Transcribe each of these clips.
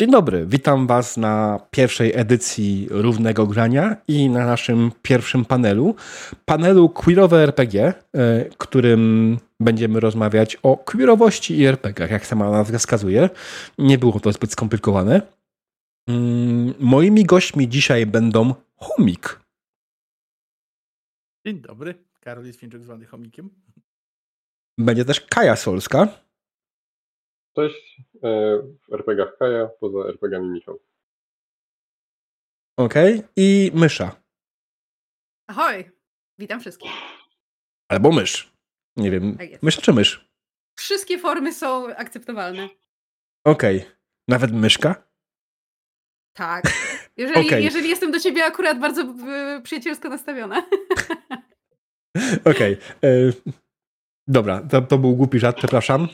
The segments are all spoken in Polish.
Dzień dobry, witam Was na pierwszej edycji Równego Grania i na naszym pierwszym panelu queerowe RPG, którym będziemy rozmawiać o queerowości i RPGach, jak sama nazwa wskazuje. Nie było to zbyt skomplikowane. Moimi gośćmi dzisiaj będą Chomik. Dzień dobry, Karol jest Święczuk zwany Chomikiem. Będzie też Kaja Solska. Cześć, w RPGach Kaja, poza RPGami Michał. Okej, i Mysza. Ahoj, witam wszystkich. Albo Mysz. Nie wiem, Tak jest. Mysza czy Mysz? Wszystkie formy są akceptowalne. Okej. Nawet Myszka? Tak. Jeżeli, Okej. jeżeli jestem do ciebie akurat bardzo przyjacielsko nastawiona. Okej. Dobra, to był głupi żart, przepraszam.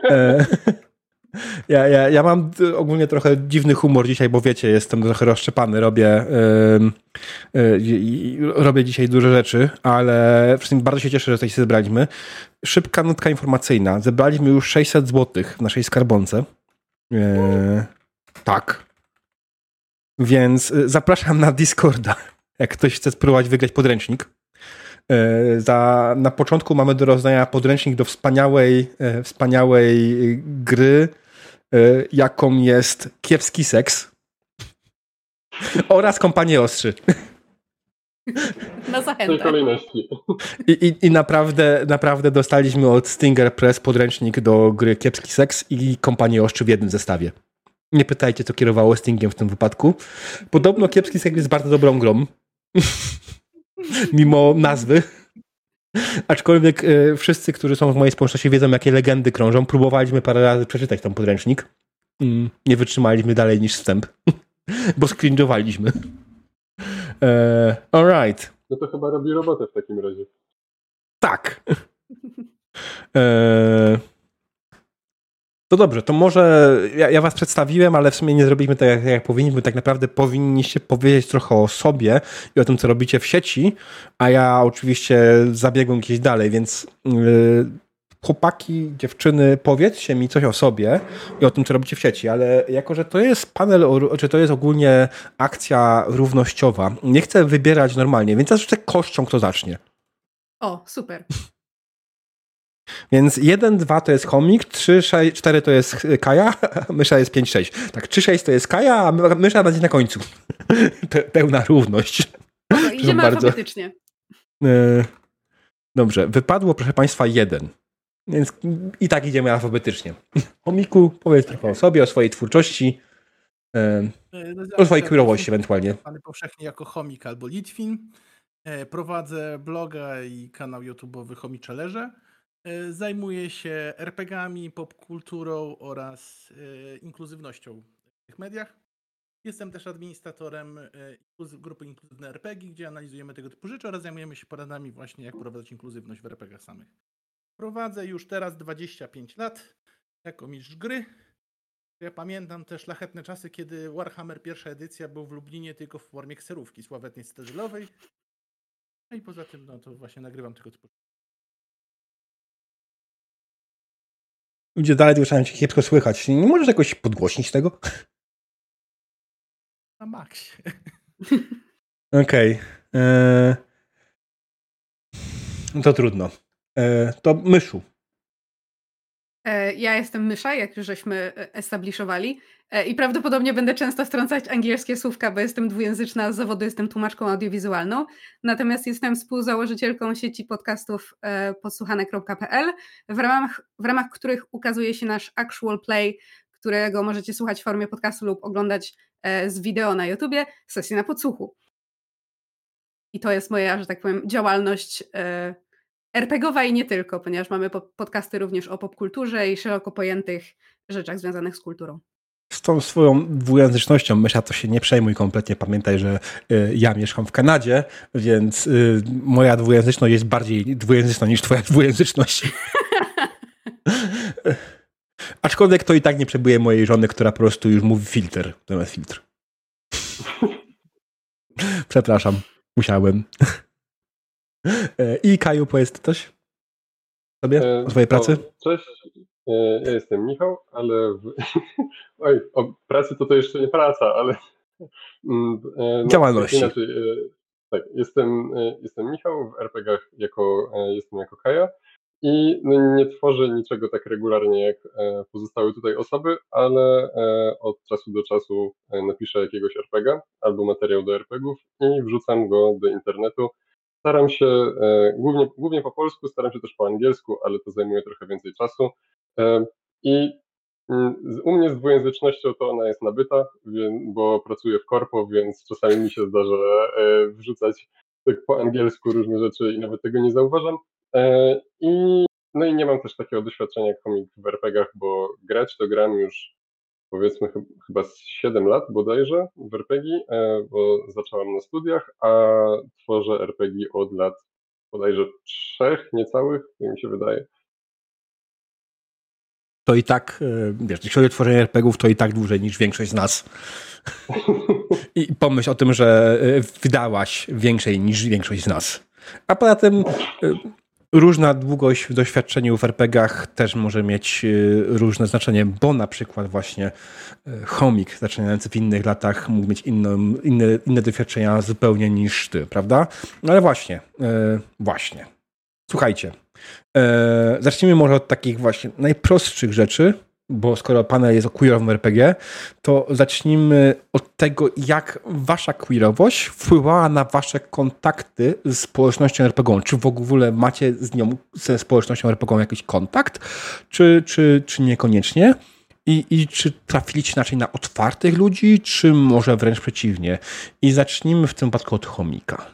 Ja mam ogólnie trochę dziwny humor dzisiaj, bo wiecie, jestem trochę rozszczepany, robię dzisiaj duże rzeczy, ale wszystkim bardzo się cieszę, że tutaj się zebraliśmy. Szybka notka informacyjna. Zebraliśmy już 600 zł w naszej skarbonce. Tak. Więc zapraszam na Discorda, jak ktoś chce spróbować wygrać podręcznik. Na początku mamy do rozdania podręcznik do wspaniałej gry, jaką jest Kiepski Seks oraz Kompanie Ostrzy. Na W tej zachętę. kolejności. I naprawdę dostaliśmy od Stinger Press podręcznik do gry Kiepski Seks i Kompanie Ostrzy w jednym zestawie. Nie pytajcie, co kierowało Stingiem w tym wypadku. Podobno Kiepski Seks jest bardzo dobrą grą. Mimo nazwy. Aczkolwiek wszyscy, którzy są w mojej społeczności, wiedzą, jakie legendy krążą. Próbowaliśmy parę razy przeczytać ten podręcznik. Nie wytrzymaliśmy dalej niż wstęp. Bo skrinżowaliśmy. Alright. No to chyba robi robotę w takim razie. Tak. To dobrze, to może ja was przedstawiłem, ale w sumie nie zrobiliśmy tak, jak powinniśmy. Tak naprawdę powinniście powiedzieć trochę o sobie i o tym, co robicie w sieci, a ja oczywiście zabiegłem gdzieś dalej, więc chłopaki, dziewczyny, powiedzcie mi coś o sobie i o tym, co robicie w sieci, ale jako, że to jest panel, czy to jest ogólnie akcja równościowa, nie chcę wybierać normalnie, więc ja rzucę kością, kto zacznie. O, super. Więc 1, 2 to jest Chomik, 3, 6, 4 to jest Kaja, a Mysza jest 5, 6. Tak, 3, 6 to jest Kaja, a Mysza będzie na końcu. Pełna równość. No, idziemy bardzo. alfabetycznie. Dobrze, wypadło, proszę Państwa, 1. Więc i tak idziemy alfabetycznie. Chomiku, powiedz trochę o sobie, o swojej twórczości, o swojej queerowości ewentualnie. Znany powszechnie jako Chomik albo Litwin. Prowadzę bloga i kanał YouTube'owy Chomiczelerze. Zajmuję się RPGami, popkulturą oraz inkluzywnością w tych mediach. Jestem też administratorem grupy Inkluzywne RPG, gdzie analizujemy tego typu rzeczy oraz zajmujemy się poradami właśnie, jak prowadzić inkluzywność w RPGach samych. Prowadzę już teraz 25 lat jako mistrz gry. Ja pamiętam te szlachetne czasy, kiedy Warhammer pierwsza edycja był w Lublinie tylko w formie kserówki sławetnej cytadelowej. No i poza tym, no to właśnie nagrywam tego typu. Ludzie dalej zaczynają cię kiepsko słychać. Nie możesz jakoś podgłośnić tego? Na maksie. Okej. No to trudno. To Myszu. Ja jestem Mysza, jak już żeśmy establishowali. I prawdopodobnie będę często wtrącać angielskie słówka, bo jestem dwujęzyczna, z zawodu jestem tłumaczką audiowizualną. Natomiast jestem współzałożycielką sieci podcastów podsłuchane.pl, w ramach których ukazuje się nasz actual play, którego możecie słuchać w formie podcastu lub oglądać z wideo na YouTubie, sesję na podsłuchu. I to jest moja, że tak powiem, działalność RPGowa i nie tylko, ponieważ mamy podcasty również o popkulturze i szeroko pojętych rzeczach związanych z kulturą. Z tą swoją dwujęzycznością, Mysza, to się nie przejmuj kompletnie. Pamiętaj, że ja mieszkam w Kanadzie, więc moja dwujęzyczność jest bardziej dwujęzyczna niż twoja dwujęzyczność. Aczkolwiek to i tak nie przebije mojej żony, która po prostu już mówi filtr zamiast filtr. Przepraszam, musiałem. I Kaju, powiedz coś sobie o swojej pracy? Cześć, Ja jestem Michał, ale oj, o pracy to jeszcze nie praca, ale no, Działalności. inaczej, tak, jestem Michał, w RPG-ach jestem jako Kaja i no, nie tworzę niczego tak regularnie jak pozostałe tutaj osoby, ale od czasu do czasu napiszę jakiegoś RPG albo materiał do RPG-ów i wrzucam go do internetu. Staram się głównie po polsku, staram się też po angielsku, ale to zajmuje trochę więcej czasu. I u mnie z dwujęzycznością to ona jest nabyta, bo pracuję w korpo, więc czasami mi się zdarza wrzucać tak po angielsku różne rzeczy i nawet tego nie zauważam. No i nie mam też takiego doświadczenia jak komik w RPG-ach, bo grać to gram już powiedzmy chyba z 7 lat bodajże w RPG, bo zacząłem na studiach, a tworzę RPG od lat bodajże 3 niecałych, jak mi się wydaje. To i tak, wiesz, jeśli chodzi o tworzenie RPG-ów, to i tak dłużej niż większość z nas. I pomyśl o tym, że wydałaś większej niż większość z nas. A poza tym różna długość w doświadczeniu w RPG-ach też może mieć różne znaczenie, bo na przykład właśnie chomik zaczynający w innych latach mógł mieć inne doświadczenia zupełnie niż ty, prawda? No ale właśnie. Słuchajcie, zacznijmy może od takich właśnie najprostszych rzeczy, bo skoro panel jest o queerowym RPG, to zacznijmy od tego, jak wasza queerowość wpływała na wasze kontakty z społecznością RPG. Czy w ogóle macie ze społecznością RPG jakiś kontakt, czy niekoniecznie? I czy trafiliście inaczej na otwartych ludzi, czy może wręcz przeciwnie? I zacznijmy w tym wypadku od chomika.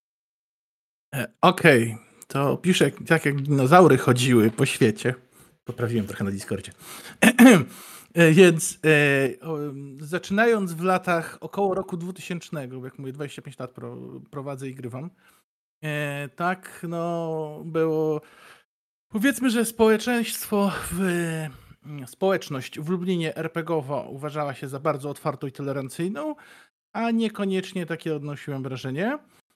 Okej. To piszę tak, jak dinozaury chodziły po świecie. Poprawiłem trochę na Discordzie. Więc zaczynając w latach około roku 2000, bo jak mówię, 25 lat prowadzę i grywam, tak, no było, powiedzmy, że społeczność w Lublinie RPGowa uważała się za bardzo otwartą i tolerancyjną, a niekoniecznie takie odnosiłem wrażenie.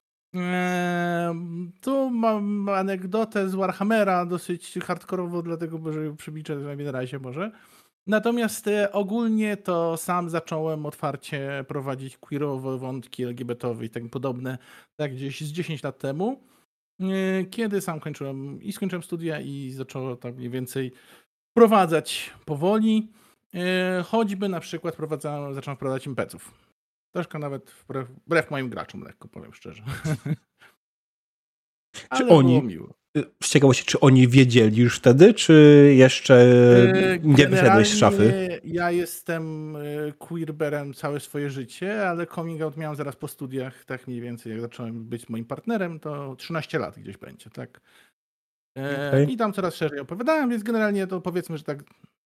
Tu mam anegdotę z Warhammera, dosyć hardkorowo, dlatego że przybliżę na razie może. Natomiast ogólnie to sam zacząłem otwarcie prowadzić queerowe wątki LGBT-owe i tak podobne, tak gdzieś z 10 lat temu, kiedy sam skończyłem studia i zaczęło tak mniej więcej wprowadzać powoli, choćby na przykład zacząłem wprowadzać impeców. Troszkę nawet wbrew moim graczom, lekko powiem szczerze. Ale było miło. Z ciekawości, czy oni wiedzieli już wtedy, czy jeszcze nie wyszedłeś z szafy? Ja jestem queerberem całe swoje życie, ale coming out miałem zaraz po studiach, tak mniej więcej jak zacząłem być moim partnerem, to 13 lat gdzieś będzie, tak? Okay. I tam coraz szerzej opowiadałem, więc generalnie to powiedzmy, że tak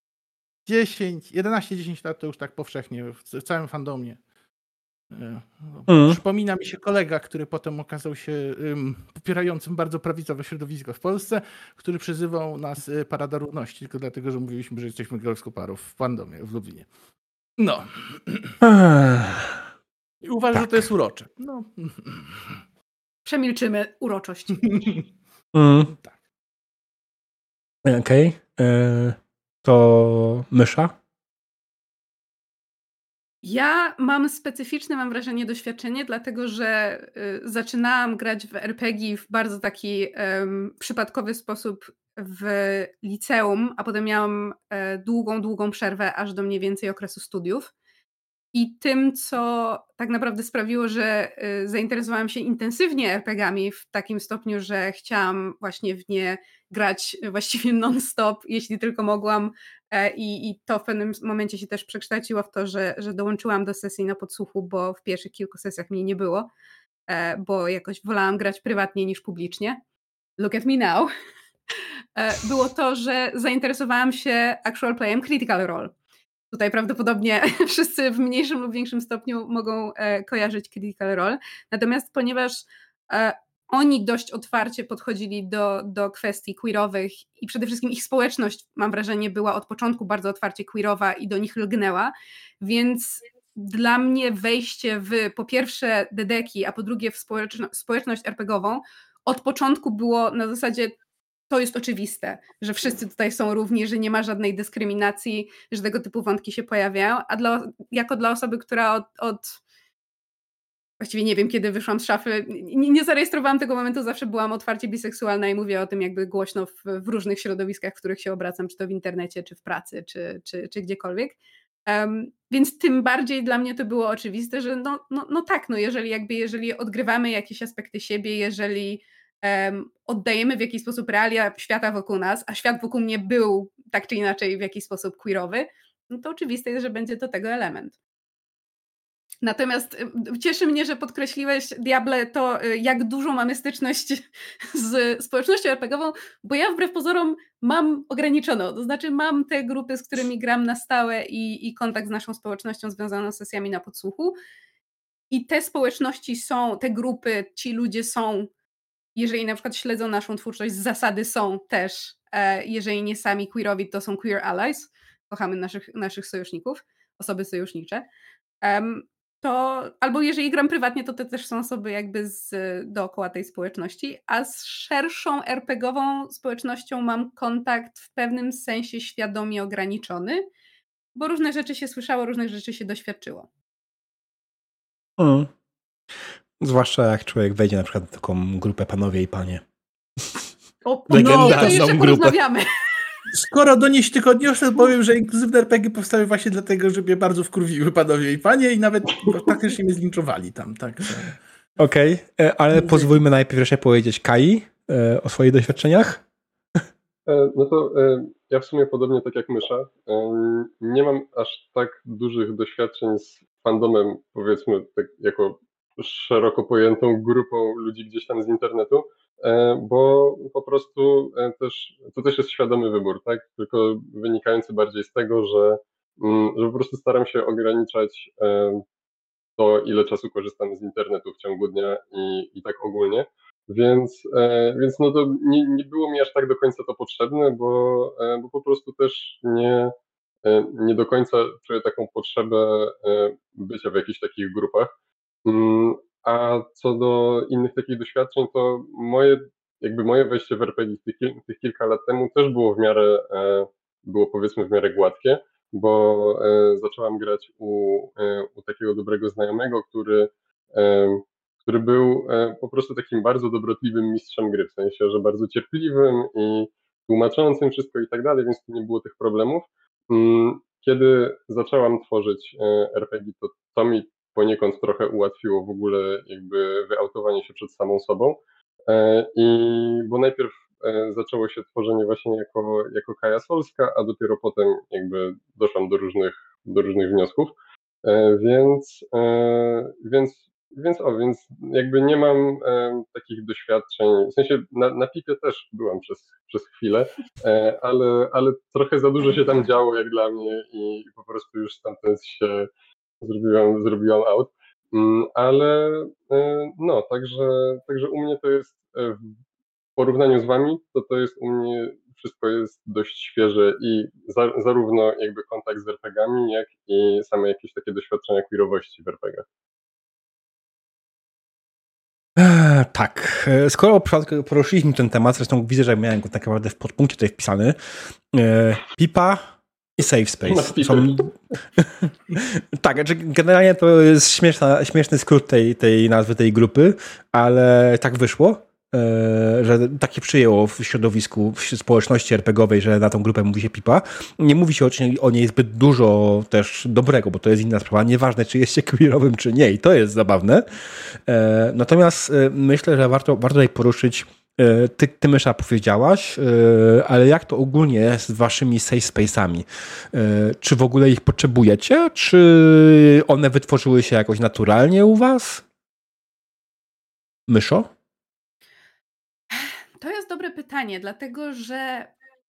11-10 lat to już tak powszechnie w całym fandomie. Przypomina mi się kolega, który potem okazał się popierającym bardzo prawicowe środowisko w Polsce, który przyzywał nas Parada Równości, tylko dlatego, że mówiliśmy, że jesteśmy gejowską parą w fandomie w Lublinie. No. I uważam, tak, że to jest urocze. No. Przemilczymy uroczość. Tak. Okej. To Mysza? Ja mam specyficzne, mam wrażenie, doświadczenie, dlatego że zaczynałam grać w RPG w bardzo taki przypadkowy sposób w liceum, a potem miałam długą przerwę aż do mniej więcej okresu studiów. I tym, co tak naprawdę sprawiło, że zainteresowałam się intensywnie RPG-ami w takim stopniu, że chciałam właśnie w nie grać właściwie non-stop, jeśli tylko mogłam. I to w pewnym momencie się też przekształciło w to, że dołączyłam do sesji na podsłuchu, bo w pierwszych kilku sesjach mnie nie było, bo jakoś wolałam grać prywatnie niż publicznie. Look at me now. Było to, że zainteresowałam się actual playem Critical Role. Tutaj prawdopodobnie wszyscy w mniejszym lub większym stopniu mogą kojarzyć Critical Role. Natomiast ponieważ oni dość otwarcie podchodzili do kwestii queerowych i przede wszystkim ich społeczność, mam wrażenie, była od początku bardzo otwarcie queerowa i do nich lgnęła, więc dla mnie wejście w po pierwsze dedeki, a po drugie w społeczność RPGową od początku było na zasadzie to jest oczywiste, że wszyscy tutaj są równi, że nie ma żadnej dyskryminacji, że tego typu wątki się pojawiają, a jako dla osoby, która właściwie nie wiem, kiedy wyszłam z szafy, nie zarejestrowałam tego momentu, zawsze byłam otwarcie biseksualna i mówię o tym jakby głośno w różnych środowiskach, w których się obracam, czy to w internecie, czy w pracy, czy gdziekolwiek. Więc tym bardziej dla mnie to było oczywiste, że tak, jeżeli odgrywamy jakieś aspekty siebie, jeżeli oddajemy w jakiś sposób realia świata wokół nas, a świat wokół mnie był tak czy inaczej w jakiś sposób queerowy, no to oczywiste jest, że będzie do tego element. Natomiast cieszy mnie, że podkreśliłeś, Diable, to jak dużo mamy styczność z społecznością RPG-ową, bo ja wbrew pozorom mam ograniczoną, to znaczy mam te grupy, z którymi gram na stałe i kontakt z naszą społecznością związaną z sesjami na podsłuchu i te społeczności są, te grupy, ci ludzie są, jeżeli na przykład śledzą naszą twórczość, z zasady są też, jeżeli nie sami queerowi, to są queer allies, kochamy naszych sojuszników, osoby sojusznicze. To albo jeżeli gram prywatnie, to też są osoby jakby dookoła tej społeczności, a z szerszą RPG-ową społecznością mam kontakt w pewnym sensie świadomie ograniczony, bo różne rzeczy się słyszało, różnych rzeczy się doświadczyło. Zwłaszcza jak człowiek wejdzie na przykład w taką grupę Panowie i Panie. Legendarną to jeszcze porozmawiamy. Skoro donieść tygodniowe, powiem, że inkluzywne RPG powstały właśnie dlatego, że mnie bardzo wkurwiły Panowie i Panie i nawet praktycznie mnie zlinczowali tam. Tak. Okej, ale pozwólmy najpierw jeszcze powiedzieć Kai o swoich doświadczeniach. No to ja w sumie podobnie tak jak Mysza, nie mam aż tak dużych doświadczeń z fandomem, powiedzmy, tak jako szeroko pojętą grupą ludzi gdzieś tam z internetu, bo po prostu to też jest świadomy wybór, tak? Tylko wynikający bardziej z tego, że po prostu staram się ograniczać to, ile czasu korzystam z internetu w ciągu dnia i tak ogólnie. Więc no to nie było mi aż tak do końca to potrzebne, bo po prostu też nie do końca czuję taką potrzebę bycia w jakichś takich grupach. A co do innych takich doświadczeń, to moje wejście w RPG tych kilka lat temu też było powiedzmy w miarę gładkie, bo zacząłem grać u takiego dobrego znajomego, który był po prostu takim bardzo dobrotliwym mistrzem gry, w sensie, że bardzo cierpliwym i tłumaczącym wszystko i tak dalej, więc tu nie było tych problemów. Kiedy zaczęłam tworzyć RPG, to mi poniekąd trochę ułatwiło w ogóle jakby wyautowanie się przed samą sobą. Bo najpierw zaczęło się tworzenie właśnie jako Kaja Solska, a dopiero potem jakby doszłam do różnych wniosków. Więc jakby nie mam takich doświadczeń, w sensie na Pipie też byłam przez chwilę, ale trochę za dużo się tam działo jak dla mnie i po prostu już stamtąd się zrobiłam out. Ale no, także u mnie to jest w porównaniu z wami, to jest u mnie wszystko jest dość świeże i zarówno jakby kontakt z RPG-ami, jak i same jakieś takie doświadczenia queerowości w RPG-ach. Tak, skoro poruszyliśmy ten temat, zresztą widzę, że miałem go tak naprawdę w podpunkcie tutaj wpisany, Pipa i Safe Space. Tak, znaczy generalnie to jest śmieszny skrót tej nazwy tej grupy, ale tak wyszło, że takie przyjęło w środowisku, w społeczności RPG-owej, że na tą grupę mówi się Pipa. Nie mówi się o niej zbyt dużo też dobrego, bo to jest inna sprawa. Nieważne, czy jest się queerowym, czy nie. I to jest zabawne. Natomiast myślę, że warto tutaj poruszyć, ty Mysza powiedziałaś, ale jak to ogólnie jest z waszymi safe space'ami? Czy w ogóle ich potrzebujecie? Czy one wytworzyły się jakoś naturalnie u was? Myszo? To jest dobre pytanie, dlatego że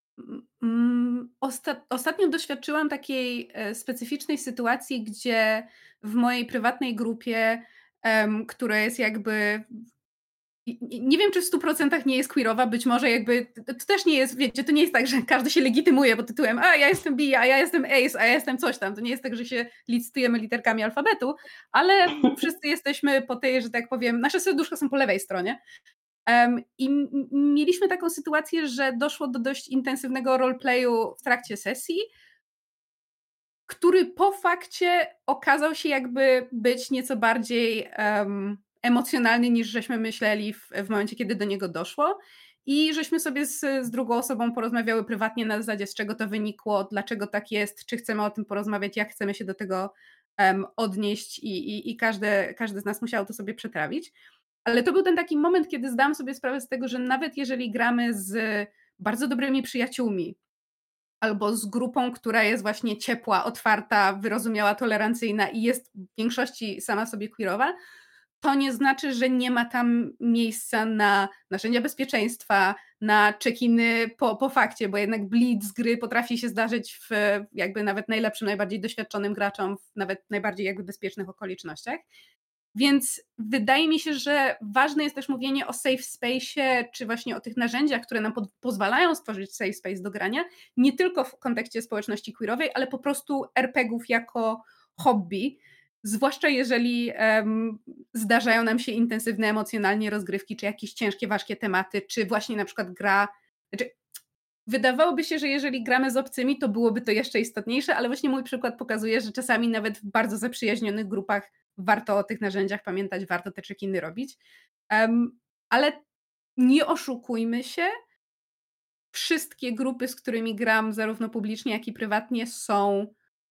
ostatnio doświadczyłam takiej specyficznej sytuacji, gdzie w mojej prywatnej grupie, która jest jakby, nie wiem, czy w 100% nie jest queerowa, być może jakby, to też nie jest, wiecie, to nie jest tak, że każdy się legitymuje pod tytułem a ja jestem bi, a ja jestem ace, a ja jestem coś tam, to nie jest tak, że się licytujemy literkami alfabetu, ale wszyscy jesteśmy po tej, że tak powiem, nasze serduszka są po lewej stronie. I mieliśmy taką sytuację, że doszło do dość intensywnego roleplayu w trakcie sesji, który po fakcie okazał się jakby być nieco bardziej emocjonalny niż żeśmy myśleli w momencie, kiedy do niego doszło. I żeśmy sobie z drugą osobą porozmawiały prywatnie na zasadzie, z czego to wynikło, dlaczego tak jest, czy chcemy o tym porozmawiać, jak chcemy się do tego odnieść i każdy z nas musiał to sobie przetrawić. Ale to był ten taki moment, kiedy zdałam sobie sprawę z tego, że nawet jeżeli gramy z bardzo dobrymi przyjaciółmi albo z grupą, która jest właśnie ciepła, otwarta, wyrozumiała, tolerancyjna i jest w większości sama sobie queerowa, to nie znaczy, że nie ma tam miejsca na narzędzia bezpieczeństwa, na check-iny po fakcie, bo jednak bleed z gry potrafi się zdarzyć w jakby nawet najlepszym, najbardziej doświadczonym graczom w nawet najbardziej jakby bezpiecznych okolicznościach. Więc wydaje mi się, że ważne jest też mówienie o safe space'ie, czy właśnie o tych narzędziach, które nam pozwalają stworzyć safe space do grania, nie tylko w kontekście społeczności queerowej, ale po prostu RPG-ów jako hobby, zwłaszcza jeżeli zdarzają nam się intensywne emocjonalnie rozgrywki, czy jakieś ciężkie, ważkie tematy, czy właśnie na przykład wydawałoby się, że jeżeli gramy z obcymi, to byłoby to jeszcze istotniejsze, ale właśnie mój przykład pokazuje, że czasami nawet w bardzo zaprzyjaźnionych grupach warto o tych narzędziach pamiętać, warto te check-iny robić. Ale nie oszukujmy się, wszystkie grupy, z którymi gram zarówno publicznie, jak i prywatnie są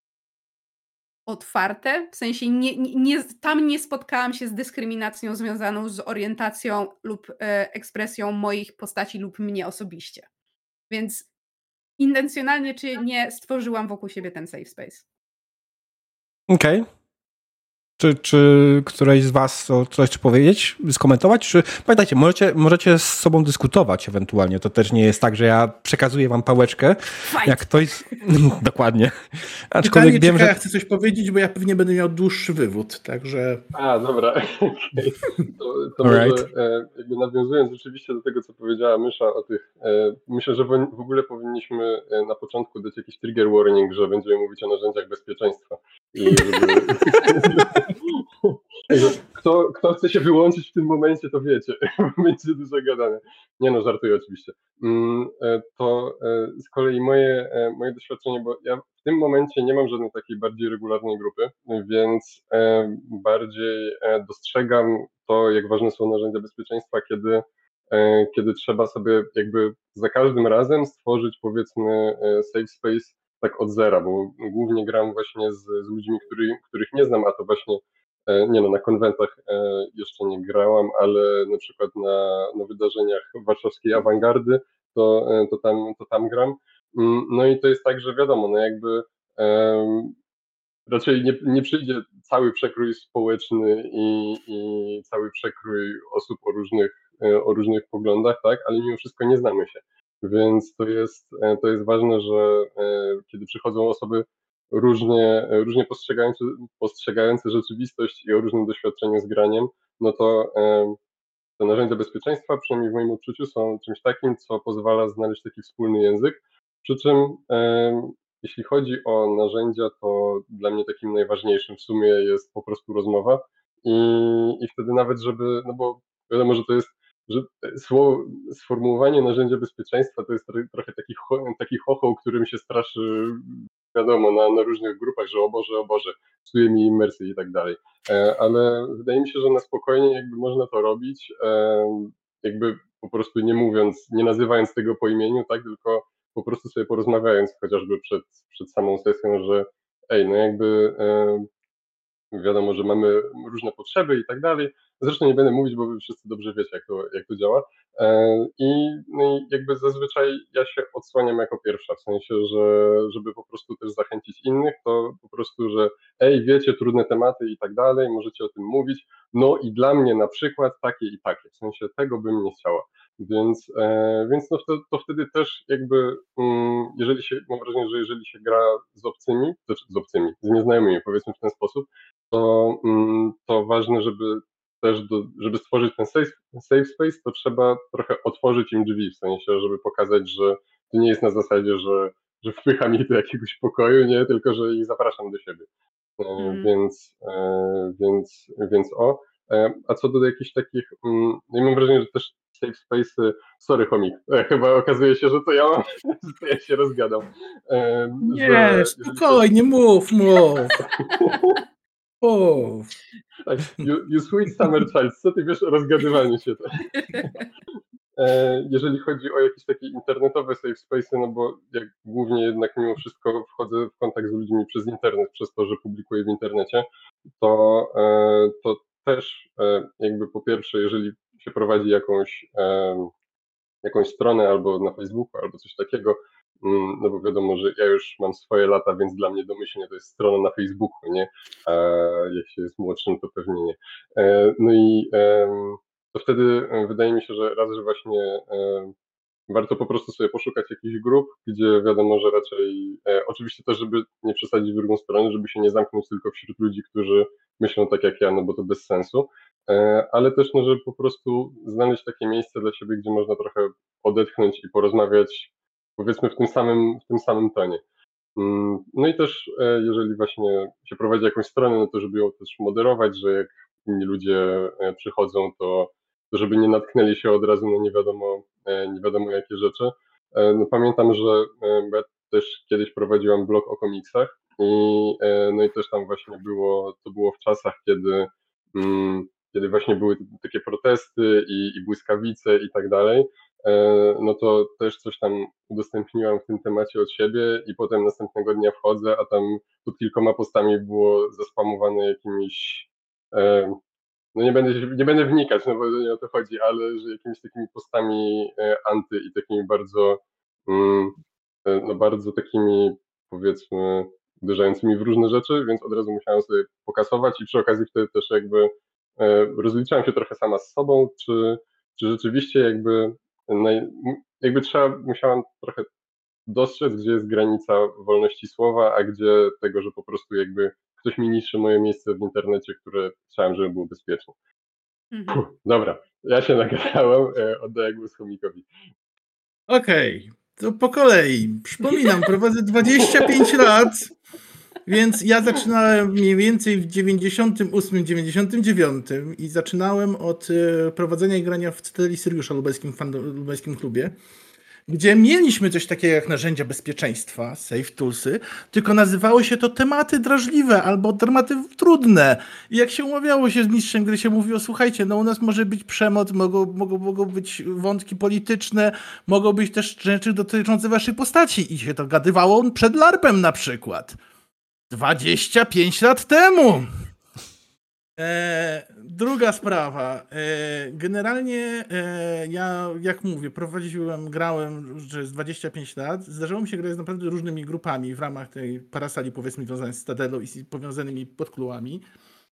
otwarte, w sensie tam nie spotkałam się z dyskryminacją związaną z orientacją lub ekspresją moich postaci lub mnie osobiście. Więc intencjonalnie czy nie, stworzyłam wokół siebie ten safe space. Okej. Czy któreś z was coś powiedzieć, skomentować? Czy pamiętajcie, możecie z sobą dyskutować ewentualnie. To też nie jest tak, że ja przekazuję wam pałeczkę. Fight. Jak ktoś... Dokładnie. Aczkolwiek wiem, że ja chcę coś powiedzieć, bo ja pewnie będę miał dłuższy wywód, także... Dobra. Okay. To może jakby nawiązując rzeczywiście do tego, co powiedziała Mysza o tych... Myślę, że w ogóle powinniśmy na początku dać jakiś trigger warning, że będziemy mówić o narzędziach bezpieczeństwa. I żeby... Kto chce się wyłączyć w tym momencie, to wiecie, będzie dużo gadane. Nie no, żartuję oczywiście. To z kolei moje doświadczenie, bo ja w tym momencie nie mam żadnej takiej bardziej regularnej grupy, więc bardziej dostrzegam to, jak ważne są narzędzia bezpieczeństwa, kiedy trzeba sobie jakby za każdym razem stworzyć, powiedzmy, safe space tak od zera, bo głównie gram właśnie z ludźmi, których nie znam, a to właśnie na konwentach jeszcze nie grałam, ale na przykład na wydarzeniach warszawskiej awangardy to tam gram. No i to jest tak, że wiadomo, no jakby raczej nie przyjdzie cały przekrój społeczny i cały przekrój osób o różnych poglądach, tak, ale mimo wszystko nie znamy się. Więc to jest ważne, że kiedy przychodzą osoby różnie postrzegające rzeczywistość i o różnym doświadczeniu z graniem, no to te narzędzia bezpieczeństwa, przynajmniej w moim odczuciu, są czymś takim, co pozwala znaleźć taki wspólny język. Przy czym jeśli chodzi o narzędzia, to dla mnie takim najważniejszym w sumie jest po prostu rozmowa i wtedy nawet, żeby, no bo wiadomo, że to jest, że sformułowanie narzędzia bezpieczeństwa to jest trochę taki chochoł, którym się straszy, wiadomo, na różnych grupach, że o Boże, psuje mi imersję i tak dalej. Ale wydaje mi się, że na spokojnie jakby można to robić, jakby po prostu nie mówiąc, nie nazywając tego po imieniu, tak, tylko po prostu sobie porozmawiając chociażby przed samą sesją, że no jakby wiadomo, że mamy różne potrzeby i tak dalej. Zresztą nie będę mówić, bo wy wszyscy dobrze wiecie, jak to działa. No i jakby zazwyczaj ja się odsłaniam jako pierwsza, w sensie, że żeby po prostu też zachęcić innych, to po prostu, że wiecie, trudne tematy i tak dalej, możecie o tym mówić, no i dla mnie na przykład takie i takie, w sensie tego bym nie chciała. Więc no to wtedy też jakby, mam wrażenie, że jeżeli się gra z obcymi, z nieznajomymi, powiedzmy w ten sposób, to ważne, żeby też, żeby stworzyć ten safe space, to trzeba trochę otworzyć im drzwi, w sensie, żeby pokazać, że to nie jest na zasadzie, że wpycham ich do jakiegoś pokoju, nie, tylko że ich zapraszam do siebie. Więc a co do jakichś takich, ja mam wrażenie, że też safe space'y. Sorry, chomik, chyba okazuje się, że to ja mam, że to ja się rozgadam. Nie, spokojnie, mów. Tak, you sweet summer child, co ty wiesz o rozgadywaniu się? Jeżeli chodzi o jakieś takie internetowe safe space'y, no bo jak głównie jednak mimo wszystko wchodzę w kontakt z ludźmi przez internet, przez to, że publikuję w internecie, to też jakby po pierwsze, jeżeli się prowadzi jakąś stronę albo na Facebooku, albo coś takiego, no bo wiadomo, że ja już mam swoje lata, więc dla mnie domyślnie to jest strona na Facebooku, nie? A jak się jest młodszym, to pewnie nie. No i to wtedy wydaje mi się, że raz, że właśnie warto po prostu sobie poszukać jakichś grup, gdzie wiadomo, że raczej, oczywiście też, żeby nie przesadzić w drugą stronę, żeby się nie zamknąć tylko wśród ludzi, którzy myślą tak jak ja, no bo to bez sensu, ale też, no, żeby po prostu znaleźć takie miejsce dla siebie, gdzie można trochę odetchnąć i porozmawiać, powiedzmy w tym samym tonie. No i też, jeżeli właśnie się prowadzi jakąś stronę, no to żeby ją też moderować, że jak inni ludzie przychodzą, to żeby nie natknęli się od razu na nie wiadomo jakie rzeczy. No pamiętam, że ja też kiedyś prowadziłam blog o komiksach no i też tam właśnie to było w czasach, kiedy właśnie były takie protesty i błyskawice i tak dalej, no to też coś tam udostępniłam w tym temacie od siebie i potem następnego dnia wchodzę, a tam pod kilkoma postami było zaspamowane jakimiś, no nie będę wnikać, no bo nie o to chodzi, ale że jakimiś takimi postami anty i takimi bardzo takimi, powiedzmy, uderzającymi w różne rzeczy, więc od razu musiałem sobie pokasować i przy okazji wtedy też jakby rozliczałem się trochę sama z sobą, czy rzeczywiście jakby musiałam trochę dostrzec, gdzie jest granica wolności słowa, a gdzie tego, że po prostu jakby ktoś mi niszczy moje miejsce w internecie, które chciałem, żeby było bezpieczne. Dobra, ja się nagrałem, oddaję głos chomikowi. Okej, to po kolei. Przypominam, prowadzę 25 lat, więc ja zaczynałem mniej więcej w 98-99 i zaczynałem od prowadzenia i grania w Cytadeli Syriusza, lubelskim klubie, gdzie mieliśmy coś takiego jak narzędzia bezpieczeństwa, safe toolsy, tylko nazywało się to tematy drażliwe albo tematy trudne. I jak się umawiało się z mistrzem gry, się mówiło, słuchajcie, no u nas może być przemoc, mogą być wątki polityczne, mogą być też rzeczy dotyczące waszych postaci. I się to gadywało przed LARP-em na przykład. 25 lat temu! Druga sprawa. Generalnie ja, jak mówię, grałem przez 25 lat. Zdarzało mi się grać z naprawdę różnymi grupami w ramach tej parasali, powiedzmy, związanej z Cytadelą i z powiązanymi podklułami.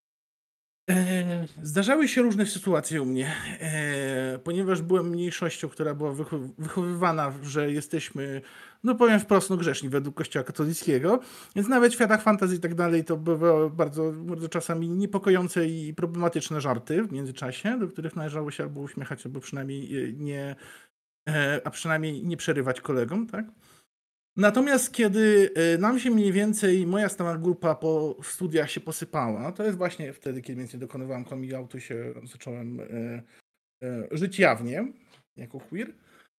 Zdarzały się różne sytuacje u mnie, ponieważ byłem mniejszością, która była wychowywana, że jesteśmy, no powiem wprost, grzeszni według Kościoła katolickiego, więc nawet w światach fantazji i tak dalej to były bardzo, bardzo czasami niepokojące i problematyczne żarty w międzyczasie, do których należało się albo uśmiechać, albo przynajmniej nie przerywać kolegom, tak? Natomiast kiedy nam się mniej więcej moja stała grupa po studiach się posypała, to jest właśnie wtedy, kiedy więcej dokonywałem coming outu, się zacząłem żyć jawnie jako queer,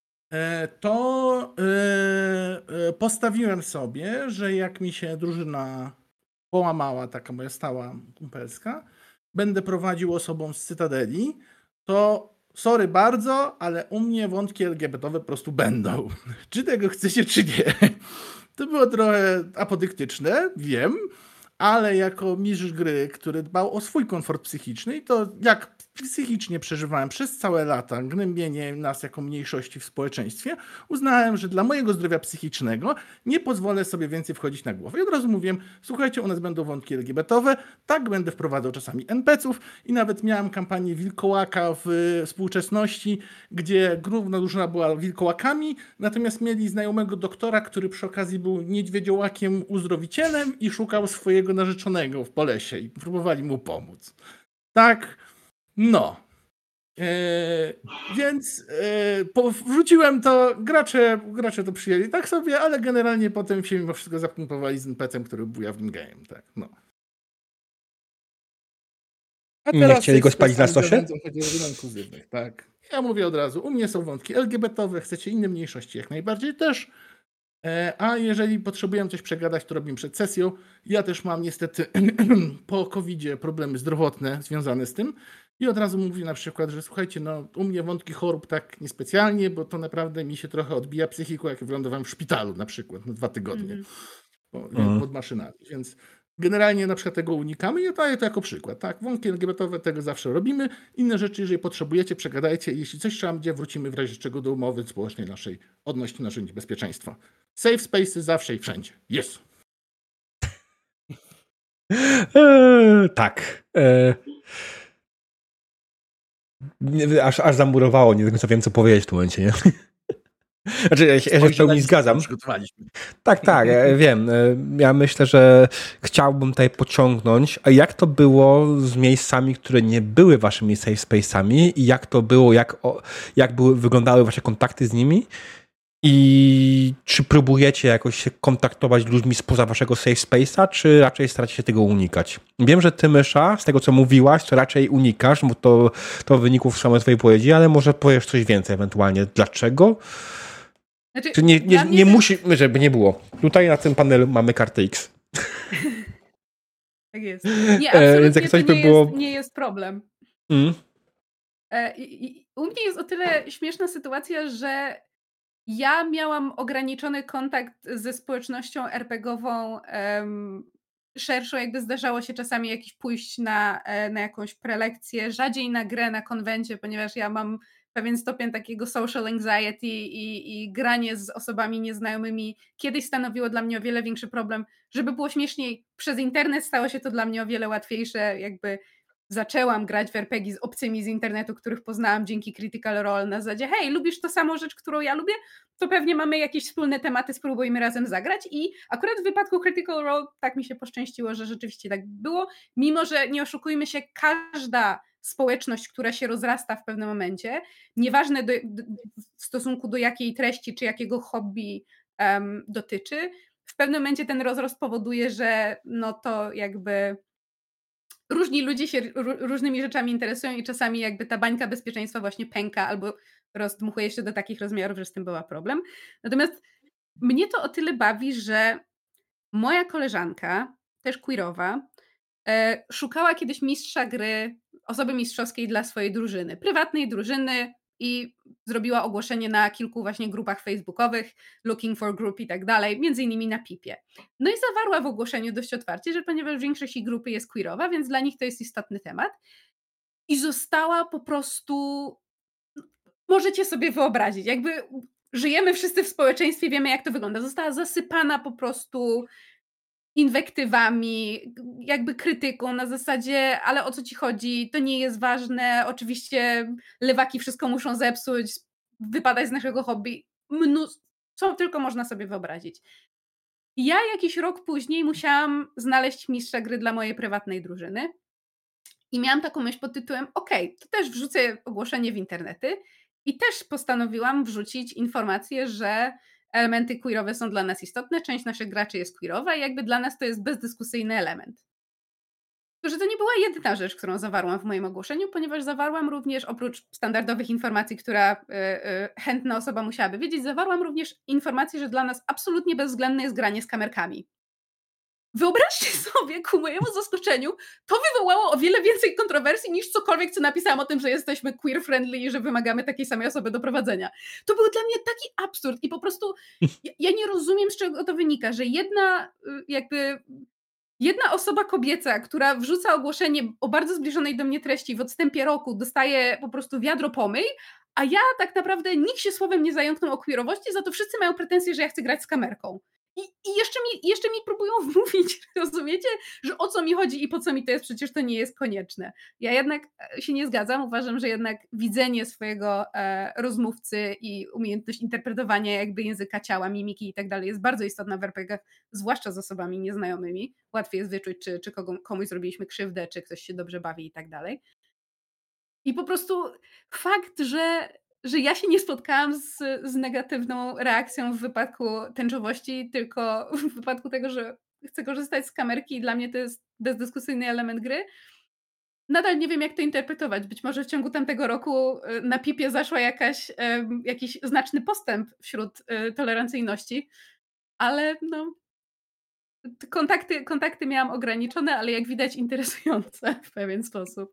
to postawiłem sobie, że jak mi się drużyna połamała, taka moja stała kumpelska, będę prowadził osobą z Cytadeli, to sorry bardzo, ale u mnie wątki LGBT-owe po prostu będą. Czy tego chcecie, czy nie. To było trochę apodyktyczne, wiem, ale jako mistrz gry, który dbał o swój komfort psychiczny, to jak psychicznie przeżywałem przez całe lata gnębienie nas jako mniejszości w społeczeństwie, uznałem, że dla mojego zdrowia psychicznego nie pozwolę sobie więcej wchodzić na głowę. I od razu mówiłem, słuchajcie, u nas będą wątki LGBT-owe, tak będę wprowadzał czasami NPC-ów i nawet miałem kampanię wilkołaka w współczesności, gdzie główna drużyna była wilkołakami, natomiast mieli znajomego doktora, który przy okazji był niedźwiedziołakiem uzdrowicielem i szukał swojego narzeczonego w Polesie i próbowali mu pomóc. Tak, no. Więc wrzuciłem to, gracze to przyjęli tak sobie, ale generalnie potem się mimo wszystko zapumpowali z NPC-em, który buja w game, tak, no. A Nie teraz chcieli go safe spalić na space'ami stosie? zarządzą chociażby na inkluzywnych, tak. Ja mówię od razu, u mnie są wątki LGBT-owe, chcecie inne mniejszości jak najbardziej też. A jeżeli potrzebujemy coś przegadać, to robimy przed sesją. Ja też mam niestety po COVID-zie problemy zdrowotne związane z tym. I od razu mówię na przykład, że słuchajcie, no u mnie wątki chorób tak niespecjalnie, bo to naprawdę mi się trochę odbija psychiką, jak wylądowałem w szpitalu na przykład na 2 tygodnie pod maszynami. Więc generalnie na przykład tego unikamy i ja daję to jako przykład. Tak, wątki LGBT-owe tego zawsze robimy. Inne rzeczy, jeżeli potrzebujecie, przegadajcie. Jeśli coś trzeba będzie, wrócimy w razie czego do umowy społecznej naszej odnośnie narzędzi bezpieczeństwa. Safe spaces zawsze i wszędzie. Jest. Tak. Aż zamurowało, nie do końca wiem, co powiedzieć w tym momencie, nie? Znaczy, ja się w pełni zgadzam. Tak, ja wiem. Ja myślę, że chciałbym tutaj pociągnąć, a jak to było z miejscami, które nie były waszymi safe space'ami i jak to było, wyglądały wasze kontakty z nimi i czy próbujecie jakoś się kontaktować z ludźmi spoza waszego safe space'a, czy raczej staracie się tego unikać? Wiem, że ty, Mysza, z tego co mówiłaś, to raczej unikasz, bo to wyników z samej twojej wypowiedzi, ale może powiesz coś więcej ewentualnie. Dlaczego? Znaczy, Czy nie musi, żeby nie było. Tutaj na tym panelu mamy kartę X. Tak jest. Nie, absolutnie jak coś to by było... nie jest problem. U mnie jest o tyle śmieszna sytuacja, że ja miałam ograniczony kontakt ze społecznością RPG-ową szerszą, jakby zdarzało się czasami jakieś pójść na jakąś prelekcję, rzadziej na grę na konwencie, ponieważ ja mam pewien stopień takiego social anxiety i granie z osobami nieznajomymi kiedyś stanowiło dla mnie o wiele większy problem. Żeby było śmieszniej, przez internet stało się to dla mnie o wiele łatwiejsze, jakby zaczęłam grać w RPG z obcymi z internetu, których poznałam dzięki Critical Role na zasadzie hej, lubisz to samą rzecz, którą ja lubię? To pewnie mamy jakieś wspólne tematy, spróbujmy razem zagrać i akurat w wypadku Critical Role tak mi się poszczęściło, że rzeczywiście tak było, mimo że nie oszukujmy się, każda społeczność, która się rozrasta w pewnym momencie, nieważne w stosunku do jakiej treści czy jakiego hobby dotyczy, w pewnym momencie ten rozrost powoduje, że no to jakby różni ludzie się różnymi rzeczami interesują i czasami jakby ta bańka bezpieczeństwa właśnie pęka albo rozdmuchuje się do takich rozmiarów, że z tym była problem. Natomiast mnie to o tyle bawi, że moja koleżanka, też queerowa, szukała kiedyś mistrza gry, osoby mistrzowskiej dla swojej drużyny, prywatnej drużyny i zrobiła ogłoszenie na kilku właśnie grupach facebookowych, looking for group i tak dalej, między innymi na Pipie. No i zawarła w ogłoszeniu dość otwarcie, że ponieważ większość ich grupy jest queerowa, więc dla nich to jest istotny temat i została po prostu, możecie sobie wyobrazić, jakby żyjemy wszyscy w społeczeństwie, wiemy jak to wygląda, została zasypana po prostu inwektywami, jakby krytyką na zasadzie, ale o co ci chodzi, to nie jest ważne, oczywiście lewaki wszystko muszą zepsuć, wypadać z naszego hobby, co tylko można sobie wyobrazić. Ja jakiś rok później musiałam znaleźć mistrza gry dla mojej prywatnej drużyny i miałam taką myśl pod tytułem to też wrzucę ogłoszenie w internety i też postanowiłam wrzucić informację, że elementy queerowe są dla nas istotne, część naszych graczy jest queerowa i jakby dla nas to jest bezdyskusyjny element. Tylko, że to nie była jedyna rzecz, którą zawarłam w moim ogłoszeniu, ponieważ zawarłam również, oprócz standardowych informacji, która chętna osoba musiałaby wiedzieć, zawarłam również informację, że dla nas absolutnie bezwzględne jest granie z kamerkami. Wyobraźcie sobie, ku mojemu zaskoczeniu, to wywołało o wiele więcej kontrowersji niż cokolwiek, co napisałam o tym, że jesteśmy queer-friendly i że wymagamy takiej samej osoby do prowadzenia. To był dla mnie taki absurd i po prostu ja nie rozumiem, z czego to wynika, że jedna osoba kobieca, która wrzuca ogłoszenie o bardzo zbliżonej do mnie treści w odstępie roku, dostaje po prostu wiadro pomyj, a ja tak naprawdę nikt się słowem nie zająknął o queerowości, za to wszyscy mają pretensje, że ja chcę grać z kamerką. I jeszcze mi próbują wmówić, rozumiecie, że o co mi chodzi i po co mi to jest, przecież to nie jest konieczne. Ja jednak się nie zgadzam, uważam, że jednak widzenie swojego rozmówcy i umiejętność interpretowania jakby języka ciała, mimiki i tak dalej jest bardzo istotna w RPG-ach, zwłaszcza z osobami nieznajomymi. Łatwiej jest wyczuć, czy komuś zrobiliśmy krzywdę, czy ktoś się dobrze bawi i tak dalej. I po prostu fakt, że ja się nie spotkałam z negatywną reakcją w wypadku tęczowości, tylko w wypadku tego, że chcę korzystać z kamerki i dla mnie to jest bezdyskusyjny element gry, nadal nie wiem, jak to interpretować. Być może w ciągu tamtego roku na PIP-ie zaszła jakiś znaczny postęp wśród tolerancyjności, ale no, kontakty miałam ograniczone, ale jak widać interesujące w pewien sposób.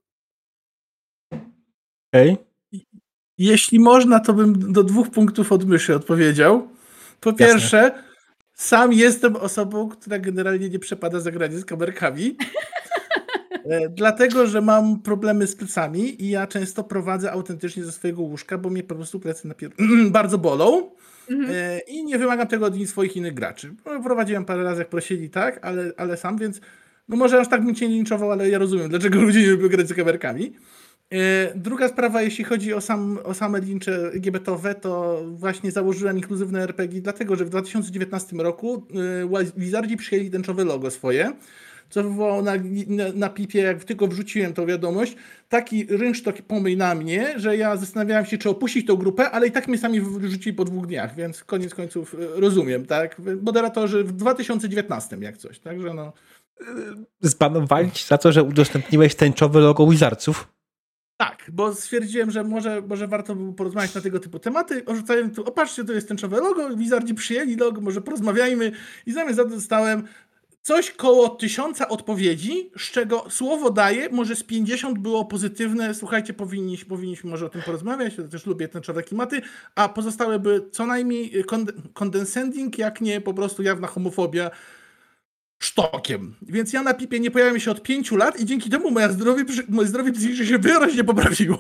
Okej. Jeśli można, to bym do 2 punktów od myszy odpowiedział. Po pierwsze, sam jestem osobą, która generalnie nie przepada za granie z kamerkami. Dlatego, że mam problemy z plecami i ja często prowadzę autentycznie ze swojego łóżka, bo mnie po prostu plecy bardzo bolą. I nie wymagam tego od swoich innych graczy. Prowadziłem parę razy, jak prosili, tak, ale sam, więc no może aż tak bym cię nie linczował, ale ja rozumiem, dlaczego ludzie nie lubią grać z kamerkami. Druga sprawa, jeśli chodzi o same lincze LGBT-owe, to właśnie założyłem inkluzywne RPG, dlatego że w 2019 roku Wizardzi przyjęli tęczowe logo swoje, co wywołało na PIP-ie, jak tylko wrzuciłem tą wiadomość, taki rynsztok pomyj na mnie, że ja zastanawiałem się, czy opuścić tą grupę, ale i tak mnie sami wrzucili po 2 dniach, więc koniec końców rozumiem, tak? Moderatorzy w 2019 jak coś, także no. Zbanowali ci za to, że udostępniłeś tęczowe logo Wizardsów? Tak, bo stwierdziłem, że może warto by porozmawiać na tego typu tematy. Orzucałem tu, patrzcie, to jest tęczowe logo, Wizardzi przyjęli logo, może porozmawiajmy. I zamiast za to dostałem coś koło 1000 odpowiedzi, z czego słowo daję, może z 50 było pozytywne. Słuchajcie, powinniśmy może o tym porozmawiać, ja też lubię tęczowe klimaty, a pozostałe by co najmniej condescending, jak nie po prostu jawna homofobia sztokiem. Więc ja na PIP-ie nie pojawiam się od 5 lat i dzięki temu moje zdrowie psychiczne się wyraźnie poprawiło.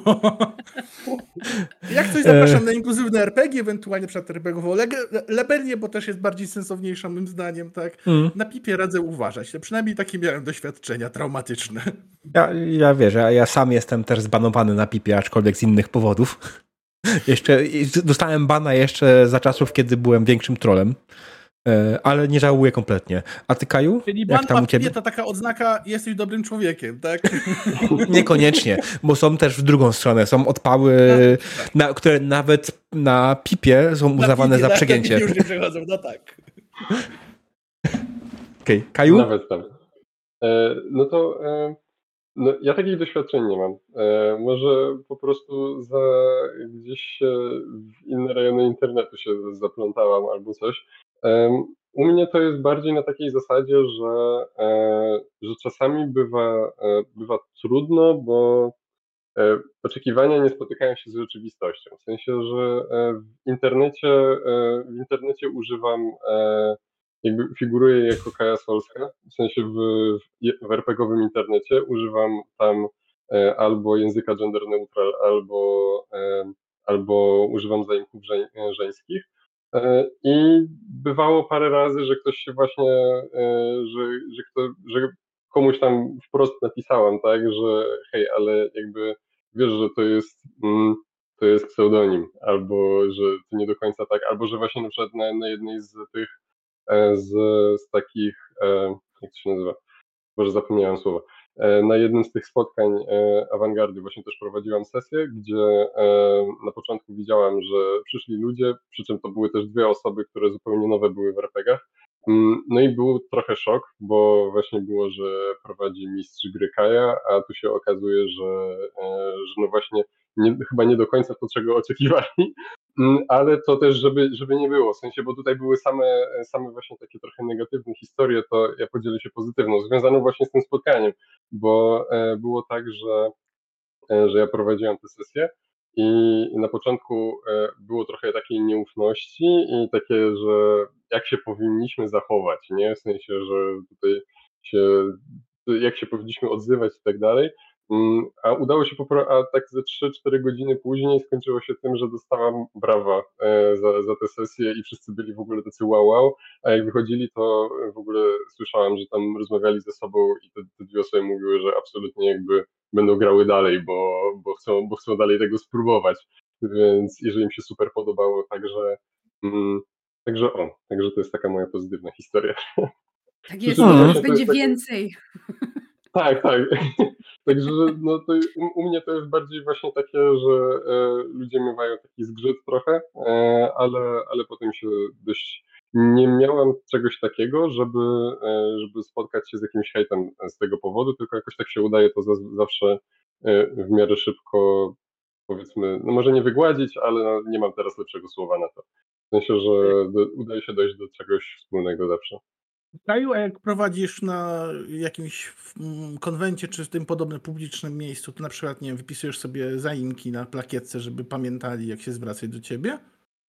Jak coś zapraszam na inkluzywne RPG, ewentualnie przed RPGową Lebernię, bo też jest bardziej sensowniejsza moim zdaniem, tak. Na PIP-ie radzę uważać. Przynajmniej takie miałem doświadczenia traumatyczne. Ja wierzę, ja sam jestem też zbanowany na PIP-ie, aczkolwiek z innych powodów. Dostałem bana jeszcze za czasów, kiedy byłem większym trollem. Ale nie żałuję kompletnie. A ty, Kaju? Czyli ban na PIP-ie to taka odznaka, jesteś dobrym człowiekiem, tak? Niekoniecznie, bo są też w drugą stronę. Są odpały, które nawet na PIP-ie są uznawane za przegięcie. Na PIP-ie już nie przechodzą, no tak. Okej, Kaju? Nawet tam. No to ja takich doświadczeń nie mam. Może po prostu gdzieś w inne rejony internetu się zaplątałam albo coś. U mnie to jest bardziej na takiej zasadzie, że czasami bywa trudno, bo oczekiwania nie spotykają się z rzeczywistością. W sensie, że w internecie używam, jakby figuruję jako Kaja Solska, w sensie w RPGowym internecie używam tam albo języka gender neutral, albo używam zaimków żeńskich. I bywało parę razy, że ktoś się właśnie, że komuś tam wprost napisałam, tak, że hej, ale jakby wiesz, że to jest pseudonim, albo że to nie do końca tak, albo że właśnie na przykład na jednej z tych z takich, jak to się nazywa, może zapomniałem słowa, na jednym z tych spotkań awangardy właśnie też prowadziłam sesję, gdzie na początku widziałam, że przyszli ludzie, przy czym to były też 2 osoby, które zupełnie nowe były w RPG-ach. No i był trochę szok, bo właśnie było, że prowadzi mistrz gry Kaja, a tu się okazuje, że no właśnie chyba nie do końca to, czego oczekiwali, ale to też, żeby nie było, w sensie, bo tutaj były same właśnie takie trochę negatywne historie, to ja podzielę się pozytywną, związaną właśnie z tym spotkaniem, bo było tak, że ja prowadziłem tę sesję i na początku było trochę takiej nieufności i takie, że jak się powinniśmy zachować, nie? W sensie, że tutaj jak się powinniśmy odzywać i tak dalej. A udało się a tak ze 3-4 godziny później skończyło się tym, że dostałam brawa za tę sesję i wszyscy byli w ogóle tacy wow, a jak wychodzili, to w ogóle słyszałam, że tam rozmawiali ze sobą i te 2 osoby mówiły, że absolutnie jakby będą grały dalej, bo chcą dalej tego spróbować, więc jeżeli im się super podobało, także to jest taka moja pozytywna historia. Tak jest, teraz będzie więcej. Tak. Także no to u mnie to jest bardziej właśnie takie, że ludzie miewają taki zgrzyt trochę, ale potem się dość nie miałem czegoś takiego, żeby spotkać się z jakimś hejtem z tego powodu, tylko jakoś tak się udaje to zawsze w miarę szybko, powiedzmy, no może nie wygładzić, ale no nie mam teraz lepszego słowa na to. W sensie, że udaje się dojść do czegoś wspólnego zawsze. Kaju, a jak prowadzisz na jakimś konwencie czy w tym podobnym publicznym miejscu, to na przykład, nie wiem, wypisujesz sobie zaimki na plakietce, żeby pamiętali, jak się zwracać do ciebie?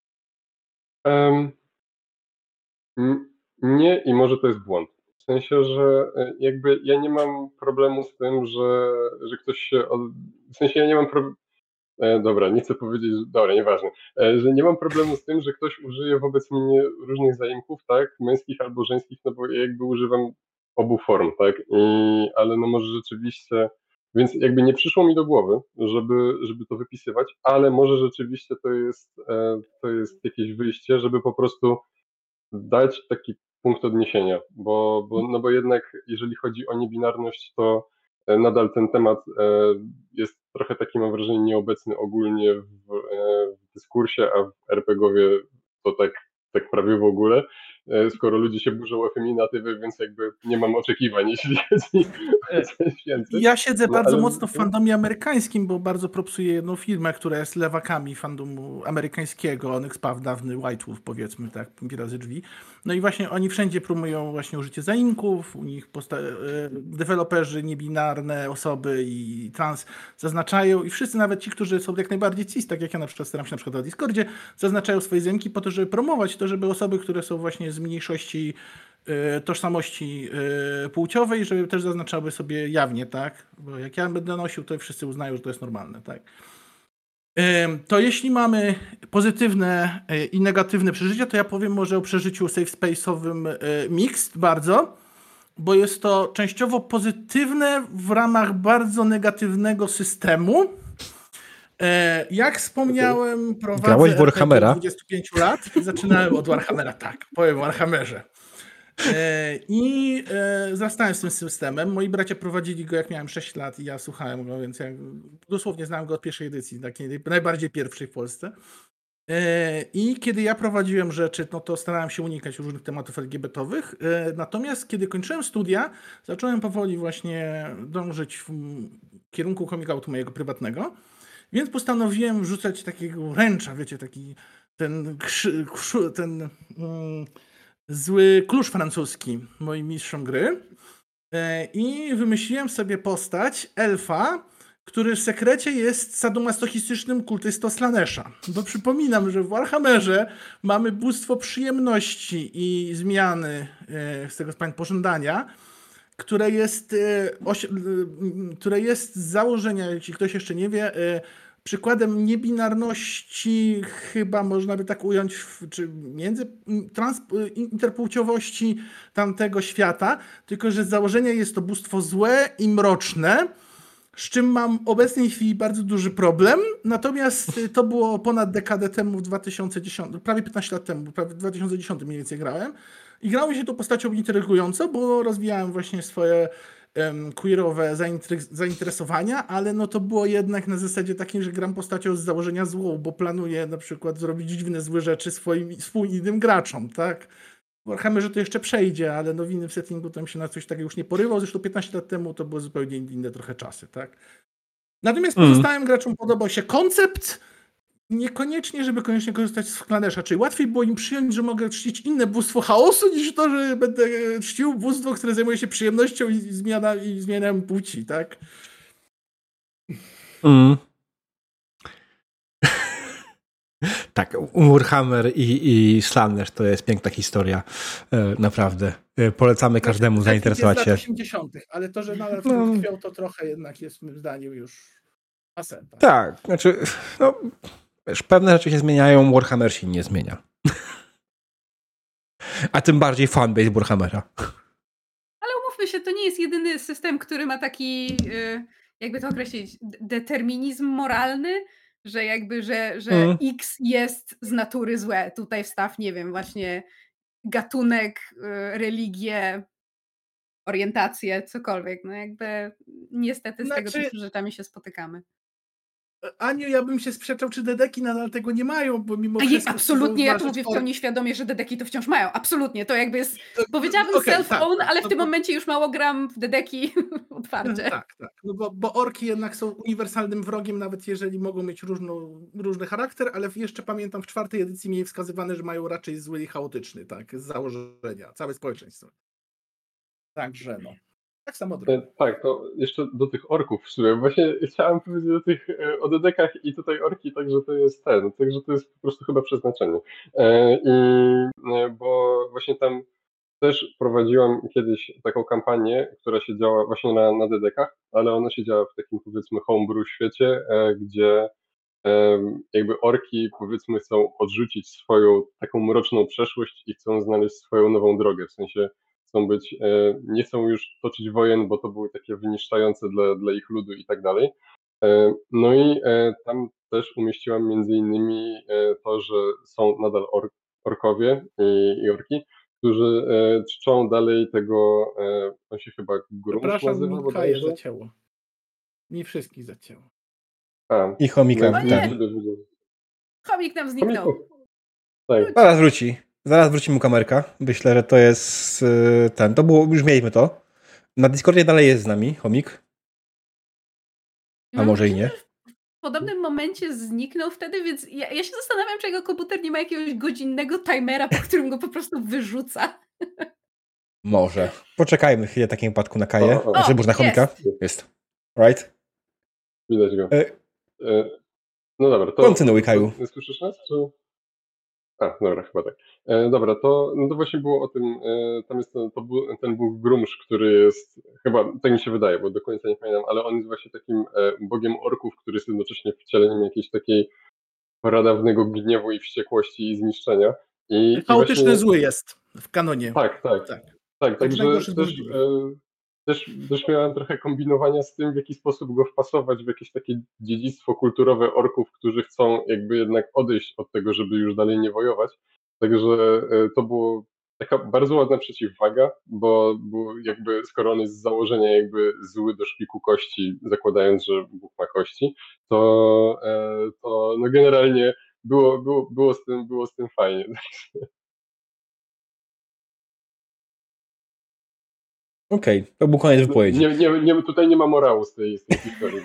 Nie, i może to jest błąd. W sensie, że jakby ja nie mam problemu z tym, że ktoś się. W sensie ja nie mam problemu. Dobra, nie chcę powiedzieć, dobra, nieważne. Że nie mam problemu z tym, że ktoś użyje wobec mnie różnych zaimków, tak, męskich albo żeńskich, no bo ja jakby używam obu form, tak, ale no może rzeczywiście, więc jakby nie przyszło mi do głowy, żeby to wypisywać, ale może rzeczywiście to jest jakieś wyjście, żeby po prostu dać taki punkt odniesienia, bo jednak jeżeli chodzi o niebinarność, to nadal ten temat jest trochę taki, mam wrażenie, nieobecny ogólnie w dyskursie, a w RPG-owie to tak prawie w ogóle, skoro ludzie się burzą o feminatywy, więc jakby nie mam oczekiwań, jeśli chodzi o coś więcej. Ja siedzę bardzo ale- mocno w fandomie amerykańskim, bo bardzo propsuję jedną firmę, która jest lewakami fandomu amerykańskiego, Onyx Path, dawny White Wolf, powiedzmy tak, razy drzwi. No i właśnie oni wszędzie promują właśnie użycie zaimków, u nich deweloperzy niebinarne osoby i trans zaznaczają i wszyscy, nawet ci, którzy są jak najbardziej cis, tak jak ja na przykład staram się na przykład na Discordzie, zaznaczają swoje zaimki po to, żeby promować to, żeby osoby, które są właśnie z mniejszości tożsamości płciowej, żeby też zaznaczały sobie jawnie, tak? Bo jak ja będę nosił, to wszyscy uznają, że to jest normalne, tak? To jeśli mamy pozytywne i negatywne przeżycia, to ja powiem może o przeżyciu safe space'owym mixed bardzo, bo jest to częściowo pozytywne w ramach bardzo negatywnego systemu. Jak wspomniałem, prowadzę Grałeś w RPG Warhammera? od 25 lat. Zaczynałem od Warhammera, tak. Powiem o Warhammerze. I zastałem z tym systemem. Moi bracia prowadzili go, jak miałem 6 lat i ja słuchałem go, więc ja dosłownie znałem go od pierwszej edycji, takiej najbardziej pierwszej w Polsce. I kiedy ja prowadziłem rzeczy, no to starałem się unikać różnych tematów LGBT-owych. Natomiast kiedy kończyłem studia, zacząłem powoli właśnie dążyć w kierunku coming outu mojego prywatnego, więc postanowiłem wrzucać takiego ręcza, wiecie, taki ten zły klucz francuski moim mistrzom gry i wymyśliłem sobie postać elfa, który w sekrecie jest sadomasochistycznym kultystą Slanesha. Bo przypominam, że w Warhammerze mamy bóstwo przyjemności i zmiany, z tego co pamiętam, pożądania, które jest z założenia, jeśli ktoś jeszcze nie wie, przykładem niebinarności, chyba można by tak ująć, czy interpłciowości tamtego świata, tylko że z założenia jest to bóstwo złe i mroczne, z czym mam w obecnej chwili bardzo duży problem, natomiast to było ponad dekadę temu, w 2010, prawie 15 lat temu, prawie w 2010 mniej więcej grałem i grało mi się tą postacią intrygująco, bo rozwijałem właśnie swoje queerowe zainteresowania, ale no to było jednak na zasadzie takim, że gram postacią z założenia złą, bo planuję na przykład zrobić dziwne, złe rzeczy swoim innym graczom, tak? W Warhammerze to jeszcze przejdzie, ale no w innym settingu tam się na coś takiego już nie porywał, zresztą 15 lat temu to były zupełnie inne trochę czasy, tak? Natomiast pozostałym graczom podobał się koncept, niekoniecznie, żeby koniecznie korzystać z Slanesha, czyli łatwiej było im przyjąć, że mogę czcić inne bóstwo chaosu, niż to, że będę czcił bóstwo, które zajmuje się przyjemnością i zmianą płci, tak? Tak, Warhammer i Slanesh to jest piękna historia, naprawdę. Polecamy każdemu zainteresować się. Jest lat 80., ale to, że nadal tkwią, to trochę jednak jest moim zdaniem już passé. Tak, znaczy, no, wiesz, pewne rzeczy się zmieniają, Warhammer się nie zmienia. A tym bardziej fanbase Warhammera. Ale umówmy się, to nie jest jedyny system, który ma taki, jakby to określić, determinizm moralny, że jakby, że X jest z natury złe. Tutaj wstaw, nie wiem, właśnie gatunek, religię, orientację, cokolwiek. No jakby niestety z tego typu rzeczami się spotykamy. Aniu, ja bym się sprzeczał, czy dedeki nadal tego nie mają, bo mimo wszystko... Absolutnie, ja tu mówię w pełni świadomie, że dedeki to wciąż mają. Absolutnie, to jakby jest, powiedziałabym self-own, ale w tym momencie już mało gram w dedeki otwarcie. Tak. No bo orki jednak są uniwersalnym wrogiem, nawet jeżeli mogą mieć różny charakter, ale jeszcze pamiętam, w 4. edycji mieli wskazywane, że mają raczej zły i chaotyczny, tak, z założenia, całe społeczeństwo. Także no. Tak samo drogo. Tak, to jeszcze do tych orków w sumie. Właśnie chciałem powiedzieć o dedekach i tutaj orki, także to jest po prostu chyba przeznaczenie. Bo właśnie tam też prowadziłam kiedyś taką kampanię, która się działa właśnie na dedekach, ale ona się działa w takim, powiedzmy, homebrew świecie, gdzie jakby orki, powiedzmy, chcą odrzucić swoją taką mroczną przeszłość i chcą znaleźć swoją nową drogę, w sensie nie chcą już toczyć wojen, bo to były takie wyniszczające dla ich ludu i tak dalej. No i tam też umieściłam między innymi to, że są nadal orkowie i orki, którzy czczą dalej tego, on się chyba Grumsz nazywa bodajże. Zacięło. Mi wszystkich zacięło. I chomika. Chomik nam zniknął. Tak. Zaraz wróci mu kamerka. Myślę, że to jest ten. To było, już mieliśmy to. Na Discordzie dalej jest z nami chomik. A może i nie. W podobnym momencie zniknął wtedy, więc ja się zastanawiam, czy jego komputer nie ma jakiegoś godzinnego timera, po którym go po prostu wyrzuca. Może. Poczekajmy chwilę w takim wypadku na Kaję. Znaczy, może na chomika. Jest. Right? Widać go. No dobra, to... Kontynuuj, Kaju. Słyszysz nas, czy... Dobra, chyba tak. Dobra, to właśnie było o tym, tam jest ten bóg Grumsz, który jest, chyba, tak mi się wydaje, bo do końca nie pamiętam, ale on jest właśnie takim bogiem orków, który jest jednocześnie wcieleniem jakiejś takiej pradawnego gniewu i wściekłości i zniszczenia. Chaotyczny właśnie... zły jest w kanonie. Tak, także też miałem trochę kombinowania z tym, w jaki sposób go wpasować w jakieś takie dziedzictwo kulturowe orków, którzy chcą jakby jednak odejść od tego, żeby już dalej nie wojować. Także to było taka bardzo ładna przeciwwaga, bo jakby skoro on jest z założenia jakby zły do szpiku kości, zakładając, że Bóg ma kości, to no generalnie było z tym fajnie. Okej, to był koniec wypowiedzi. Tutaj nie ma morału z tej historii.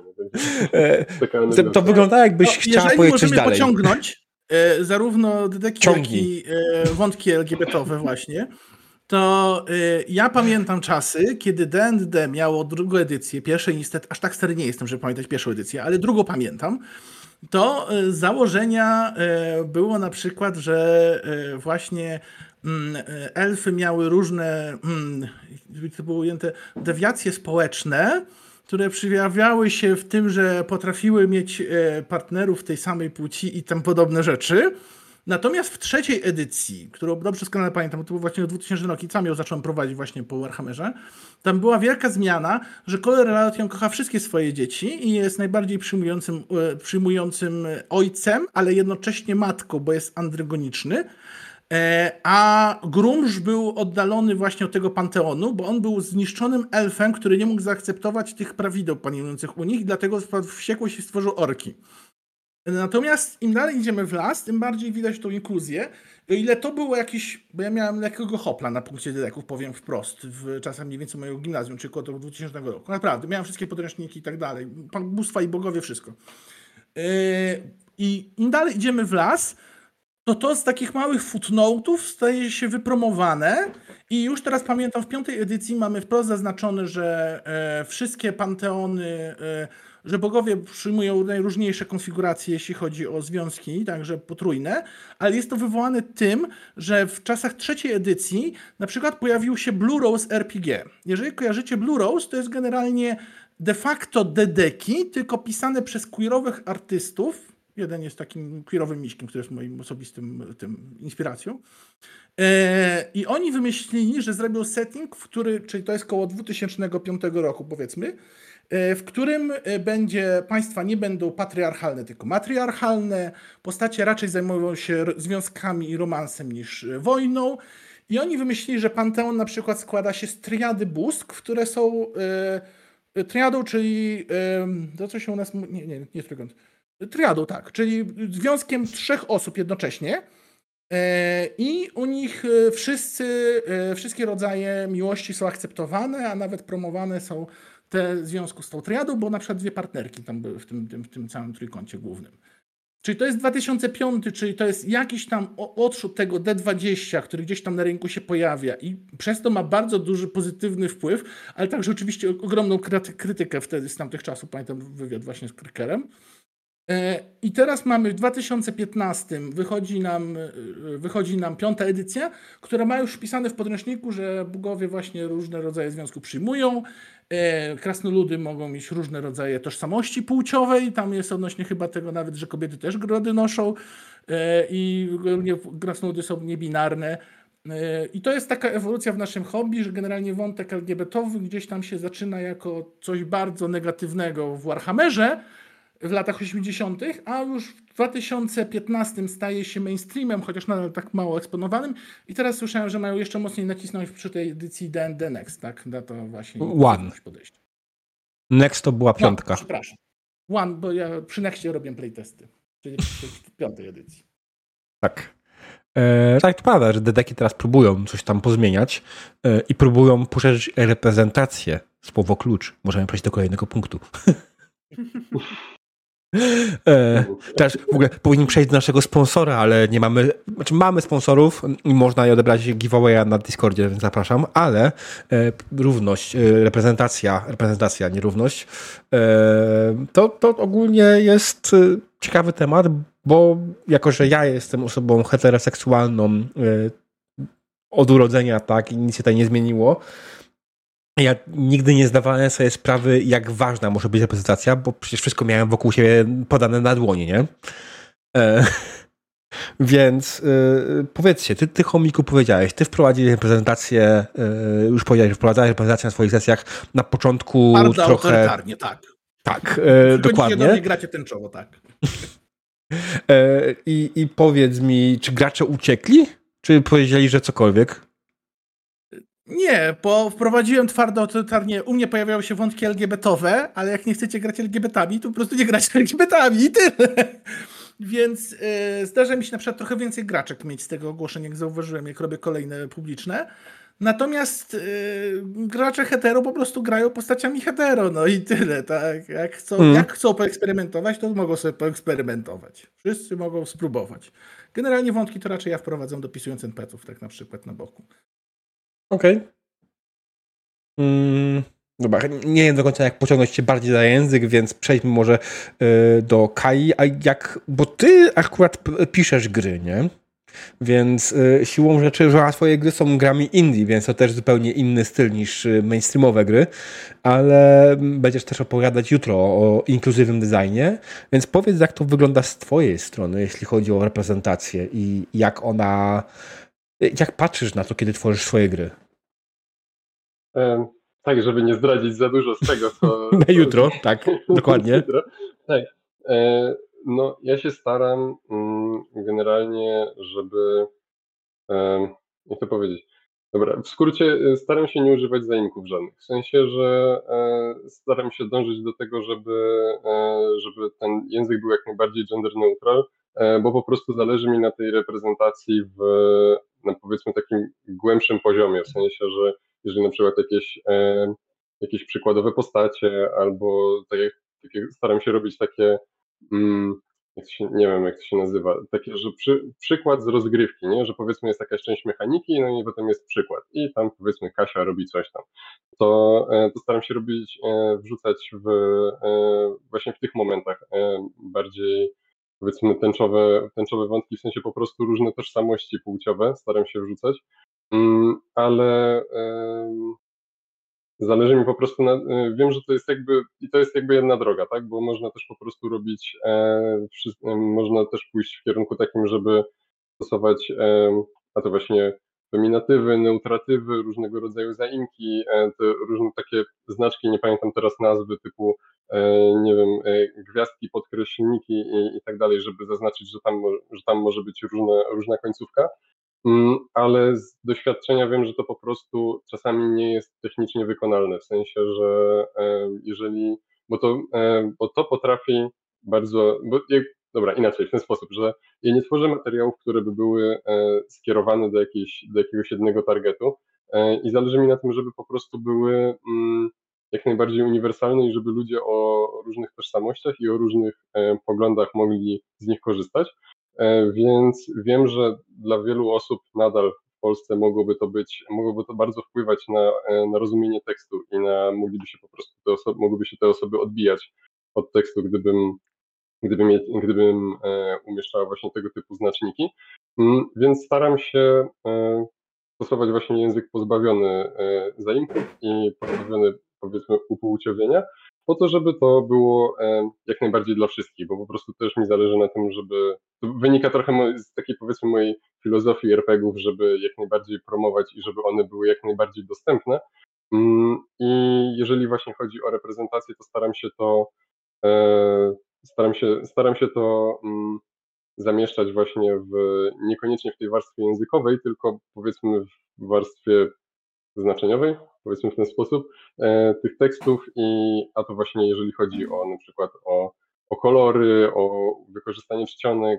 To wygląda, jakbyś chciała powiedzieć coś dalej. Jeżeli możemy pociągnąć zarówno dedeki, jak i wątki LGBT-owe właśnie, to ja pamiętam czasy, kiedy D&D miało drugą edycję, pierwszej niestety, aż tak stary nie jestem, żeby pamiętać pierwszą edycję, ale drugą pamiętam, to z założenia było na przykład, że właśnie elfy miały różne, to było ujęte, dewiacje społeczne, które przejawiały się w tym, że potrafiły mieć partnerów tej samej płci i tam podobne rzeczy. Natomiast w 3. edycji, którą dobrze doskonale pamiętam, bo to był właśnie 2000 rok i sam ją zacząłem prowadzić właśnie po Warhammerze, tam była wielka zmiana, że Coller Relation kocha wszystkie swoje dzieci i jest najbardziej przyjmującym ojcem, ale jednocześnie matką, bo jest androgoniczny. A Grumsz był oddalony właśnie od tego panteonu, bo on był zniszczonym elfem, który nie mógł zaakceptować tych prawideł panujących u nich i dlatego wpadł w wściekłość i stworzył orki. Natomiast im dalej idziemy w las, tym bardziej widać tą inkluzję. O ile to było jakieś, bo ja miałem lekkiego hopla na punkcie dedeków, powiem wprost, w czasach mniej więcej mojego gimnazjum, czyli około 2000 roku. Naprawdę, miałem wszystkie podręczniki i tak dalej, bóstwa i bogowie, wszystko. I im dalej idziemy w las, to z takich małych footnote'ów staje się wypromowane i już teraz pamiętam, w 5. edycji mamy wprost zaznaczone, że wszystkie panteony, że bogowie przyjmują najróżniejsze konfiguracje, jeśli chodzi o związki, także potrójne, ale jest to wywołane tym, że w czasach 3. edycji na przykład pojawił się Blue Rose RPG. Jeżeli kojarzycie Blue Rose, to jest generalnie de facto dedeki, tylko pisane przez queerowych artystów. Jeden jest takim queerowym miśkiem, który jest moim osobistym inspiracją. I oni wymyślili, że zrobią setting, czyli to jest koło 2005 roku powiedzmy, w którym państwa nie będą patriarchalne, tylko matriarchalne. Postacie raczej zajmują się związkami i romansem niż wojną. I oni wymyślili, że panteon na przykład składa się z triady bóstw, które są Triadą, czyli to, co się u nas... Nie trójkąt. Triadą, tak, czyli związkiem 3 osób jednocześnie i u nich wszystkie rodzaje miłości są akceptowane, a nawet promowane są te w związku z tą triadą, bo na przykład 2 partnerki tam były w tym całym trójkącie głównym. Czyli to jest 2005, czyli to jest jakiś tam odrzut tego D20, który gdzieś tam na rynku się pojawia i przez to ma bardzo duży pozytywny wpływ, ale także oczywiście ogromną krytykę wtedy z tamtych czasów, pamiętam wywiad właśnie z Krykerem. I teraz mamy w 2015 wychodzi nam 5. edycja, która ma już wpisane w podręczniku, że bogowie właśnie różne rodzaje związków przyjmują. Krasnoludy mogą mieć różne rodzaje tożsamości płciowej. Tam jest odnośnie chyba tego nawet, że kobiety też grody noszą i krasnoludy są niebinarne. I to jest taka ewolucja w naszym hobby, że generalnie wątek LGBT-owy gdzieś tam się zaczyna jako coś bardzo negatywnego w Warhammerze w latach 80., a już w 2015 staje się mainstreamem, chociaż nadal tak mało eksponowanym. I teraz słyszałem, że mają jeszcze mocniej nacisnąć przy tej edycji D&D Next, tak? Na to właśnie podejście. Next to była 5. Przepraszam. One, bo ja przy Nextie robię playtesty, czyli w 5. edycji. Tak. Tak, to prawda, że dedeki teraz próbują coś tam pozmieniać i próbują poszerzyć reprezentację. Słowo klucz. Możemy przejść do kolejnego punktu. Teraz w ogóle powinniśmy przejść do naszego sponsora, ale nie mamy, znaczy mamy sponsorów i można je odebrać giveawaya na Discordzie, więc zapraszam, ale równość, reprezentacja, nie równość, to ogólnie jest ciekawy temat, bo jako, że ja jestem osobą heteroseksualną od urodzenia, tak, i nic się tutaj nie zmieniło, ja nigdy nie zdawałem sobie sprawy, jak ważna może być reprezentacja, bo przecież wszystko miałem wokół siebie podane na dłoni, nie? Więc powiedzcie, ty chomiku powiedziałeś, ty wprowadziłeś reprezentację, już powiedziałeś, że wprowadzałeś reprezentację na swoich sesjach na początku bardzo trochę... autorytarnie, tak. Tak, dokładnie. Do mnie gracie tęczowo, tak. I powiedz mi, czy gracze uciekli? Czy powiedzieli, że cokolwiek? Nie, bo wprowadziłem twardo autorytarnie. U mnie pojawiały się wątki LGBT-owe, ale jak nie chcecie grać LGBT-ami, to po prostu nie grać LGBT-ami i tyle. Więc zdarza mi się na przykład trochę więcej graczek mieć z tego ogłoszeń, jak zauważyłem, jak robię kolejne publiczne. Natomiast gracze hetero po prostu grają postaciami hetero, no i tyle, tak? Jak chcą poeksperymentować, to mogą sobie poeksperymentować. Wszyscy mogą spróbować. Generalnie wątki to raczej ja wprowadzam, dopisując NPC-ów, tak na przykład na boku. Okej. Dobra, nie wiem do końca, jak pociągnąć cię bardziej za język, więc przejdźmy może do Kai. Bo ty akurat piszesz gry, nie? Więc siłą rzeczy, że twoje gry są grami indie, więc to też zupełnie inny styl niż mainstreamowe gry, ale będziesz też opowiadać jutro o inkluzywnym designie, więc powiedz, jak to wygląda z twojej strony, jeśli chodzi o reprezentację i jak patrzysz na to, kiedy tworzysz swoje gry? Tak, żeby nie zdradzić za dużo z tego, co... Na jutro, tak, dokładnie. Tak. No, ja się staram generalnie, żeby... Jak to powiedzieć? Dobra, w skrócie staram się nie używać zaimków żadnych. W sensie, że staram się dążyć do tego, żeby ten język był jak najbardziej gender neutral, bo po prostu zależy mi na tej reprezentacji na powiedzmy takim głębszym poziomie, w sensie, że jeżeli na przykład jakieś przykładowe postacie, albo takie staram się robić takie, nie wiem jak to się nazywa, takie, że przykład z rozgrywki, nie? Że powiedzmy jest jakaś część mechaniki, no i potem jest przykład i tam powiedzmy Kasia robi coś tam. To staram się wrzucać właśnie w tych momentach bardziej powiedzmy tęczowe wątki, w sensie po prostu różne tożsamości płciowe staram się wrzucać, ale zależy mi po prostu wiem, że to jest jakby jedna droga, tak, bo można też po prostu robić, można też pójść w kierunku takim, żeby stosować, a to właśnie feminatywy, neutratywy, różnego rodzaju zaimki, te różne takie znaczki, nie pamiętam teraz nazwy, typu, nie wiem, gwiazdki, podkreślniki i tak dalej, żeby zaznaczyć, że tam może być różna końcówka. ale z doświadczenia wiem, że to po prostu czasami nie jest technicznie wykonalne, w sensie, że jeżeli, bo to potrafi bardzo, dobra, inaczej, w ten sposób, że ja nie tworzę materiałów, które by były skierowane do jakiegoś jednego targetu i zależy mi na tym, żeby po prostu były jak najbardziej uniwersalne i żeby ludzie o różnych tożsamościach i o różnych poglądach mogli z nich korzystać. Więc wiem, że dla wielu osób nadal w Polsce mogłoby to bardzo wpływać na rozumienie tekstu i mogliby się po prostu mogłyby się te osoby odbijać od tekstu, gdybym umieszczała właśnie tego typu znaczniki. Więc staram się stosować właśnie język pozbawiony zaimków i pozbawiony, powiedzmy, upłciowienia, po to, żeby to było jak najbardziej dla wszystkich, bo po prostu też mi zależy na tym, żeby, to wynika trochę z takiej, powiedzmy, mojej filozofii RPG-ów, żeby jak najbardziej promować i żeby one były jak najbardziej dostępne. I jeżeli właśnie chodzi o reprezentację, to staram się to zamieszczać właśnie niekoniecznie w tej warstwie językowej, tylko powiedzmy w warstwie znaczeniowej, powiedzmy w ten sposób, tych tekstów a to właśnie jeżeli chodzi o na przykład o kolory, o wykorzystanie czcionek,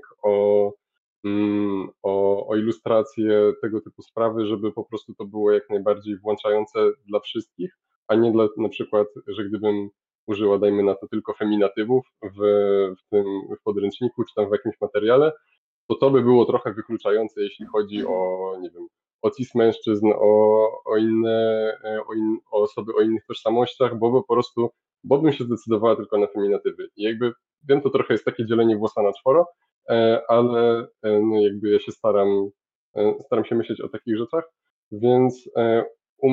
o ilustracje, tego typu sprawy, żeby po prostu to było jak najbardziej włączające dla wszystkich, a nie dla na przykład, że gdybym użyła, dajmy na to, tylko feminatywów w podręczniku czy tam w jakimś materiale, to by było trochę wykluczające, jeśli chodzi o, nie wiem, o cis mężczyzn, o osoby o innych tożsamościach, bo bym się zdecydowała tylko na feminatywy. I jakby wiem, to trochę jest takie dzielenie włosa na czworo, ale no jakby ja się staram się myśleć o takich rzeczach, więc u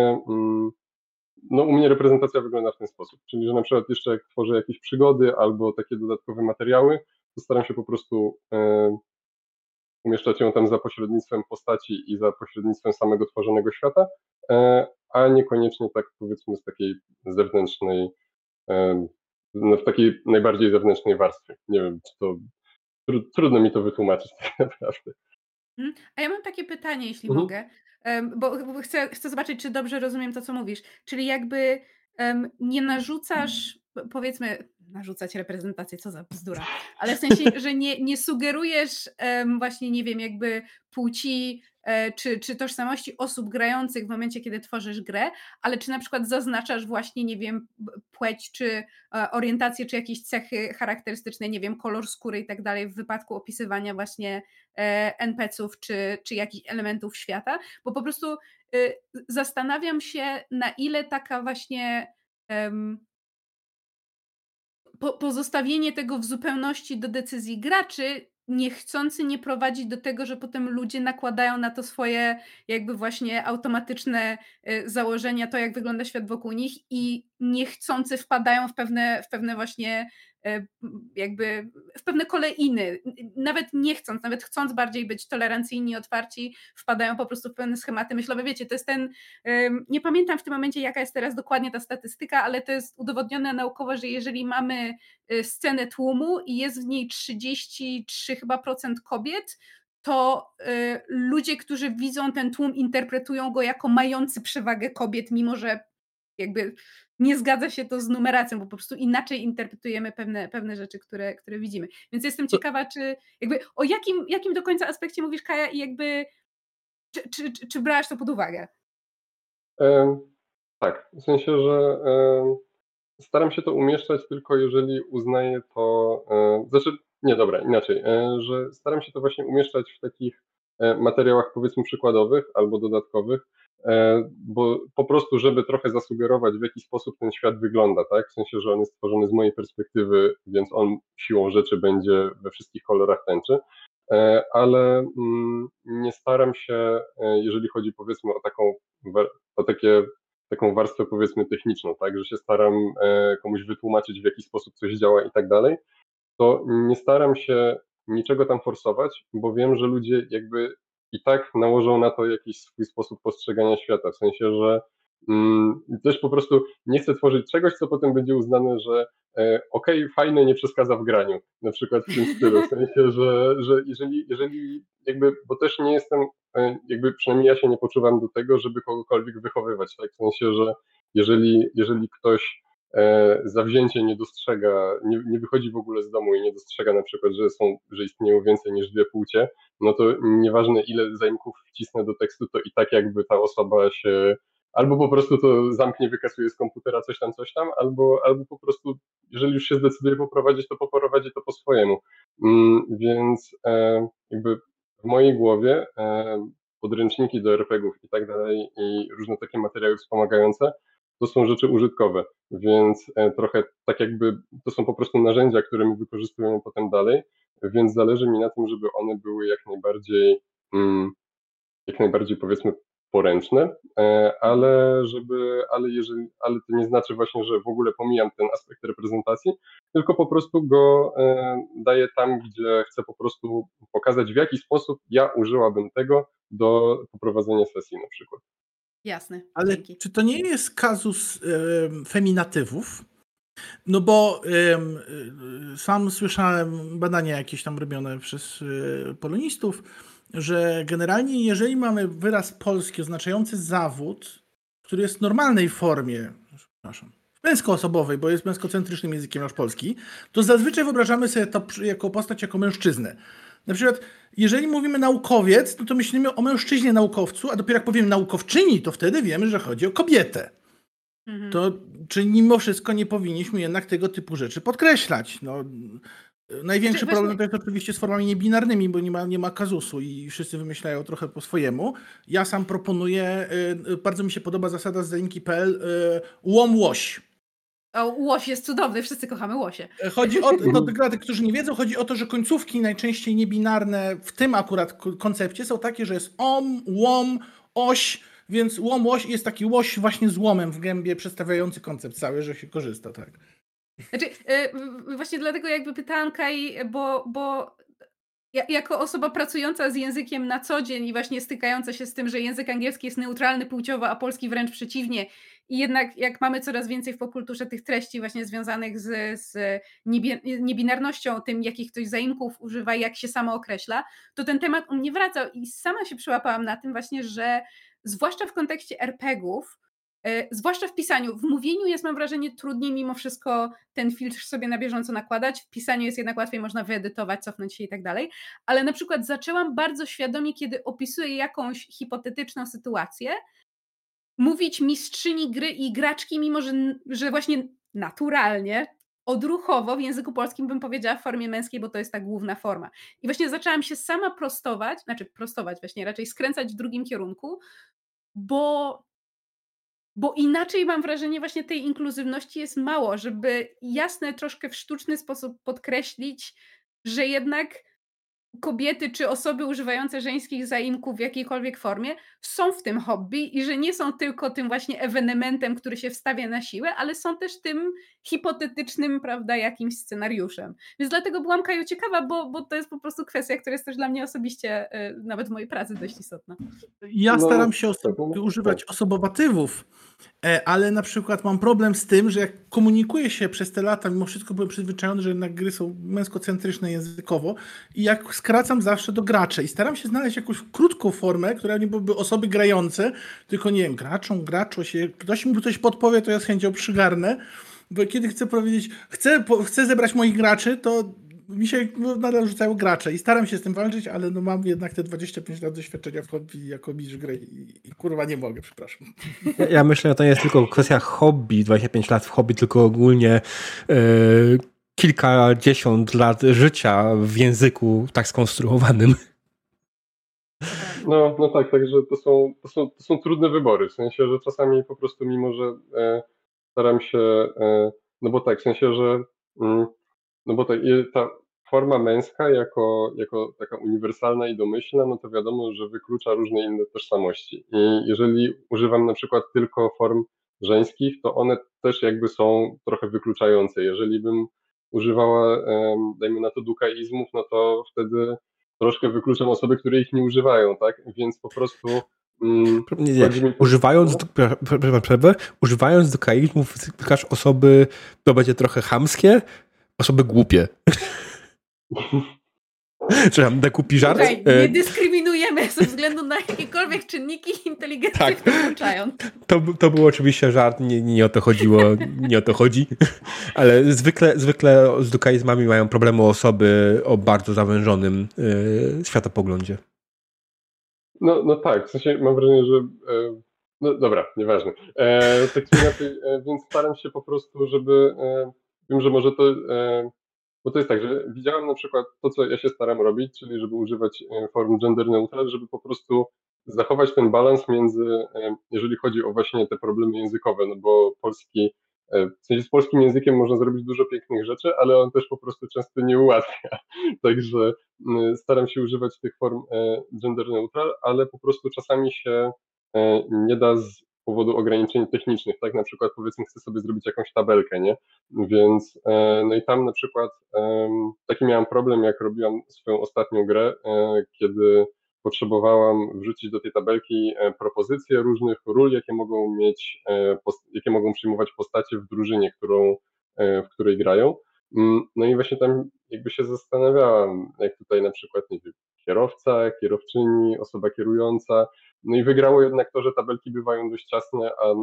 mnie reprezentacja wygląda w ten sposób, czyli że na przykład jeszcze jak tworzę jakieś przygody albo takie dodatkowe materiały, to staram się po prostu umieszczać ją tam za pośrednictwem postaci i za pośrednictwem samego tworzonego świata, a niekoniecznie tak, powiedzmy, z takiej zewnętrznej, w takiej najbardziej zewnętrznej warstwie. Nie wiem, czy to trudno mi to wytłumaczyć tak naprawdę. A ja mam takie pytanie, jeśli Mhm. mogę, bo chcę zobaczyć, czy dobrze rozumiem to, co mówisz. Czyli jakby nie narzucasz, powiedzmy, narzucać reprezentację, co za bzdura, ale w sensie, że nie sugerujesz właśnie, nie wiem, jakby płci czy tożsamości osób grających w momencie, kiedy tworzysz grę, ale czy na przykład zaznaczasz właśnie, nie wiem, płeć, czy orientację, czy jakieś cechy charakterystyczne, nie wiem, kolor skóry i tak dalej w wypadku opisywania właśnie NPC-ów czy jakichś elementów świata, bo po prostu zastanawiam się, na ile taka właśnie pozostawienie tego w zupełności do decyzji graczy, niechcący nie prowadzi do tego, że potem ludzie nakładają na to swoje jakby właśnie automatyczne założenia, to jak wygląda świat wokół nich i niechcący wpadają w pewne właśnie jakby w pewne kolejny, nawet nie chcąc, nawet chcąc bardziej być tolerancyjni, otwarci, wpadają po prostu w pewne schematy myślowe. Wiecie, to jest nie pamiętam w tym momencie, jaka jest teraz dokładnie ta statystyka, ale to jest udowodnione naukowo, że jeżeli mamy scenę tłumu i jest w niej 33 chyba procent kobiet, to ludzie, którzy widzą ten tłum, interpretują go jako mający przewagę kobiet, mimo że jakby nie zgadza się to z numeracją, bo po prostu inaczej interpretujemy pewne rzeczy, które widzimy. Więc jestem ciekawa, czy jakby o jakim do końca aspekcie mówisz, Kaja, i jakby czy brałaś to pod uwagę? Tak, w sensie, że staram się to umieszczać tylko jeżeli uznaję to, nie, dobra, inaczej, że staram się to właśnie umieszczać w takich materiałach, powiedzmy, przykładowych albo dodatkowych, bo po prostu, żeby trochę zasugerować, w jaki sposób ten świat wygląda, tak? W sensie, że on jest stworzony z mojej perspektywy, więc on siłą rzeczy będzie we wszystkich kolorach tęczy, ale nie staram się, jeżeli chodzi, powiedzmy, taką warstwę, powiedzmy, techniczną, tak, że się staram komuś wytłumaczyć, w jaki sposób coś działa i tak dalej, to nie staram się niczego tam forsować, bo wiem, że ludzie jakby i tak nałożą na to jakiś swój sposób postrzegania świata, w sensie, że też po prostu nie chcę tworzyć czegoś, co potem będzie uznane, że okej, fajne, nie przeszkadza w graniu, na przykład w tym stylu, w sensie, że jeżeli jakby, bo też nie jestem jakby przynajmniej ja się nie poczuwam do tego, żeby kogokolwiek wychowywać, tak? W sensie, że jeżeli ktoś zawzięcie nie dostrzega, nie wychodzi w ogóle z domu i nie dostrzega na przykład, że istnieją więcej niż dwie płcie, no to nieważne ile zaimków wcisnę do tekstu, to i tak jakby ta osoba się albo po prostu to zamknie, wykasuje z komputera coś tam, albo po prostu, jeżeli już się zdecyduje poprowadzić, to poprowadzi to po swojemu. Więc jakby w mojej głowie podręczniki do RPG-ów i tak dalej i różne takie materiały wspomagające to są rzeczy użytkowe, więc trochę tak jakby to są po prostu narzędzia, które my wykorzystujemy potem dalej, więc zależy mi na tym, żeby one były jak najbardziej powiedzmy poręczne, ale to nie znaczy właśnie, że w ogóle pomijam ten aspekt reprezentacji, tylko po prostu go daję tam, gdzie chcę po prostu pokazać, w jaki sposób ja użyłabym tego do poprowadzenia sesji na przykład. Jasne. Ale Dzięki. czy to nie jest kazus feminatywów? No bo sam słyszałem badania jakieś tam robione przez polonistów, że generalnie jeżeli mamy wyraz polski oznaczający zawód, który jest w normalnej formie, męskoosobowej, bo jest męskocentrycznym językiem nasz polski, to zazwyczaj wyobrażamy sobie to jako postać, jako mężczyznę. Na przykład, jeżeli mówimy naukowiec, no to myślimy o mężczyźnie naukowcu, a dopiero jak powiemy naukowczyni, to wtedy wiemy, że chodzi o kobietę. To czy mimo wszystko nie powinniśmy jednak tego typu rzeczy podkreślać? No, największy problem to jest oczywiście z formami niebinarnymi, bo nie ma kazusu i wszyscy wymyślają trochę po swojemu. Ja sam proponuję, bardzo mi się podoba zasada z zaimki.pl, łom-łoś. O, łoś jest cudowny, wszyscy kochamy łosie. Chodzi o to, dla tych, którzy nie wiedzą, chodzi o to, że końcówki najczęściej niebinarne w tym akurat koncepcie są takie, że jest łom, oś, więc łom-łoś jest taki łoś właśnie z łomem w gębie przedstawiający koncept cały, że się korzysta, tak. Znaczy, właśnie dlatego jakby pytałam Kai, bo ja, jako osoba pracująca z językiem na co dzień i właśnie stykająca się z tym, że język angielski jest neutralny płciowo, a polski wręcz przeciwnie, i jednak jak mamy coraz więcej w popkulturze tych treści właśnie związanych z niebinarnością, tym jakich ktoś zaimków używa, jak się samo określa, to ten temat u mnie wracał i sama się przyłapałam na tym właśnie, że zwłaszcza w kontekście RPG-ów, zwłaszcza w pisaniu. W mówieniu jest, mam wrażenie, trudniej mimo wszystko ten filtr sobie na bieżąco nakładać. W pisaniu jest jednak łatwiej, można wyedytować, cofnąć się i tak dalej. Ale na przykład zaczęłam bardzo świadomie, kiedy opisuję jakąś hipotetyczną sytuację, mówić mistrzyni gry i graczki, mimo że właśnie naturalnie, odruchowo w języku polskim bym powiedziała w formie męskiej, bo to jest ta główna forma. I właśnie zaczęłam się sama prostować, właśnie raczej skręcać w drugim kierunku, bo inaczej mam wrażenie właśnie tej inkluzywności jest mało, żeby jasne, troszkę w sztuczny sposób podkreślić, że jednak kobiety czy osoby używające żeńskich zaimków w jakiejkolwiek formie są w tym hobby i że nie są tylko tym właśnie ewenementem, który się wstawia na siłę, ale są też tym hipotetycznym, prawda, jakimś scenariuszem. Więc dlatego byłam, Kaju, ciekawa, bo to jest po prostu kwestia, która jest też dla mnie osobiście, nawet w mojej pracy, dość istotna. Ja staram się używać osobowatywów, ale na przykład mam problem z tym, że jak komunikuję się przez te lata, mimo wszystko byłem przyzwyczajony, że jednak gry są męskocentryczne językowo i jak skracam zawsze do gracze i staram się znaleźć jakąś krótką formę, która nie byłaby osoby grające, tylko nie wiem, graczo się, ktoś mi coś podpowie, to ja z chęcią przygarnę, bo kiedy chcę powiedzieć, chcę zebrać moich graczy, to mi się nadal rzucają gracze i staram się z tym walczyć, ale no mam jednak te 25 lat doświadczenia w hobby jako mistrz gry i kurwa nie mogę, przepraszam. Ja myślę, że to nie jest tylko kwestia hobby, 25 lat w hobby, tylko ogólnie kilkadziesiąt lat życia w języku tak skonstruowanym. No tak, także to są trudne wybory, w sensie, że czasami po prostu mimo, że staram się, no bo tak, w sensie, że no bo ta forma męska jako taka uniwersalna i domyślna, no to wiadomo, że wyklucza różne inne tożsamości. I jeżeli używam na przykład tylko form żeńskich, to one też jakby są trochę wykluczające. Jeżeli bym używała, dajmy na to, dukaizmów, no to wtedy troszkę wykluczam osoby, które ich nie używają, tak? Więc po prostu... Używając dukaizmów, wykaż osoby, to będzie trochę chamskie, osoby głupie. Przepraszam, dekupi żart. Słuchaj, nie dyskryminujemy ze względu na jakiekolwiek czynniki inteligencji Tak. w to włączając. To był oczywiście żart, nie o to chodziło, nie o to chodzi, ale zwykle z dukaizmami mają problemy osoby o bardzo zawężonym światopoglądzie. No tak, w sensie mam wrażenie, że no dobra, nieważne. Tak czy inaczej, więc staram się po prostu, żeby wiem, że może to bo to jest tak, że widziałem na przykład to, co ja się staram robić, czyli żeby używać form gender neutral, żeby po prostu zachować ten balans między, jeżeli chodzi o właśnie te problemy językowe, no bo polski, w sensie z polskim językiem można zrobić dużo pięknych rzeczy, ale on też po prostu często nie ułatwia. Także staram się używać tych form gender neutral, ale po prostu czasami się nie da z powodu ograniczeń technicznych, tak? Na przykład powiedzmy chcę sobie zrobić jakąś tabelkę, nie? Więc no i tam na przykład taki miałem problem, jak robiłam swoją ostatnią grę, kiedy potrzebowałam wrzucić do tej tabelki propozycje różnych ról, jakie mogą mieć, jakie mogą przyjmować postacie w drużynie, w której grają. No i właśnie tam jakby się zastanawiałam, jak tutaj na przykład, nie wiem, kierowca, kierowczyni, osoba kierująca, no i wygrało jednak to, że tabelki bywają dość ciasne, a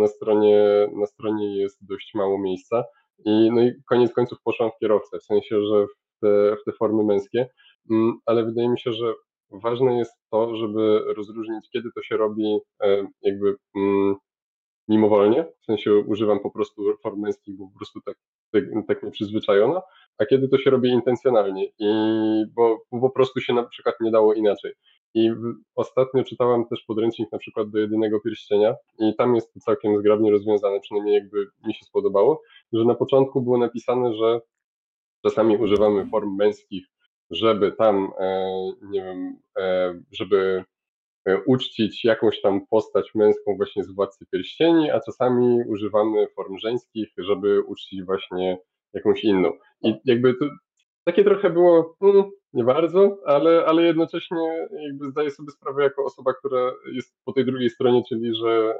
na stronie jest dość mało miejsca. No i koniec końców poszłam w kierowcę, w sensie, że w te formy męskie, ale wydaje mi się, że ważne jest to, żeby rozróżnić, kiedy to się robi jakby mimowolnie, w sensie używam po prostu form męskich, bo po prostu tak mnie przyzwyczajono, a kiedy to się robi intencjonalnie bo po prostu się na przykład nie dało inaczej. I ostatnio czytałem też podręcznik na przykład do Jedynego Pierścienia i tam jest to całkiem zgrabnie rozwiązane, przynajmniej jakby mi się spodobało, że na początku było napisane, że czasami używamy form męskich, żeby tam, nie wiem, żeby uczcić jakąś tam postać męską właśnie z Władcy Pierścieni, a czasami używamy form żeńskich, żeby uczcić właśnie jakąś inną. I jakby to takie trochę było nie bardzo, ale jednocześnie jakby zdaję sobie sprawę jako osoba, która jest po tej drugiej stronie, czyli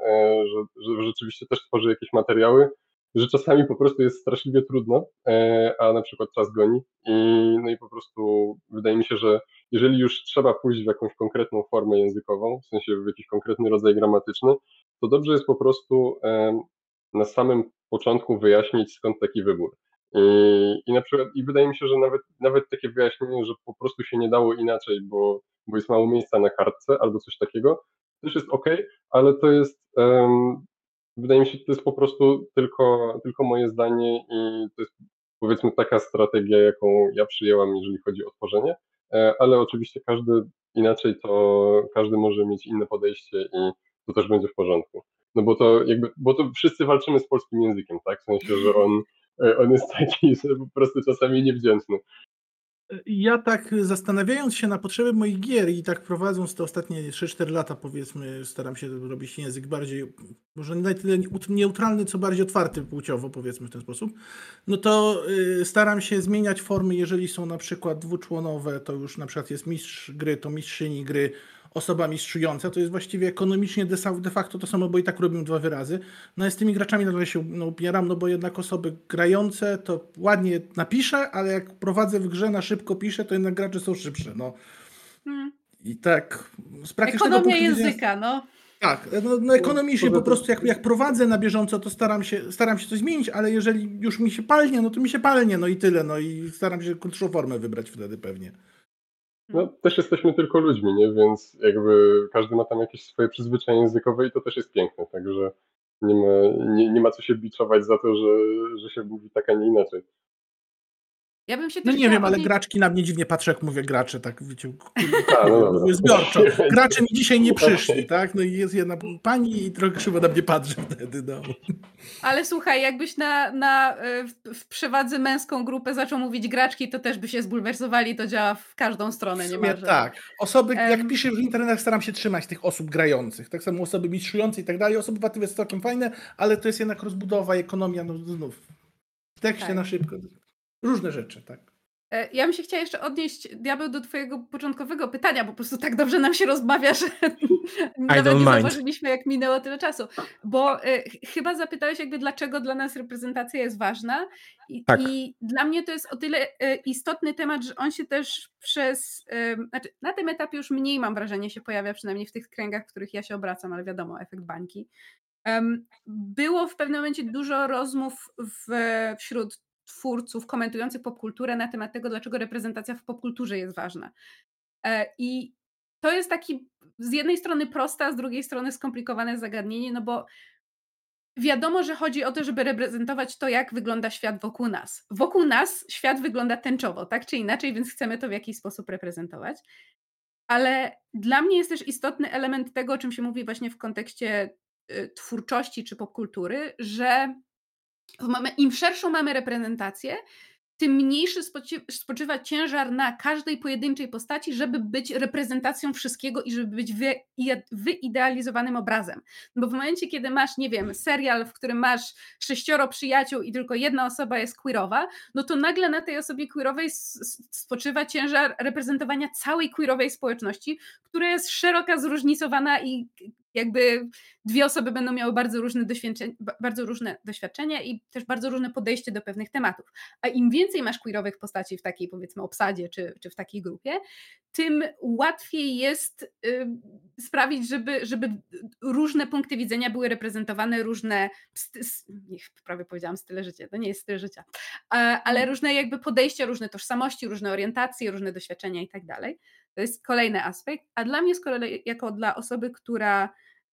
że rzeczywiście też tworzy jakieś materiały, że czasami po prostu jest straszliwie trudno, a na przykład czas goni no i po prostu wydaje mi się, że jeżeli już trzeba pójść w jakąś konkretną formę językową, w sensie w jakiś konkretny rodzaj gramatyczny, to dobrze jest po prostu na samym początku wyjaśnić, skąd taki wybór. I na przykład, i wydaje mi się, że nawet takie wyjaśnienie, że po prostu się nie dało inaczej, bo jest mało miejsca na kartce albo coś takiego, też jest ok, ale to jest, wydaje mi się, że to jest po prostu tylko moje zdanie i to jest powiedzmy taka strategia, jaką ja przyjęłam, jeżeli chodzi o tworzenie, ale oczywiście każdy inaczej, to każdy może mieć inne podejście i to też będzie w porządku. No bo to wszyscy walczymy z polskim językiem, tak? W sensie, że on jest taki, że po prostu czasami niewdzięczny. Ja tak zastanawiając się na potrzeby moich gier i tak prowadząc te ostatnie 3-4 lata, powiedzmy, staram się robić język bardziej, może nie tyle neutralny, co bardziej otwarty płciowo, powiedzmy w ten sposób, no to staram się zmieniać formy, jeżeli są na przykład dwuczłonowe, to już na przykład jest mistrz gry, to mistrzyni gry, osoba mistrzująca, to jest właściwie ekonomicznie de facto to samo, bo i tak robią dwa wyrazy. No i z tymi graczami na razie się upieram, no bo jednak osoby grające to ładnie napiszę, ale jak prowadzę w grze, na szybko piszę, to jednak gracze są szybsze, no. I tak z praktycznego Ekonomia punktu widzenia... języka, no. Tak, no ekonomicznie po prostu jak prowadzę na bieżąco, to staram się coś zmienić, ale jeżeli już mi się palnie, no to mi się palnie, no i tyle, no i staram się krótszą formę wybrać wtedy pewnie. No też jesteśmy tylko ludźmi, nie? Więc jakby każdy ma tam jakieś swoje przyzwyczajenia językowe i to też jest piękne, także nie ma co się biczować za to, że się mówi tak, a nie inaczej. Ja bym się No też nie wiem, ale graczki na mnie dziwnie patrzą, jak mówię gracze, tak wiecie, no zbiorczo. Gracze mi dzisiaj nie przyszli, tak? No i jest jedna pani i trochę krzywo na mnie patrzy wtedy, no. Ale słuchaj, jakbyś w przewadze męską grupę zaczął mówić graczki, to też by się zbulwersowali, to działa w każdą stronę niemalże. Tak. Osoby, jak piszę w internetach, staram się trzymać tych osób grających. Tak samo osoby mistrzujące i tak dalej. Osoby watywy jest całkiem fajne, ale to jest jednak rozbudowa, ekonomia, no znów. W tekście na szybko. Różne rzeczy, tak. Ja bym się chciała jeszcze odnieść, Diabeł, do twojego początkowego pytania, bo po prostu tak dobrze nam się rozmawia, że nawet don't nie mind. zauważyliśmy, jak minęło tyle czasu. Bo chyba zapytałeś jakby, dlaczego dla nas reprezentacja jest ważna. Tak. I dla mnie to jest o tyle istotny temat, że on się też znaczy na tym etapie już mniej, mam wrażenie, się pojawia, przynajmniej w tych kręgach, w których ja się obracam, ale wiadomo, efekt bańki. Było w pewnym momencie dużo rozmów wśród twórców komentujących popkulturę na temat tego, dlaczego reprezentacja w popkulturze jest ważna. I to jest taki z jednej strony proste, a z drugiej strony skomplikowane zagadnienie, no bo wiadomo, że chodzi o to, żeby reprezentować to, jak wygląda świat wokół nas. Wokół nas świat wygląda tęczowo, tak czy inaczej, więc chcemy to w jakiś sposób reprezentować. Ale dla mnie jest też istotny element tego, o czym się mówi właśnie w kontekście twórczości czy popkultury, że im szerszą mamy reprezentację, tym mniejszy spoczywa ciężar na każdej pojedynczej postaci, żeby być reprezentacją wszystkiego i żeby być wyidealizowanym obrazem. Bo w momencie, kiedy masz, nie wiem, serial, w którym masz 6 przyjaciół i tylko jedna osoba jest queerowa, no to nagle na tej osobie queerowej spoczywa ciężar reprezentowania całej queerowej społeczności, która jest szeroko zróżnicowana i jakby dwie osoby będą miały bardzo różne doświadczenia i też bardzo różne podejście do pewnych tematów. A im więcej masz queerowych postaci w takiej, powiedzmy, obsadzie czy w takiej grupie, tym łatwiej jest sprawić, żeby różne punkty widzenia były reprezentowane, różne, prawie powiedziałam style życia, to nie jest styl życia, ale różne jakby podejścia, różne tożsamości, różne orientacje, różne doświadczenia i tak dalej. To jest kolejny aspekt, a dla mnie z kolei jako dla osoby, która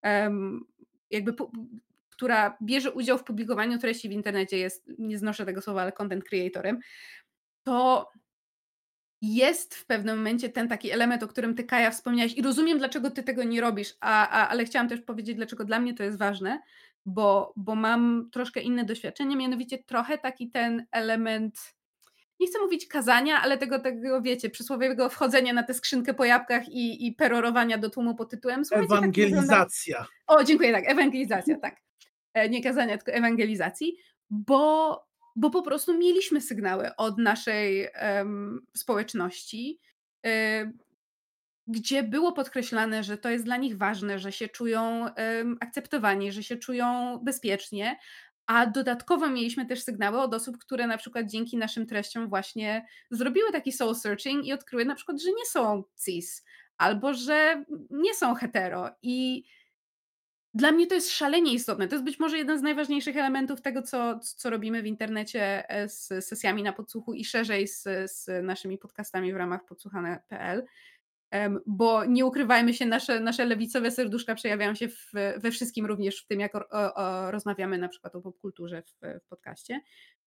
która bierze udział w publikowaniu treści w internecie, jest, nie znoszę tego słowa, ale content creatorem, to jest w pewnym momencie ten taki element, o którym ty, Kaja, wspomniałaś i rozumiem, dlaczego ty tego nie robisz, ale chciałam też powiedzieć, dlaczego dla mnie to jest ważne, bo mam troszkę inne doświadczenie, mianowicie trochę taki ten element, nie chcę mówić kazania, ale tego wiecie, przysłowiowego wchodzenia na tę skrzynkę po jabłkach i perorowania do tłumu pod tytułem ewangelizacja. Tak o, dziękuję, tak, ewangelizacja, tak. Nie kazania, tylko ewangelizacji, bo po prostu mieliśmy sygnały od naszej społeczności, gdzie było podkreślane, że to jest dla nich ważne, że się czują akceptowani, że się czują bezpiecznie, a dodatkowo mieliśmy też sygnały od osób, które na przykład dzięki naszym treściom właśnie zrobiły taki soul searching i odkryły na przykład, że nie są cis, albo że nie są hetero. I dla mnie to jest szalenie istotne. To jest być może jeden z najważniejszych elementów tego, co robimy w internecie z sesjami na Podsłuchu i szerzej z naszymi podcastami w ramach podsłuchane.pl. Bo nie ukrywajmy się, nasze lewicowe serduszka przejawiają się we wszystkim, również w tym, jak rozmawiamy na przykład o popkulturze w podcaście,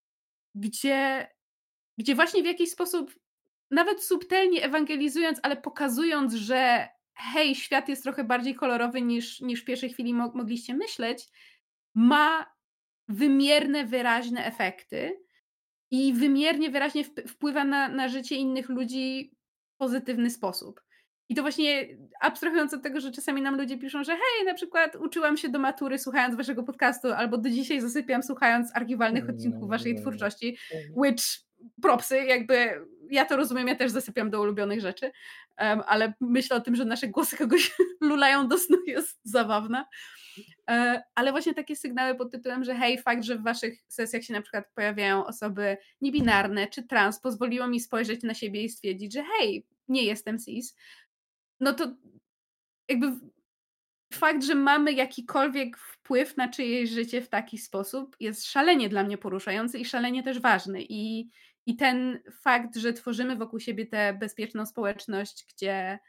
gdzie właśnie w jakiś sposób, nawet subtelnie ewangelizując, ale pokazując, że hej, świat jest trochę bardziej kolorowy niż w pierwszej chwili mogliście myśleć, ma wymierne, wyraźne efekty i wymiernie, wyraźnie wpływa na życie innych ludzi w pozytywny sposób. I to właśnie abstrahując od tego, że czasami nam ludzie piszą, że hej, na przykład uczyłam się do matury słuchając waszego podcastu, albo do dzisiaj zasypiam słuchając archiwalnych odcinków waszej twórczości, which propsy, jakby ja to rozumiem, ja też zasypiam do ulubionych rzeczy, ale myślę o tym, że nasze głosy kogoś lulają do snu, jest zabawna. Ale właśnie takie sygnały pod tytułem, że hej, fakt, że w waszych sesjach się na przykład pojawiają osoby niebinarne czy trans, pozwoliło mi spojrzeć na siebie i stwierdzić, że hej, nie jestem cis, no to jakby fakt, że mamy jakikolwiek wpływ na czyjeś życie w taki sposób jest szalenie dla mnie poruszający i szalenie też ważny. I ten fakt, że tworzymy wokół siebie tę bezpieczną społeczność, gdzie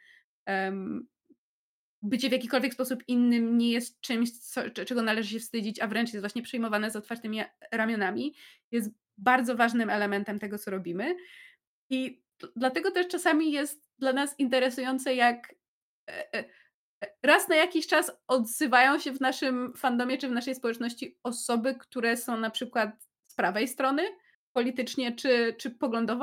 bycie w jakikolwiek sposób innym nie jest czymś, czego należy się wstydzić, a wręcz jest właśnie przyjmowane z otwartymi ramionami, jest bardzo ważnym elementem tego, co robimy. I dlatego też czasami jest dla nas interesujące, jak raz na jakiś czas odzywają się w naszym fandomie czy w naszej społeczności osoby, które są na przykład z prawej strony politycznie czy poglądowo.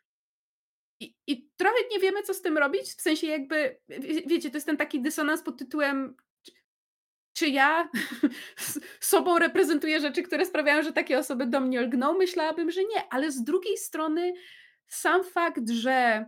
I trochę nie wiemy, co z tym robić, w sensie jakby, wiecie, to jest ten taki dysonans pod tytułem, czy ja sobą reprezentuję rzeczy, które sprawiają, że takie osoby do mnie lgną? Myślałabym, że nie, ale z drugiej strony sam fakt, że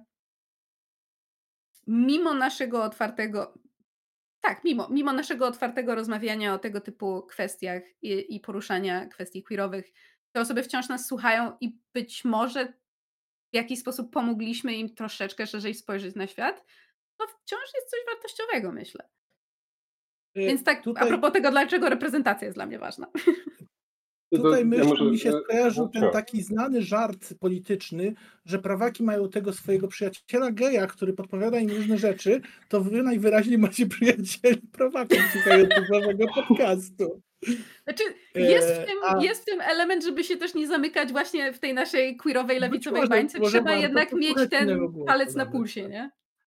mimo naszego otwartego mimo naszego otwartego rozmawiania o tego typu kwestiach i poruszania kwestii queerowych, te osoby wciąż nas słuchają i być może w jakiś sposób pomogliśmy im troszeczkę szerzej spojrzeć na świat, to wciąż jest coś wartościowego, myślę. Więc tak a Tutaj, propos tego, dlaczego reprezentacja jest dla mnie ważna. tutaj ja może, mi się skojarzył ten no, taki znany żart polityczny, że prawaki mają tego swojego przyjaciela geja, który podpowiada im różne rzeczy, to wy najwyraźniej macie przyjacieli prawaków słuchających waszego podcastu. Znaczy, A jest w tym element, żeby się też nie zamykać właśnie w tej naszej queerowej, lewicowej może- bańce. może Trzeba warto jednak mieć posłuchać innego ten głosu palec na nawet, pulsie, tak. nie?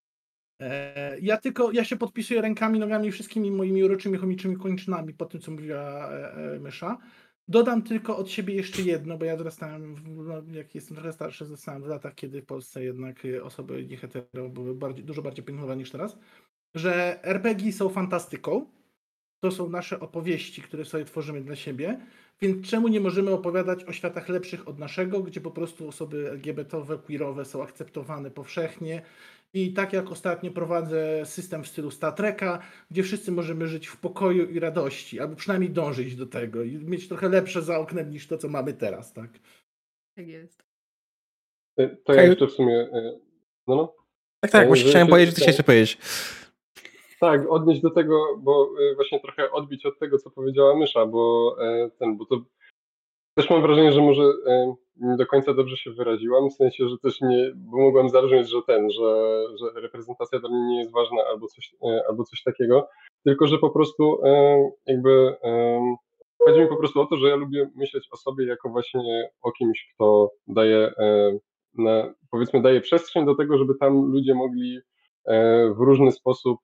Ja się podpisuję rękami, nogami i wszystkimi moimi uroczymi, chomiczymi kończynami po tym, co mówiła Mysza. Dodam tylko od siebie jeszcze jedno, bo ja dorastałem, jak jestem trochę starszy, zostałem w latach, kiedy w Polsce jednak osoby niehetero były dużo bardziej piętnowane niż teraz, że RPG są fantastyką. To są nasze opowieści, które sobie tworzymy dla siebie, więc czemu nie możemy opowiadać o światach lepszych od naszego, gdzie po prostu osoby LGBT-owe, queerowe są akceptowane powszechnie i tak jak ostatnio prowadzę system w stylu Star Treka, gdzie wszyscy możemy żyć w pokoju i radości, albo przynajmniej dążyć do tego i mieć trochę lepsze za oknem niż to, co mamy teraz, tak? Tak jest. to ja jeszcze w sumie, no. Tak, właśnie chciałem powiedzieć, że ty chciałeś powiedzieć. Tak, odnieść do tego, bo właśnie trochę odbić od tego, co powiedziała Mysza, bo to też mam wrażenie, że może nie do końca dobrze się wyraziłam, w sensie, że też nie, bo mogłem zabrzmieć, że reprezentacja dla mnie nie jest ważna albo coś takiego, tylko że po prostu jakby chodzi mi po prostu o to, że ja lubię myśleć o sobie jako właśnie o kimś, kto daje, powiedzmy, daje przestrzeń do tego, żeby tam ludzie mogli w różny sposób,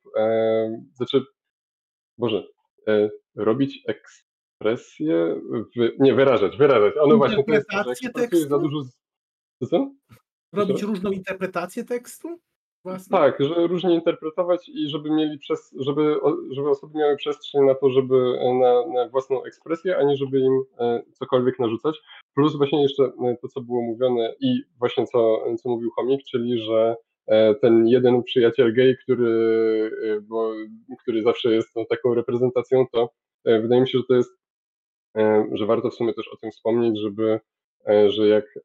robić ekspresję, wyrażać. Ono właśnie to jest to, że jak się pracuje za dużo co? Robić różną interpretację tekstu? Własną? Tak, że różnie interpretować i żeby mieli żeby osoby miały przestrzeń na to, żeby na własną ekspresję, a nie żeby im cokolwiek narzucać. Plus właśnie jeszcze to, co było mówione i właśnie co mówił Chomik, czyli że ten jeden przyjaciel gej, który zawsze jest taką reprezentacją, to wydaje mi się, że to jest, że warto w sumie też o tym wspomnieć, że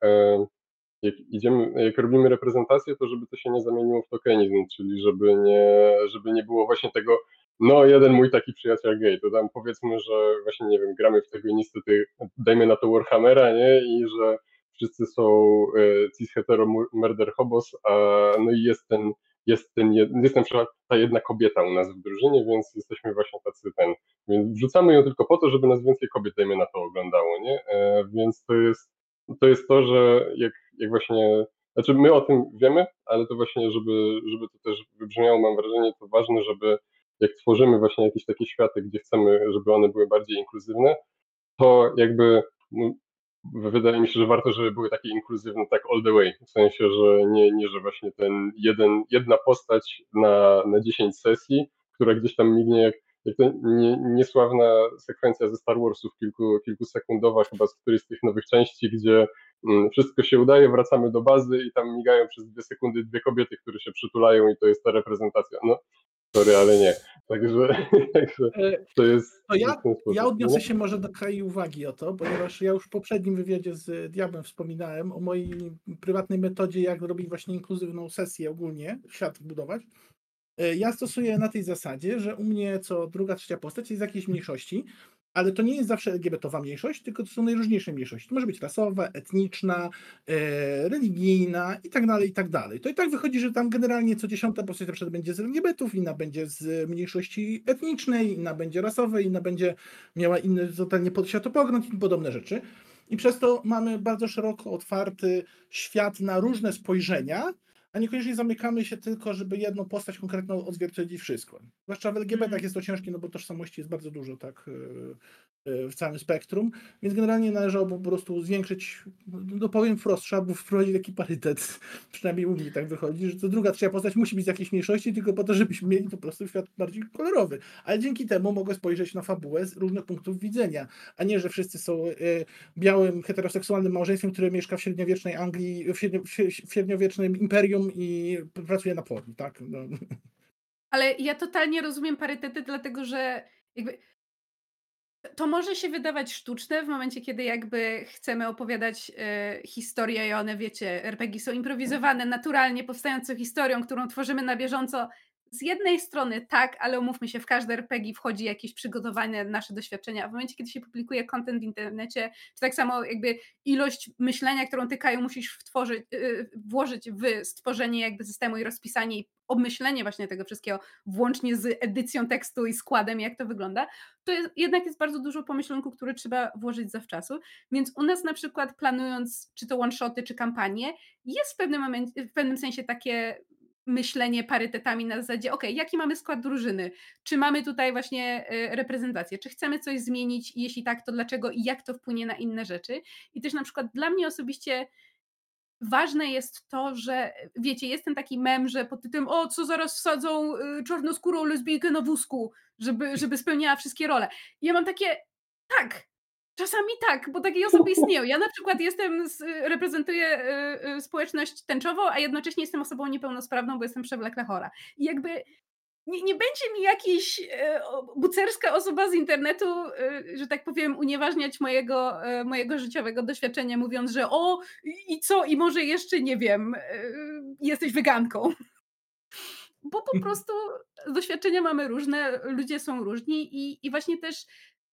jak robimy reprezentację, to żeby to się nie zamieniło w tokenizm, czyli żeby nie było właśnie tego, no jeden mój taki przyjaciel gej, to tam powiedzmy, że właśnie, nie wiem, gramy w tego niestety, dajmy na to Warhammera, nie, i że wszyscy są cis hetero murder hobos, a no i jest na przykład ta jedna kobieta u nas w drużynie, więc jesteśmy właśnie tacy więc wrzucamy ją tylko po to, żeby nas więcej kobiet, dajmy na to, oglądało, nie, więc to jest to, że jak właśnie, znaczy my o tym wiemy, ale to właśnie, żeby to też wybrzmiało, mam wrażenie, to ważne, żeby jak tworzymy właśnie jakieś takie światy, gdzie chcemy, żeby one były bardziej inkluzywne, to jakby wydaje mi się, że warto, żeby były takie inkluzywne tak all the way, w sensie, że nie że właśnie jedna postać na 10 sesji, która gdzieś tam mignie jak to niesławna sekwencja ze Star Warsów kilkusekundowa chyba z którejś z tych nowych części, gdzie wszystko się udaje, wracamy do bazy i tam migają przez 2 sekundy 2 kobiety, które się przytulają i to jest ta reprezentacja. No, sorry, ale nie. Także to jest w ten sposób. Ja odniosę się może do kraju uwagi o to, ponieważ ja już w poprzednim wywiadzie z Diabłem wspominałem o mojej prywatnej metodzie, jak robić właśnie inkluzywną sesję ogólnie, świat budować. Ja stosuję na tej zasadzie, że u mnie co druga, trzecia postać jest z jakiejś mniejszości, ale to nie jest zawsze LGBT-owa mniejszość, tylko to są najróżniejsze mniejszości. To może być rasowa, etniczna, religijna i tak dalej, i tak dalej. To i tak wychodzi, że tam generalnie co 10. postać na przykład będzie z LGBT-ów, inna będzie z mniejszości etnicznej, inna będzie rasowej, inna będzie miała inny totalnie światopogląd i podobne rzeczy. I przez to mamy bardzo szeroko otwarty świat na różne spojrzenia, a niekoniecznie zamykamy się tylko, żeby jedną postać konkretną odzwierciedlić wszystko. Zwłaszcza w LGBT jest to ciężkie, no bo tożsamości jest bardzo dużo, tak, w całym spektrum, więc generalnie należało po prostu zwiększyć, no powiem wprost, trzeba by wprowadzić taki parytet, przynajmniej u mnie tak wychodzi, że to druga, trzecia postać musi być z jakiejś mniejszości, tylko po to, żebyśmy mieli po prostu świat bardziej kolorowy, ale dzięki temu mogę spojrzeć na fabułę z różnych punktów widzenia, a nie, że wszyscy są białym, heteroseksualnym małżeństwem, które mieszka w średniowiecznej Anglii, w średniowiecznym imperium i pracuje na polu, tak? No. Ale ja totalnie rozumiem parytety, dlatego że jakby to może się wydawać sztuczne w momencie, kiedy jakby chcemy opowiadać historię i one, wiecie, RPG są improwizowane, naturalnie powstającą historią, którą tworzymy na bieżąco. Z jednej strony tak, ale umówmy się, w każde RPG wchodzi jakieś przygotowane nasze doświadczenia, a w momencie, kiedy się publikuje content w internecie, to tak samo jakby ilość myślenia, którą ty, Kaju, musisz włożyć w stworzenie jakby systemu i rozpisanie i obmyślenie właśnie tego wszystkiego, włącznie z edycją tekstu i składem, jak to wygląda, to jednak jest bardzo dużo pomyślunku, który trzeba włożyć zawczasu, więc u nas na przykład planując czy to one-shoty, czy kampanie, jest w pewnym sensie takie myślenie parytetami na zasadzie, jaki mamy skład drużyny, czy mamy tutaj właśnie reprezentację, czy chcemy coś zmienić i jeśli tak, to dlaczego i jak to wpłynie na inne rzeczy. I też na przykład dla mnie osobiście ważne jest to, że wiecie, jest ten taki mem, że pod tytułem co zaraz wsadzą czarnoskórą lesbijkę na wózku, żeby spełniała wszystkie role. I ja mam takie, tak, czasami tak, bo takie osoby istnieją. Ja na przykład reprezentuję społeczność tęczową, a jednocześnie jestem osobą niepełnosprawną, bo jestem przewlekle chora. I jakby nie będzie mi jakiś bucerska osoba z internetu, że tak powiem, unieważniać mojego życiowego doświadczenia, mówiąc, że i co, i może jeszcze, nie wiem, jesteś weganką. Bo po prostu doświadczenia mamy różne, ludzie są różni i właśnie też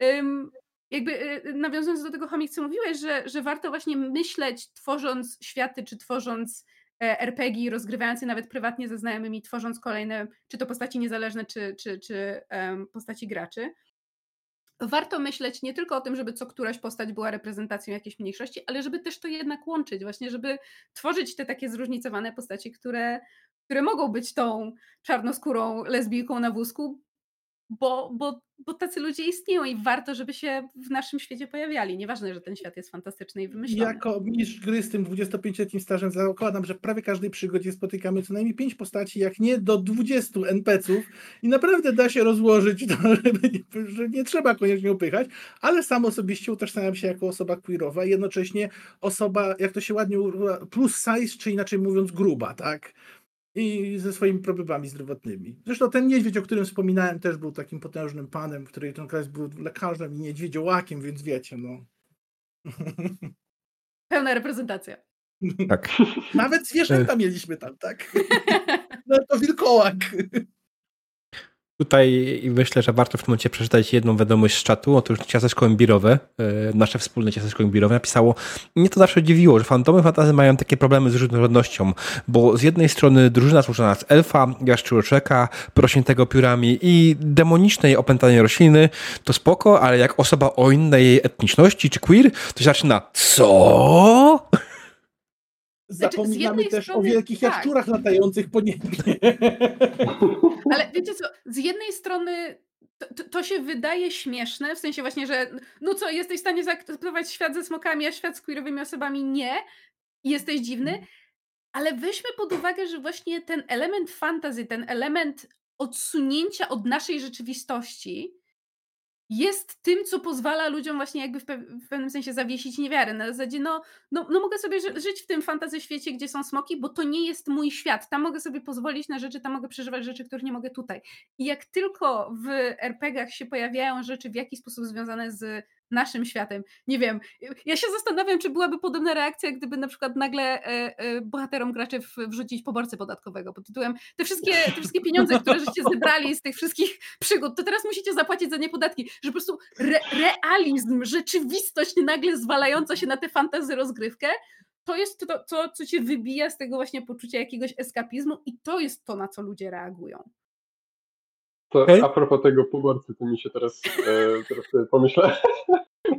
jakby nawiązując do tego, Chomik, co mówiłeś, że warto właśnie myśleć, tworząc światy, czy tworząc RPG, rozgrywając je nawet prywatnie ze znajomymi, tworząc kolejne, czy to postaci niezależne, czy postaci graczy. Warto myśleć nie tylko o tym, żeby co któraś postać była reprezentacją jakiejś mniejszości, ale żeby też to jednak łączyć, właśnie żeby tworzyć te takie zróżnicowane postaci, które mogą być tą czarnoskórą lesbijką na wózku, bo tacy ludzie istnieją i warto, żeby się w naszym świecie pojawiali. Nieważne, że ten świat jest fantastyczny i wymyślony. Jako mistrz gry z tym 25-letnim stażem zakładam, że w prawie każdej przygodzie spotykamy co najmniej 5 postaci, jak nie do 20 NPC-ów i naprawdę da się rozłożyć to, że nie trzeba koniecznie upychać, ale sam osobiście utożsamiam się jako osoba queerowa i jednocześnie osoba, jak to się ładnie używa, plus size, czy inaczej mówiąc gruba, tak? I ze swoimi problemami zdrowotnymi. Zresztą ten niedźwiedź, o którym wspominałem, też był takim potężnym panem, który jednocześnie był lekarzem i niedźwiedziołakiem, więc wiecie, no. Pełna reprezentacja. Tak. Nawet zwierzęta mieliśmy tam, tak? No to wilkołak. Tutaj myślę, że warto w tym momencie przeczytać jedną wiadomość z czatu. Otóż Ciasteczko Imbirowe, nasze wspólne Ciasteczko Imbirowe napisało: mnie to zawsze dziwiło, że fandomy fantasy mają takie problemy z różnorodnością, bo z jednej strony drużyna złożona z elfa, jaszczuroczeka, porośniętego piórami i demonicznej opętanej rośliny to spoko, ale jak osoba o innej etniczności czy queer, to się zaczyna co? Zapominamy też strony, o wielkich jaszczurach latających po niebie. Ale wiecie co, z jednej strony to się wydaje śmieszne, w sensie właśnie, że no co, jesteś w stanie zaakceptować świat ze smokami, a świat z queerowymi osobami nie, i jesteś dziwny, ale weźmy pod uwagę, że właśnie ten element fantasy, ten element odsunięcia od naszej rzeczywistości jest tym, co pozwala ludziom właśnie jakby w pewnym sensie zawiesić niewiarę. Na zasadzie, no mogę sobie żyć w tym fantasy świecie, gdzie są smoki, bo to nie jest mój świat. Tam mogę sobie pozwolić na rzeczy, tam mogę przeżywać rzeczy, których nie mogę tutaj. I jak tylko w RPG-ach się pojawiają rzeczy w jakiś sposób związane z naszym światem, nie wiem, ja się zastanawiam, czy byłaby podobna reakcja, gdyby na przykład nagle bohaterom graczy wrzucić poborcę podatkowego pod tytułem te wszystkie pieniądze, które żeście zebrali z tych wszystkich przygód, to teraz musicie zapłacić za nie podatki, że po prostu realizm, rzeczywistość nagle zwalająca się na tę fantasy rozgrywkę, to jest to, co cię wybija z tego właśnie poczucia jakiegoś eskapizmu i to jest to, na co ludzie reagują. To a propos tego poborcy, to mi się teraz sobie pomyślałem,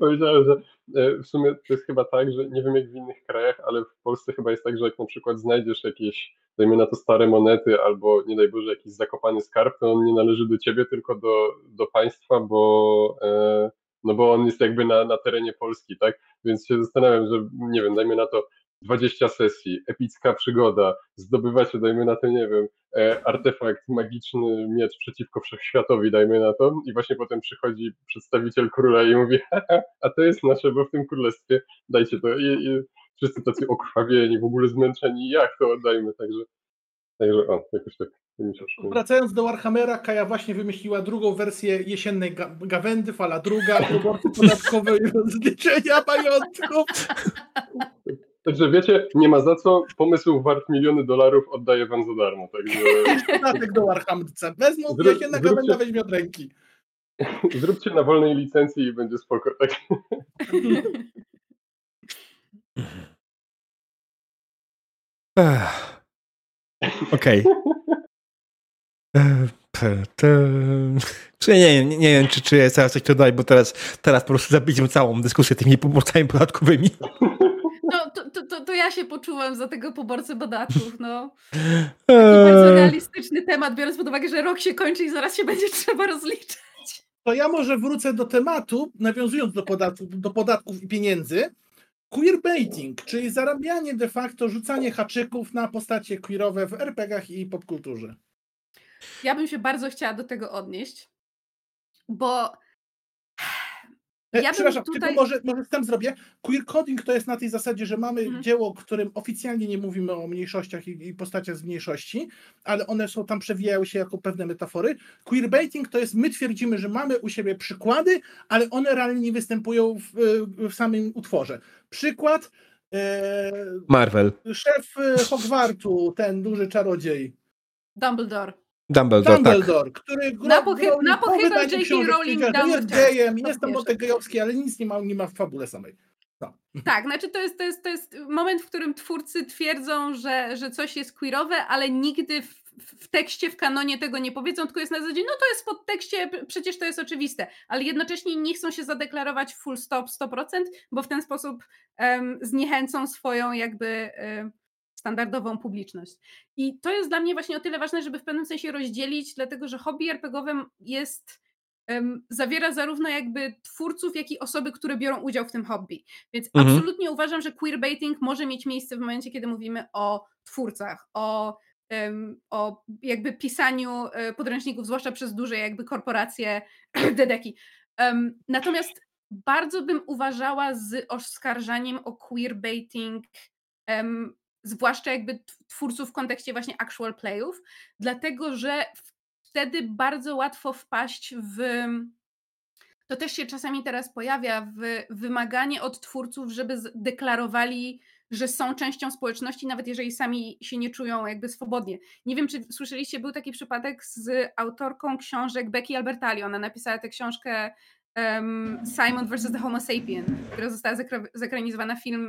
powiedziałem, że w sumie to jest chyba tak, że nie wiem jak w innych krajach, ale w Polsce chyba jest tak, że jak na przykład znajdziesz jakieś, dajmy na to stare monety albo nie daj Boże jakiś zakopany skarb, to on nie należy do ciebie, tylko do państwa, no bo on jest jakby na terenie Polski, tak? Więc się zastanawiam, że nie wiem, dajmy na to 20 sesji, epicka przygoda, zdobywacie, dajmy na to, nie wiem, artefakt, magiczny miecz przeciwko wszechświatowi, dajmy na to, i właśnie potem przychodzi przedstawiciel króla i mówi, a to jest nasze, bo w tym królestwie dajcie to. I wszyscy tacy okrwawieni, w ogóle zmęczeni, jak to oddajmy, także jakoś tak mi się przypomina. Wracając do Warhammera, Kaja właśnie wymyśliła drugą wersję jesiennej gawędy, fala druga, poborcy podatkowe i rozliczenia majątków. Także wiecie, nie ma za co, pomysł wart miliony dolarów oddaję wam za darmo, także... Dodatek do Warhammerca. Wezmą, jesienna gawęda weźmie od ręki. Zróbcie na wolnej licencji i będzie spoko, tak? Okej. Nie wiem, czy jest teraz coś dodać, bo teraz po prostu zabiliśmy całą dyskusję tymi poborcami podatkowymi. No, to ja się poczułam za tego poborcę podatków, no. Taki bardzo realistyczny temat, biorąc pod uwagę, że rok się kończy i zaraz się będzie trzeba rozliczać. To ja może wrócę do tematu, nawiązując do podatków i pieniędzy. Queerbaiting, czyli zarabianie de facto, rzucanie haczyków na postacie queerowe w RPG-ach i popkulturze. Ja bym się bardzo chciała do tego odnieść, bo Przepraszam, tylko może wstęp zrobię. Queer coding to jest na tej zasadzie, że mamy dzieło, w którym oficjalnie nie mówimy o mniejszościach i postaciach z mniejszości, ale one są tam, przewijają się jako pewne metafory. Queerbaiting to jest, my twierdzimy, że mamy u siebie przykłady, ale one realnie nie występują w samym utworze. Przykład Marvel. Szef Hogwartu, ten duży czarodziej. Dumbledore, tak. Który na pochybę J.K. Rowling jest gejem, jest tam motyw gejowski, ale nic nie ma w fabule samej. No. Tak, znaczy to jest moment, w którym twórcy twierdzą, że coś jest queerowe, ale nigdy w tekście, w kanonie tego nie powiedzą, tylko jest na zasadzie, no to jest w podtekście, przecież to jest oczywiste, ale jednocześnie nie chcą się zadeklarować full stop 100%, bo w ten sposób zniechęcą swoją jakby standardową publiczność. I to jest dla mnie właśnie o tyle ważne, żeby w pewnym sensie rozdzielić, dlatego że hobby RPGowym zawiera zarówno jakby twórców, jak i osoby, które biorą udział w tym hobby. Więc absolutnie uważam, że queerbaiting może mieć miejsce w momencie, kiedy mówimy o twórcach, o jakby pisaniu podręczników, zwłaszcza przez duże jakby korporacje, dedeki. Natomiast bardzo bym uważała z oskarżaniem o queerbaiting, zwłaszcza jakby twórców w kontekście właśnie actual playów, dlatego że wtedy bardzo łatwo wpaść to też się czasami teraz pojawia, w wymaganie od twórców, żeby deklarowali, że są częścią społeczności, nawet jeżeli sami się nie czują jakby swobodnie. Nie wiem, czy słyszeliście, był taki przypadek z autorką książek Becky Albertalli. Ona napisała tę książkę Simon vs. the Homo Sapien, która została zekranizowana film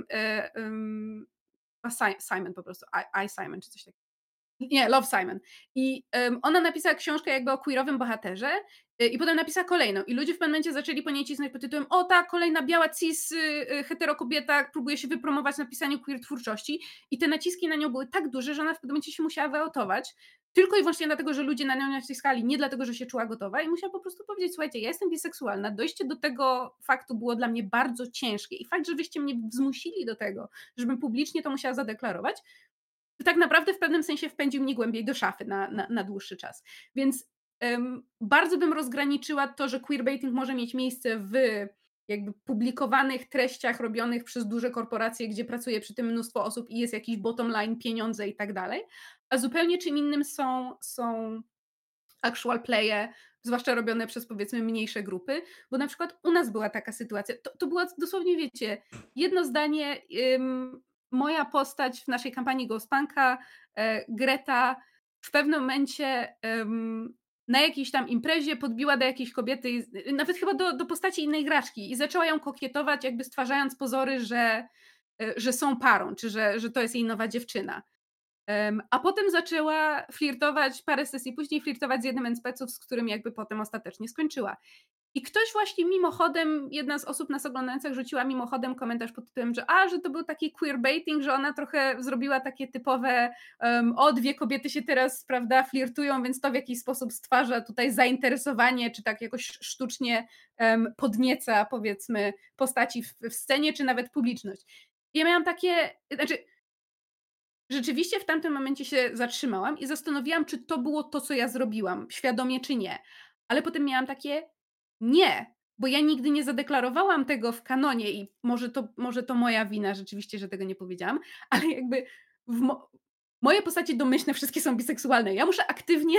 Simon po prostu, I Simon czy coś takiego. Nie, Love Simon. I ona napisała książkę jakby o queerowym bohaterze i potem napisała kolejną. I ludzie w pewnym momencie zaczęli po niej cisnąć pod tytułem: o ta kolejna biała cis heterokobieta próbuje się wypromować na pisaniu queer twórczości. I te naciski na nią były tak duże, że ona w pewnym momencie się musiała wyautować. Tylko i wyłącznie dlatego, że ludzie na nią naciskali, nie dlatego, że się czuła gotowa. I musiała po prostu powiedzieć: słuchajcie, ja jestem biseksualna. Dojście do tego faktu było dla mnie bardzo ciężkie. I fakt, że wyście mnie zmusili do tego, żebym publicznie to musiała zadeklarować, tak naprawdę w pewnym sensie wpędził mnie głębiej do szafy na dłuższy czas. Więc bardzo bym rozgraniczyła to, że queerbaiting może mieć miejsce w jakby publikowanych treściach robionych przez duże korporacje, gdzie pracuje przy tym mnóstwo osób i jest jakiś bottom line, pieniądze i tak dalej, a zupełnie czym innym są actual playe, zwłaszcza robione przez powiedzmy mniejsze grupy, bo na przykład u nas była taka sytuacja, to była dosłownie, wiecie, jedno zdanie, moja postać w naszej kampanii Ghostpunka, Greta, w pewnym momencie na jakiejś tam imprezie podbiła do jakiejś kobiety, nawet chyba do postaci innej graczki i zaczęła ją kokietować, jakby stwarzając pozory, że są parą, czy że to jest jej nowa dziewczyna. A potem zaczęła flirtować, parę sesji później flirtować z jednym NPC-ów, z którym jakby potem ostatecznie skończyła. I ktoś właśnie mimochodem, jedna z osób nas oglądających rzuciła mimochodem komentarz pod tytułem, że to był taki queerbaiting, że ona trochę zrobiła takie typowe dwie kobiety się teraz, prawda, flirtują, więc to w jakiś sposób stwarza tutaj zainteresowanie, czy tak jakoś sztucznie podnieca, powiedzmy, postaci w scenie, czy nawet publiczność. Ja miałam takie, rzeczywiście w tamtym momencie się zatrzymałam i zastanowiłam, czy to było to, co ja zrobiłam, świadomie czy nie. Ale potem miałam takie, nie, bo ja nigdy nie zadeklarowałam tego w kanonie i może to moja wina rzeczywiście, że tego nie powiedziałam, ale jakby moje postacie domyślne wszystkie są biseksualne. Ja muszę aktywnie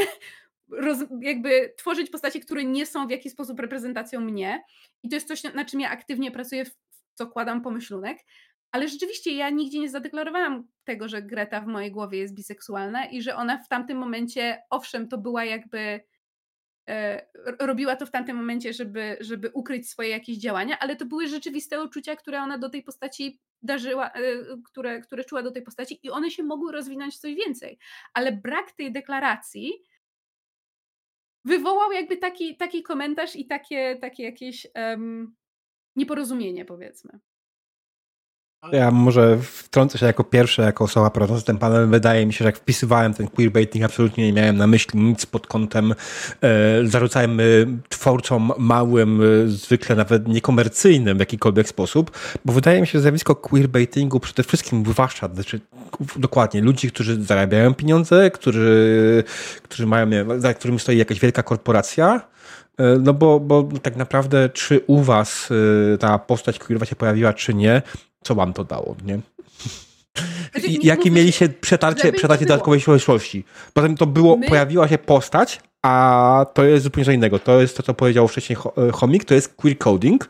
jakby tworzyć postacie, które nie są w jakiś sposób reprezentacją mnie i to jest coś, na czym ja aktywnie pracuję, w co kładam pomyślunek, ale rzeczywiście ja nigdzie nie zadeklarowałam tego, że Greta w mojej głowie jest biseksualna i że ona w tamtym momencie, owszem, to była jakby robiła to w tamtym momencie, żeby ukryć swoje jakieś działania, ale to były rzeczywiste uczucia, które ona do tej postaci darzyła, które czuła do tej postaci i one się mogły rozwinąć w coś więcej. Ale brak tej deklaracji wywołał jakby taki komentarz i takie jakieś nieporozumienie, powiedzmy. Ja może wtrącę się jako pierwszy, jako osoba prowadząca ten panel. Wydaje mi się, że jak wpisywałem ten queerbaiting, absolutnie nie miałem na myśli nic pod kątem zarzucałem twórcom małym, zwykle nawet niekomercyjnym w jakikolwiek sposób, bo wydaje mi się, że zjawisko queerbaitingu przede wszystkim zwłaszcza, dokładnie, ludzi, którzy zarabiają pieniądze, którzy mają, za którymi stoi jakaś wielka korporacja. No bo tak naprawdę, czy u was ta postać queerowa się pojawiła, czy nie, co wam to dało, nie? I jakie mieliście przetarcie dodatkowej ścisłości? Potem to było, pojawiła się postać, a to jest zupełnie co innego. To jest to, co powiedział wcześniej Chomik, to jest queer coding,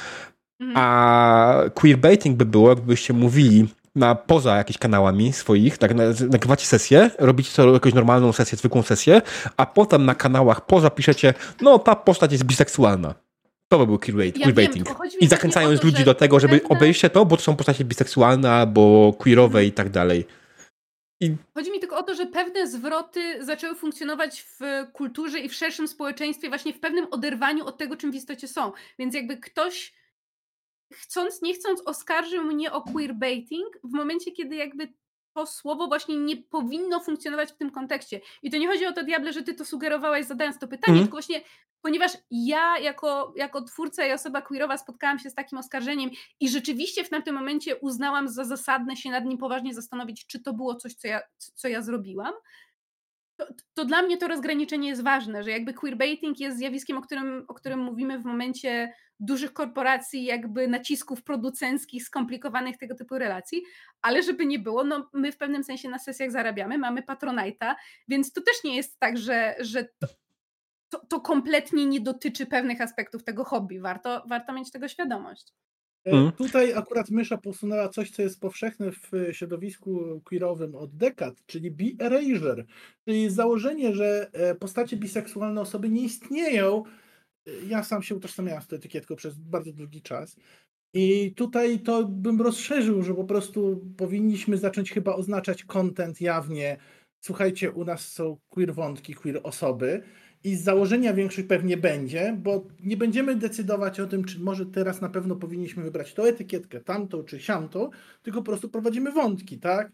a queerbaiting by było, jakbyście mówili poza jakimiś kanałami swoich, tak, nagrywacie sesję, robicie to jakąś normalną sesję, zwykłą sesję, a potem na kanałach poza piszecie, no ta postać jest biseksualna. To by był queerbaiting. I zachęcając ludzi do tego, żeby obejrzcie to, bo to są postacie biseksualne albo queerowe i tak dalej. Chodzi mi tylko o to, że pewne zwroty zaczęły funkcjonować w kulturze i w szerszym społeczeństwie właśnie w pewnym oderwaniu od tego, czym w istocie są. Więc jakby ktoś chcąc, nie chcąc oskarżył mnie o queerbaiting w momencie, kiedy jakby to słowo właśnie nie powinno funkcjonować w tym kontekście. I to nie chodzi o to, Diable, że ty to sugerowałaś zadając to pytanie, tylko właśnie ponieważ ja jako twórca i osoba queerowa spotkałam się z takim oskarżeniem i rzeczywiście w tamtym momencie uznałam za zasadne się nad nim poważnie zastanowić, czy to było coś, co ja zrobiłam, to dla mnie to rozgraniczenie jest ważne, że jakby queerbaiting jest zjawiskiem, o którym mówimy w momencie dużych korporacji, jakby nacisków producenckich, skomplikowanych tego typu relacji, ale żeby nie było, no my w pewnym sensie na sesjach zarabiamy, mamy Patronite'a, więc to też nie jest tak, że to kompletnie nie dotyczy pewnych aspektów tego hobby. Warto mieć tego świadomość. Tutaj akurat Mysza posunęła coś, co jest powszechne w środowisku queerowym od dekad, czyli bi-erasure, czyli założenie, że postacie biseksualne osoby nie istnieją. Ja sam się utożsamiałem z tą etykietką przez bardzo długi czas. I tutaj to bym rozszerzył, że po prostu powinniśmy zacząć chyba oznaczać content jawnie. Słuchajcie, u nas są queer wątki, queer osoby. I z założenia większość pewnie będzie, bo nie będziemy decydować o tym, czy może teraz na pewno powinniśmy wybrać tą etykietkę, tamtą czy siamtą, tylko po prostu prowadzimy wątki, tak?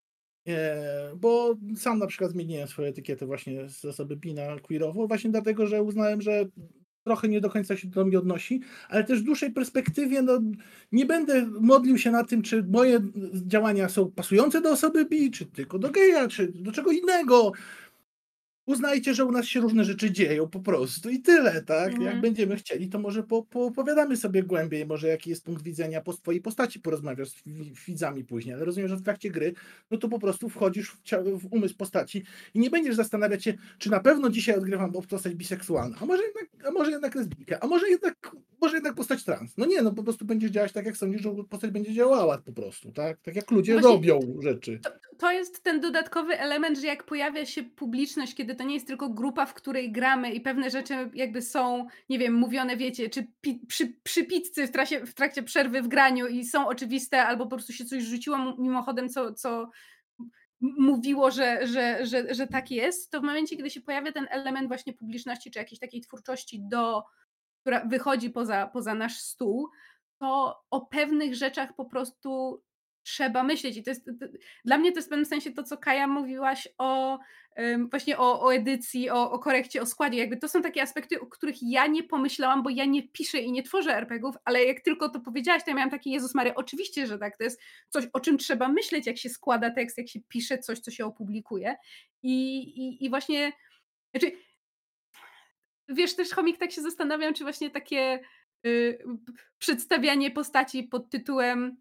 Bo sam na przykład zmieniłem swoją etykietę właśnie z osoby bi na queerową, właśnie dlatego, że uznałem, że trochę nie do końca się do mnie odnosi, ale też w dłuższej perspektywie no, nie będę modlił się na tym, czy moje działania są pasujące do osoby bi, czy tylko do geja, czy do czego innego. Uznajcie, że u nas się różne rzeczy dzieją po prostu i tyle, tak? Jak będziemy chcieli, to może poopowiadamy sobie głębiej, może jaki jest punkt widzenia po twojej postaci, porozmawiasz z widzami później, ale rozumiem, że w trakcie gry, no to po prostu wchodzisz w umysł postaci i nie będziesz zastanawiać się, czy na pewno dzisiaj odgrywam postać biseksualna, a może jednak lesbijkę, a może jednak postać trans. No nie, no po prostu będziesz działać tak, jak sądzisz, że postać będzie działała po prostu, tak? Tak jak ludzie robią rzeczy. To jest ten dodatkowy element, że jak pojawia się publiczność, kiedy to nie jest tylko grupa, w której gramy i pewne rzeczy jakby są, nie wiem, mówione, wiecie, czy przy pizzy w trakcie przerwy w graniu i są oczywiste, albo po prostu się coś rzuciło mimochodem, co mówiło, że tak jest, to w momencie, kiedy się pojawia ten element właśnie publiczności, czy jakiejś takiej twórczości do która wychodzi poza nasz stół, to o pewnych rzeczach po prostu trzeba myśleć. I dla mnie to jest w pewnym sensie to, co Kaja mówiłaś właśnie o edycji, o korekcie, o składzie. Jakby to są takie aspekty, o których ja nie pomyślałam, bo ja nie piszę i nie tworzę RPG-ów, ale jak tylko to powiedziałaś, to ja miałam taki Jezus Maria, oczywiście, że tak, to jest coś, o czym trzeba myśleć, jak się składa tekst, jak się pisze coś, co się opublikuje. I właśnie, znaczy, wiesz, też Chomik, tak się zastanawiam, czy właśnie takie przedstawianie postaci pod tytułem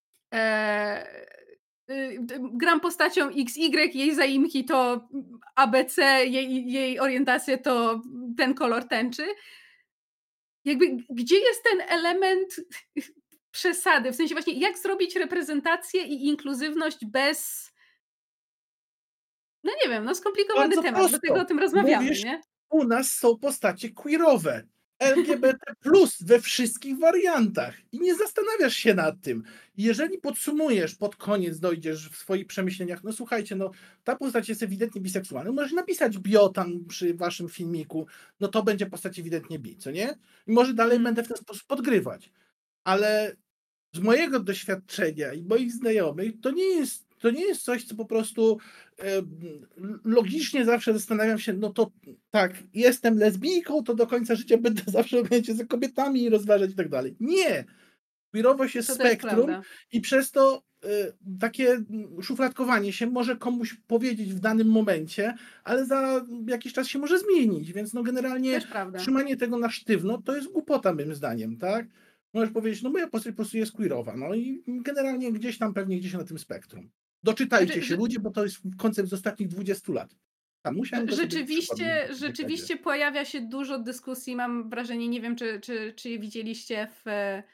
gram postacią XY, jej zaimki to ABC, jej orientację to ten kolor tęczy. Jakby gdzie jest ten element przesady? W sensie właśnie jak zrobić reprezentację i inkluzywność bez... No nie wiem, skomplikowany Bardzo temat, prosto. dlatego o tym rozmawiamy, Mówisz, nie? U nas są postacie queerowe. LGBT+, we wszystkich wariantach. I nie zastanawiasz się nad tym. Jeżeli podsumujesz, pod koniec dojdziesz w swoich przemyśleniach, no słuchajcie, ta postać jest ewidentnie biseksualna, możesz napisać bio tam przy waszym filmiku, to będzie postać ewidentnie bi, co nie? I może dalej będę w ten sposób podgrywać. Ale z mojego doświadczenia i moich znajomych, to nie jest coś, co po prostu logicznie zawsze zastanawiam się, to tak, jestem lesbijką, to do końca życia będę zawsze oglądać się za kobietami i rozważać i tak dalej. Nie! Queerowość jest spektrum i przez to takie szufladkowanie się może komuś powiedzieć w danym momencie, ale za jakiś czas się może zmienić, więc generalnie trzymanie tego na sztywno to jest głupota moim zdaniem, tak? Możesz powiedzieć, moja postać po prostu jest queerowa, i generalnie gdzieś tam pewnie gdzieś na tym spektrum. Doczytajcie się ludzie, bo to jest koncept z ostatnich 20 lat. Rzeczywiście pojawia się dużo dyskusji, mam wrażenie, nie wiem czy je widzieliście w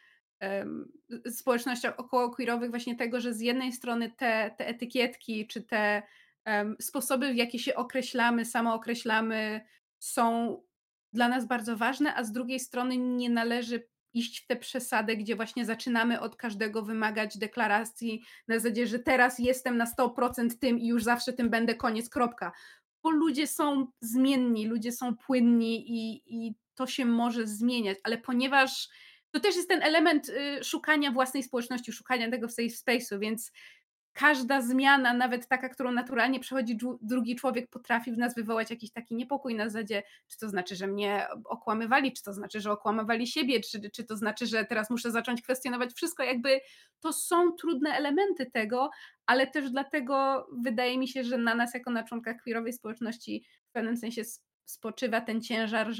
społecznościach około queerowych, właśnie tego, że z jednej strony te etykietki, czy te sposoby, w jaki się określamy, samookreślamy, są dla nas bardzo ważne, a z drugiej strony nie należy iść w tę przesadę, gdzie właśnie zaczynamy od każdego wymagać deklaracji na zasadzie, że teraz jestem na 100% tym i już zawsze tym będę, koniec, kropka. Bo ludzie są zmienni, ludzie są płynni i to się może zmieniać, ale ponieważ to też jest ten element szukania własnej społeczności, szukania tego safe space'u, więc każda zmiana, nawet taka, którą naturalnie przechodzi drugi człowiek, potrafi w nas wywołać jakiś taki niepokój na zasadzie, czy to znaczy, że mnie okłamywali, czy to znaczy, że okłamywali siebie, czy to znaczy, że teraz muszę zacząć kwestionować wszystko. Jakby to są trudne elementy tego, ale też dlatego wydaje mi się, że na nas jako na członkach queerowej społeczności w pewnym sensie spoczywa ten ciężar,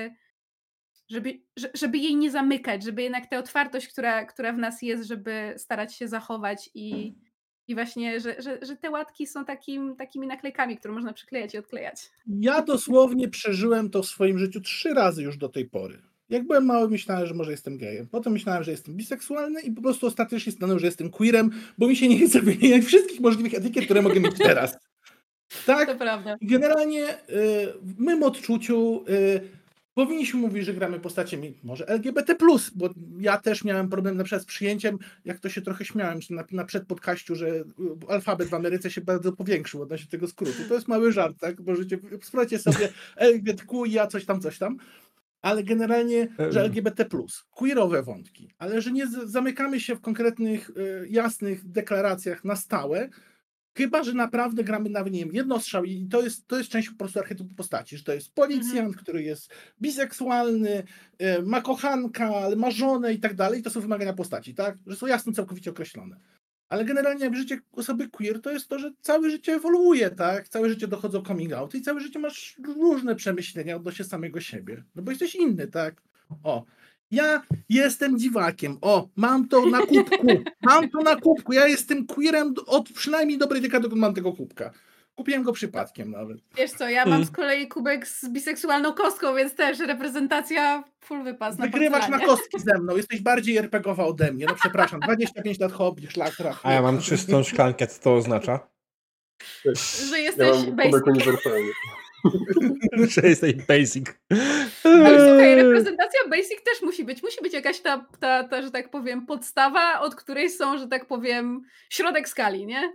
żeby jej nie zamykać, żeby jednak tę otwartość, która w nas jest, żeby starać się zachować i właśnie, że te łatki są takimi naklejkami, które można przyklejać i odklejać. Ja dosłownie przeżyłem to w swoim życiu 3 razy już do tej pory. Jak byłem mały, myślałem, że może jestem gejem. Potem myślałem, że jestem biseksualny i po prostu ostatecznie stanąłem, że jestem queerem, bo mi się nie chce wymieniać wszystkich możliwych etykiet, które mogę mieć teraz. Tak? To prawda. Generalnie w mym odczuciu powinniśmy mówić, że gramy postaciami może LGBT+, bo ja też miałem problem na przykład z przyjęciem, jak to się trochę śmiałem na przedpodcaściu, że alfabet w Ameryce się bardzo powiększył odnośnie tego skrótu. To jest mały żart, tak? Możecie sprawdźcie sobie LGBTQ, ja coś tam. Ale generalnie, że LGBT+, queerowe wątki, ale że nie zamykamy się w konkretnych, jasnych deklaracjach na stałe, chyba że naprawdę gramy nawet, nie wiem, jednostrzał i to jest część po prostu archetypu postaci, że to jest policjant, który jest biseksualny, ma kochanka, ale ma żonę i tak dalej, to są wymagania postaci, tak? Że są jasno całkowicie określone. Ale generalnie jak życie osoby queer to jest to, że całe życie ewoluuje, tak? Całe życie dochodzą coming out i całe życie masz różne przemyślenia odnośnie samego siebie. No bo jesteś inny, tak? Ja jestem dziwakiem. Mam to na kubku. Ja jestem queerem od przynajmniej dobrej dekady, dokąd mam tego kubka. Kupiłem go przypadkiem nawet. Wiesz co, ja mam z kolei kubek z biseksualną kostką, więc też reprezentacja full wypas. Wygrywasz na kostki ze mną. Jesteś bardziej RPGowa ode mnie. No przepraszam, 25 lat hobby, szlak traf. A ja mam czystą szklankę, co to oznacza? Że jesteś kubek uniwersalny. Że jesteś basic. Ale słuchaj, reprezentacja basic też musi być. Musi być jakaś ta, że tak powiem, podstawa, od której są, że tak powiem, środek skali, nie?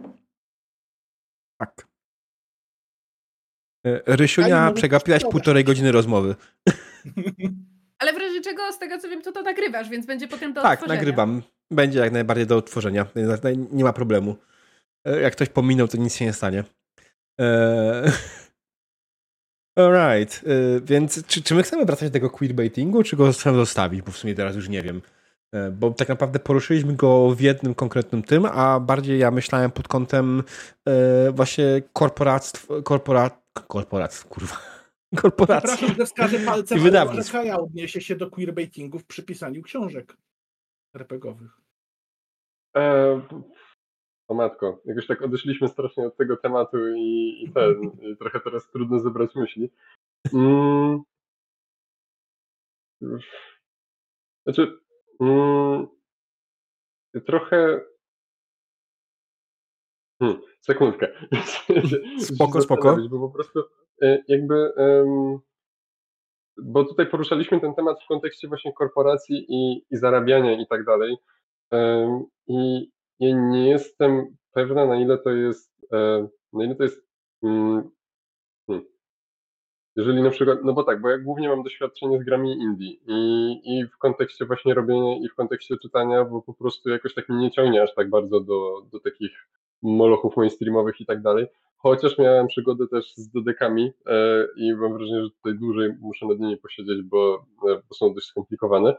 Tak. Rysiunia, przegapiłaś 1,5 godziny rozmowy. Ale w razie czego, z tego co wiem, to nagrywasz, więc będzie potem do Tak, odtworzenia. nagrywam. Będzie jak najbardziej do odtworzenia. Nie ma problemu. Jak ktoś pominął, to nic się nie stanie. Alright, więc czy my chcemy wracać do tego queerbaitingu, czy go chcemy zostawić? Bo w sumie teraz już nie wiem. Bo tak naprawdę poruszyliśmy go w jednym konkretnym tym, a bardziej ja myślałem pod kątem właśnie korporactw, kurwa. Korporacji. Przepraszam, że wskażę palcem, ale wydawnictw. może Kaja odniesie się do queerbaitingu przy pisaniu książek RPG-owych. O matko, jakoś tak odeszliśmy strasznie od tego tematu i trochę teraz trudno zebrać myśli. Znaczy, trochę... sekundkę. Spoko. Bo po prostu jakby... Bo tutaj poruszaliśmy ten temat w kontekście właśnie korporacji i zarabiania i tak dalej. I ja nie jestem pewna, na ile to jest... Jeżeli na przykład, no bo tak, bo ja głównie mam doświadczenie z grami indie i w kontekście właśnie robienia i w kontekście czytania, bo po prostu jakoś tak mnie nie ciągnie aż tak bardzo do takich molochów mainstreamowych i tak dalej. Chociaż miałem przygodę też z dodekami i mam wrażenie, że tutaj dłużej muszę nad nimi posiedzieć, bo są dość skomplikowane,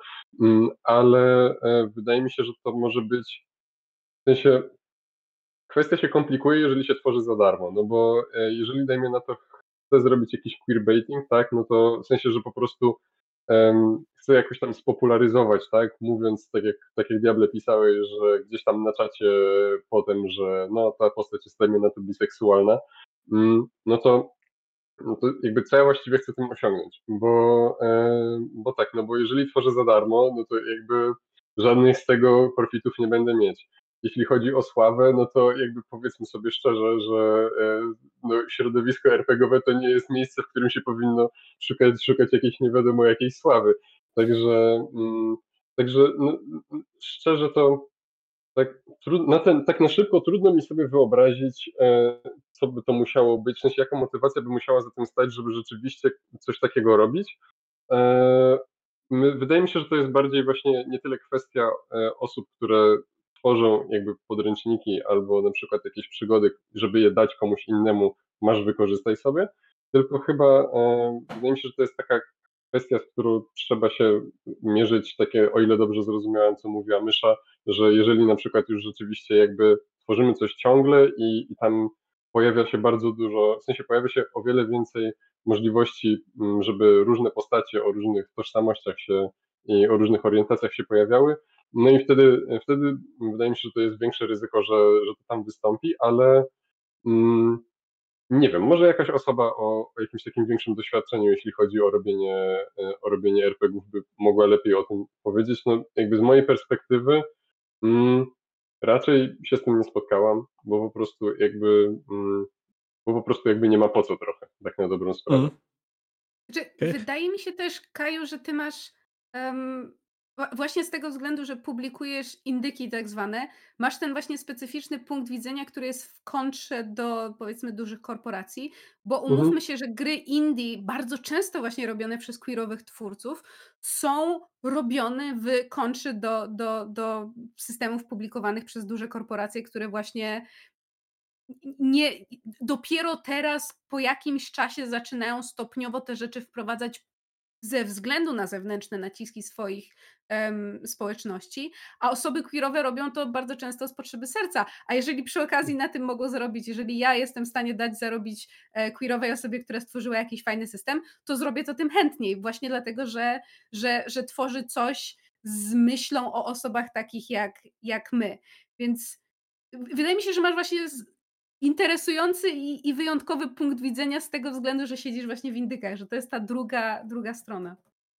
ale wydaje mi się, że to może być, w sensie kwestia się komplikuje, jeżeli się tworzy za darmo, no bo jeżeli dajmy na to chcę zrobić jakiś queerbaiting, tak, no to w sensie, że po prostu chcę jakoś tam spopularyzować, tak, mówiąc tak jak Diable pisały, że gdzieś tam na czacie potem, że no ta postać jest dajmy na to biseksualna, no to jakby co ja właściwie chcę tym osiągnąć, bo tak, no bo jeżeli tworzę za darmo, no to jakby żadnych z tego profitów nie będę mieć. Jeśli chodzi o sławę, no to jakby powiedzmy sobie szczerze, że no, środowisko RPG-owe to nie jest miejsce, w którym się powinno szukać jakiejś nie wiadomo jakiej sławy. Także no, szczerze to tak na szybko trudno mi sobie wyobrazić, co by to musiało być, w sensie jaka motywacja by musiała za tym stać, żeby rzeczywiście coś takiego robić. Wydaje mi się, że to jest bardziej właśnie nie tyle kwestia osób, które tworzą jakby podręczniki albo na przykład jakieś przygody, żeby je dać komuś innemu, masz wykorzystaj sobie, tylko chyba wydaje mi się, że to jest taka kwestia, z którą trzeba się mierzyć, takie, o ile dobrze zrozumiałem, co mówiła Mysza, że jeżeli na przykład już rzeczywiście jakby tworzymy coś ciągle i tam pojawia się bardzo dużo, w sensie pojawia się o wiele więcej możliwości, żeby różne postacie o różnych tożsamościach się i o różnych orientacjach się pojawiały, no i wtedy wydaje mi się, że to jest większe ryzyko, że to tam wystąpi, ale nie wiem, może jakaś osoba o jakimś takim większym doświadczeniu, jeśli chodzi o robienie RPG-ów, by mogła lepiej o tym powiedzieć. No jakby z mojej perspektywy raczej się z tym nie spotkałam, bo po prostu jakby nie ma po co trochę, tak na dobrą sprawę. Wydaje mi się też, Kaju, że ty masz właśnie z tego względu, że publikujesz indyki tak zwane, masz ten właśnie specyficzny punkt widzenia, który jest w kontrze do powiedzmy dużych korporacji, bo umówmy się, że gry indie bardzo często właśnie robione przez queerowych twórców są robione w kontrze do systemów publikowanych przez duże korporacje, które właśnie dopiero teraz po jakimś czasie zaczynają stopniowo te rzeczy wprowadzać ze względu na zewnętrzne naciski swoich społeczności, a osoby queerowe robią to bardzo często z potrzeby serca. A jeżeli przy okazji na tym mogą zarobić, jeżeli ja jestem w stanie dać zarobić queerowej osobie, która stworzyła jakiś fajny system, to zrobię to tym chętniej, właśnie dlatego, że tworzy coś z myślą o osobach takich jak my. Więc wydaje mi się, że masz właśnie interesujący i wyjątkowy punkt widzenia z tego względu, że siedzisz właśnie w indykach, że to jest ta druga strona.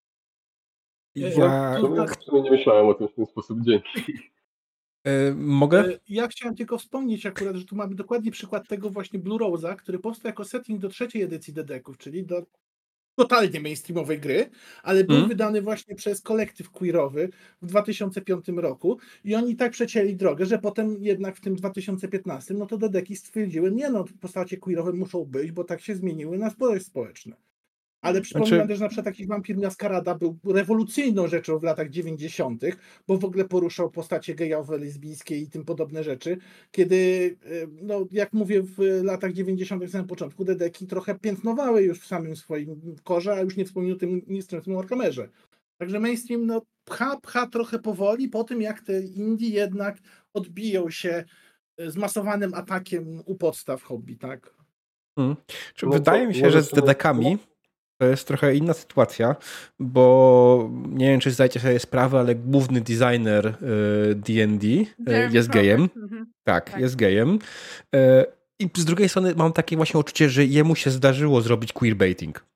W sumie nie myślałem o tym w ten sposób, dzięki. Mogę? Ja chciałem tylko wspomnieć akurat, że tu mamy dokładnie przykład tego właśnie Blue Rose'a, który powstał jako setting do 3. edycji Dedeków, czyli do totalnie mainstreamowej gry, ale był wydany właśnie przez kolektyw queerowy w 2005 roku i oni tak przecięli drogę, że potem jednak w tym 2015 no to Dedeki stwierdziły, nie no, postacie queerowe muszą być, bo tak się zmieniły na społeczne. Ale przypominam też, że na przykład taki Wampir Maskarada był rewolucyjną rzeczą w latach 90., bo w ogóle poruszał postacie gejowe, lesbijskie i tym podobne rzeczy, kiedy, no jak mówię, w latach 90. na samym początku Dedeki trochę piętnowały już w samym swoim korze, a już nie wspomnę o tym nieszczęsnym Warhammerze. Także mainstream no, pcha trochę powoli po tym, jak te indie jednak odbiją się zmasowanym atakiem u podstaw hobby, tak? Wydaje mi się, że z DD-kami to jest trochę inna sytuacja, bo nie wiem, czy zdajecie sobie sprawę, ale główny designer D&D jest gejem. Tak, jest gejem. I z drugiej strony mam takie właśnie uczucie, że jemu się zdarzyło zrobić queerbaiting.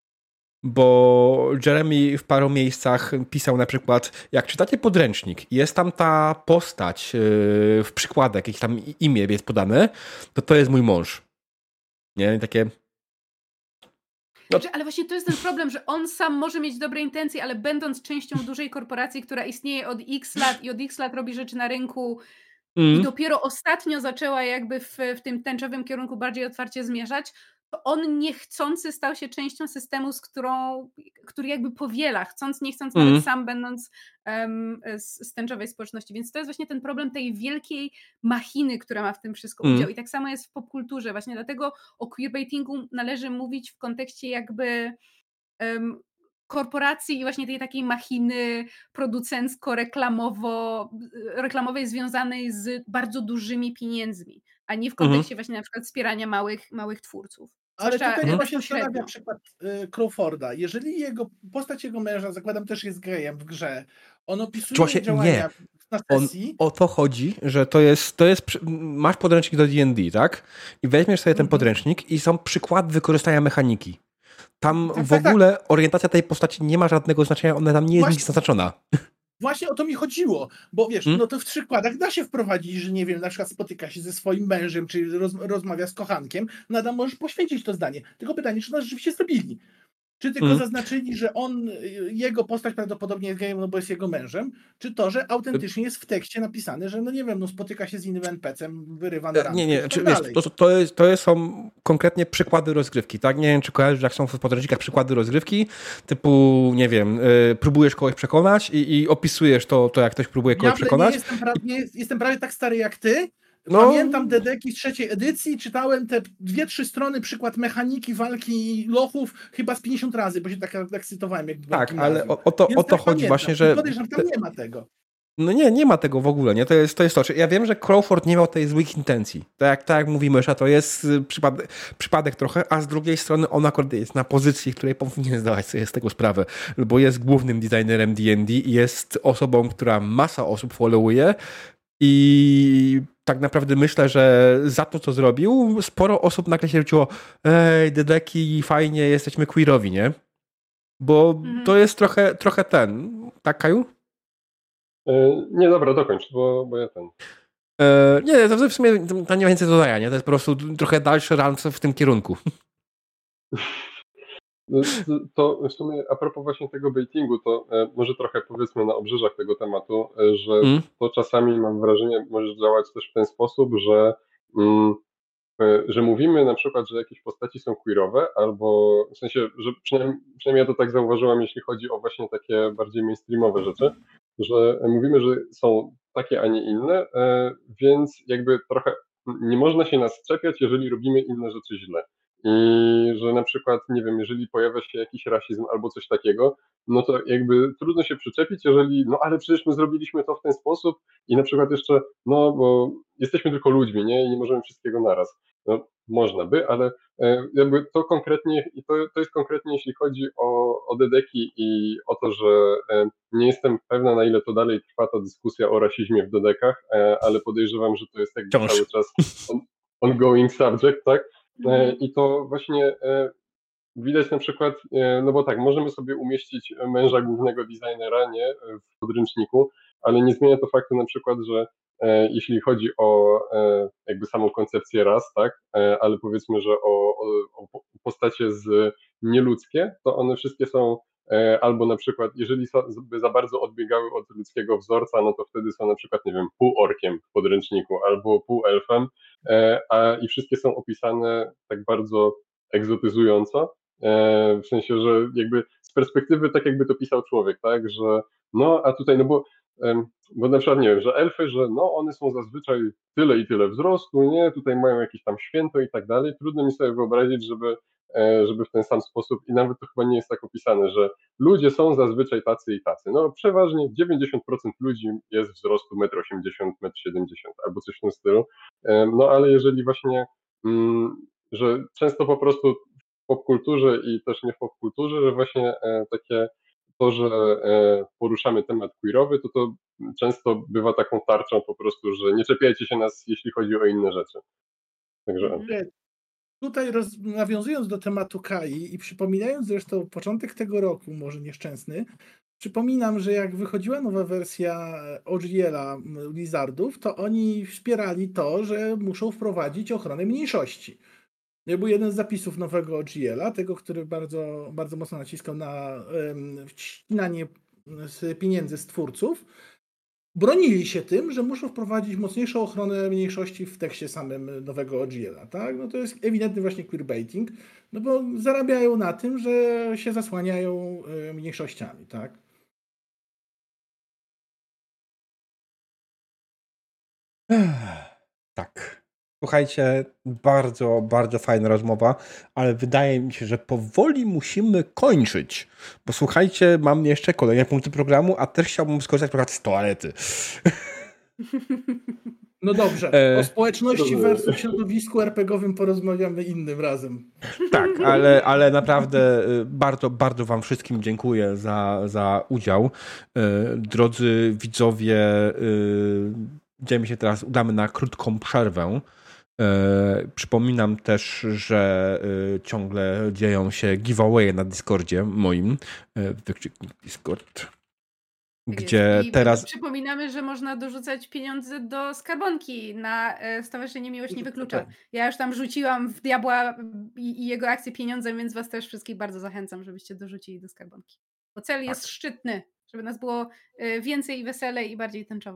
Bo Jeremy w paru miejscach pisał na przykład, jak czytacie podręcznik i jest tam ta postać w przykładach, jakieś tam imię jest podane, to jest mój mąż. Nie? I takie... No. Ale właśnie to jest ten problem, że on sam może mieć dobre intencje, ale będąc częścią dużej korporacji, która istnieje od X lat i od X lat robi rzeczy na rynku i dopiero ostatnio zaczęła jakby w tym tęczowym kierunku bardziej otwarcie zmierzać, to on niechcący stał się częścią systemu, który jakby powiela, chcąc, nie chcąc, nawet sam będąc z tęczowej społeczności. Więc to jest właśnie ten problem tej wielkiej machiny, która ma w tym wszystko udział. I tak samo jest w popkulturze. Właśnie dlatego o queerbaitingu należy mówić w kontekście jakby korporacji i właśnie tej takiej machiny producencko-reklamowej związanej z bardzo dużymi pieniędzmi, a nie w kontekście właśnie na przykład wspierania małych twórców. Ale tutaj właśnie zastanawia przykład Crawforda. Jeżeli postać jego męża, zakładam, też jest gejem w grze, on opisuje działania na sesji. O to chodzi, że to jest masz podręcznik do D&D, tak? I weźmiesz sobie ten podręcznik i są przykłady wykorzystania mechaniki. Tam w ogóle orientacja tej postaci nie ma żadnego znaczenia, ona tam nie jest nic zaznaczona. Właśnie o to mi chodziło, bo wiesz, no to w przykładach da się wprowadzić, że nie wiem, na przykład spotyka się ze swoim mężem, czy rozmawia z kochankiem, nadal możesz poświęcić to zdanie. Tylko pytanie, czy to rzeczywiście zrobili? Czy tylko zaznaczyli, że jego postać prawdopodobnie jest gejem, no bo jest jego mężem, czy to, że autentycznie jest w tekście napisane, że no nie wiem, no spotyka się z innym NPC-em, wyrywa na randkę Nie, to są konkretnie przykłady rozgrywki, tak? Nie wiem, czy kojarzysz, jak są w podręcznikach przykłady rozgrywki, typu, nie wiem, próbujesz kogoś przekonać i opisujesz to jak ktoś próbuje kogoś przekonać. Jestem prawie tak stary jak ty. Pamiętam Dedeki z 3. edycji, czytałem te 2-3 strony, przykład mechaniki walki lochów chyba z 50 razy, bo się tak ekscytowałem. Jak tak, ale o to chodzi właśnie, że... Podejrzewam, tam nie ma tego. No nie ma tego w ogóle, nie? To jest to. Ja wiem, że Crawford nie miał tej złych intencji. Tak jak mówimy, że to jest przypadek trochę, a z drugiej strony on akurat jest na pozycji, której powinien zdawać sobie z tego sprawę, bo jest głównym designerem D&D i jest osobą, która masa osób followuje i tak naprawdę myślę, że za to, co zrobił, sporo osób nagle się rzuciło, Dedeki, fajnie, jesteśmy queerowi, nie? Bo to jest trochę ten. Tak, Kaju? Nie, dobra, dokończ, bo ja ten... Nie, to w sumie to nie ma więcej dodania, nie? To jest po prostu trochę dalszy rant w tym kierunku. To w sumie a propos właśnie tego baitingu, to może trochę powiedzmy na obrzeżach tego tematu, że to czasami mam wrażenie może działać też w ten sposób, że mówimy na przykład, że jakieś postaci są queerowe, albo w sensie, że przynajmniej ja to tak zauważyłam, jeśli chodzi o właśnie takie bardziej mainstreamowe rzeczy, że mówimy, że są takie, a nie inne, więc jakby trochę nie można się nas czepiać, jeżeli robimy inne rzeczy źle. I że na przykład, nie wiem, jeżeli pojawia się jakiś rasizm albo coś takiego, no to jakby trudno się przyczepić, jeżeli, no ale przecież my zrobiliśmy to w ten sposób i na przykład jeszcze, no bo jesteśmy tylko ludźmi, nie? I nie możemy wszystkiego naraz. No, można by, ale jakby to konkretnie, i to jest konkretnie, jeśli chodzi o Dedeki i o to, że nie jestem pewna, na ile to dalej trwa ta dyskusja o rasizmie w Dedekach, ale podejrzewam, że to jest jakby cały czas ongoing subject, tak? I to właśnie widać na przykład, no bo tak, możemy sobie umieścić męża głównego designera, nie, w podręczniku, ale nie zmienia to faktu na przykład, że jeśli chodzi o jakby samą koncepcję ras, tak, ale powiedzmy, że o postacie nieludzkie, to one wszystkie są albo na przykład, jeżeli by za bardzo odbiegały od ludzkiego wzorca, no to wtedy są na przykład, nie wiem, półorkiem w podręczniku albo półelfem, i wszystkie są opisane tak bardzo egzotyzująco, W sensie, że jakby z perspektywy tak jakby to pisał człowiek, tak, że no a tutaj, no bo na przykład nie wiem, że elfy, że no one są zazwyczaj tyle i tyle wzrostu, nie, tutaj mają jakieś tam święto i tak dalej, trudno mi sobie wyobrazić, żeby w ten sam sposób, i nawet to chyba nie jest tak opisane, że ludzie są zazwyczaj tacy i tacy. No przeważnie 90% ludzi jest wzrostu 1,80 m, 1,70 m albo coś w tym stylu. No ale jeżeli właśnie, że często po prostu w popkulturze i też nie w popkulturze, że właśnie takie to, że poruszamy temat queerowy, to często bywa taką tarczą po prostu, że nie czepiajcie się nas, jeśli chodzi o inne rzeczy. Także Tutaj nawiązując do tematu Kai i przypominając zresztą początek tego roku, może nieszczęsny, przypominam, że jak wychodziła nowa wersja OGL-a Blizzardów, to oni wspierali to, że muszą wprowadzić ochronę mniejszości. To był jeden z zapisów nowego OGL-a, tego, który bardzo, bardzo mocno naciskał na wcinanie pieniędzy z twórców. Bronili się tym, że muszą wprowadzić mocniejszą ochronę mniejszości w tekście samym nowego OGL-a, tak? No to jest ewidentny właśnie queerbaiting, no bo zarabiają na tym, że się zasłaniają mniejszościami, tak? Tak. Słuchajcie, bardzo, bardzo fajna rozmowa, ale wydaje mi się, że powoli musimy kończyć. Bo słuchajcie, mam jeszcze kolejne punkty programu, a też chciałbym skorzystać trochę z toalety. No dobrze, o społeczności versus środowisku RPG-owym porozmawiamy innym razem. Tak, ale naprawdę bardzo, bardzo wam wszystkim dziękuję za udział. Drodzy widzowie, my się teraz udamy na krótką przerwę. Przypominam też, że ciągle dzieją się giveawaye na Discordzie moim. Wykrzyknik Discord. Gdzie I teraz... Przypominamy, że można dorzucać pieniądze do skarbonki na Stowarzyszenie Miłość Nie Wyklucza. Ja już tam rzuciłam w Diabła i jego akcję pieniądze, więc was też wszystkich bardzo zachęcam, żebyście dorzucili do skarbonki. Bo cel jest szczytny, żeby nas było więcej i weselej i bardziej tęczowo.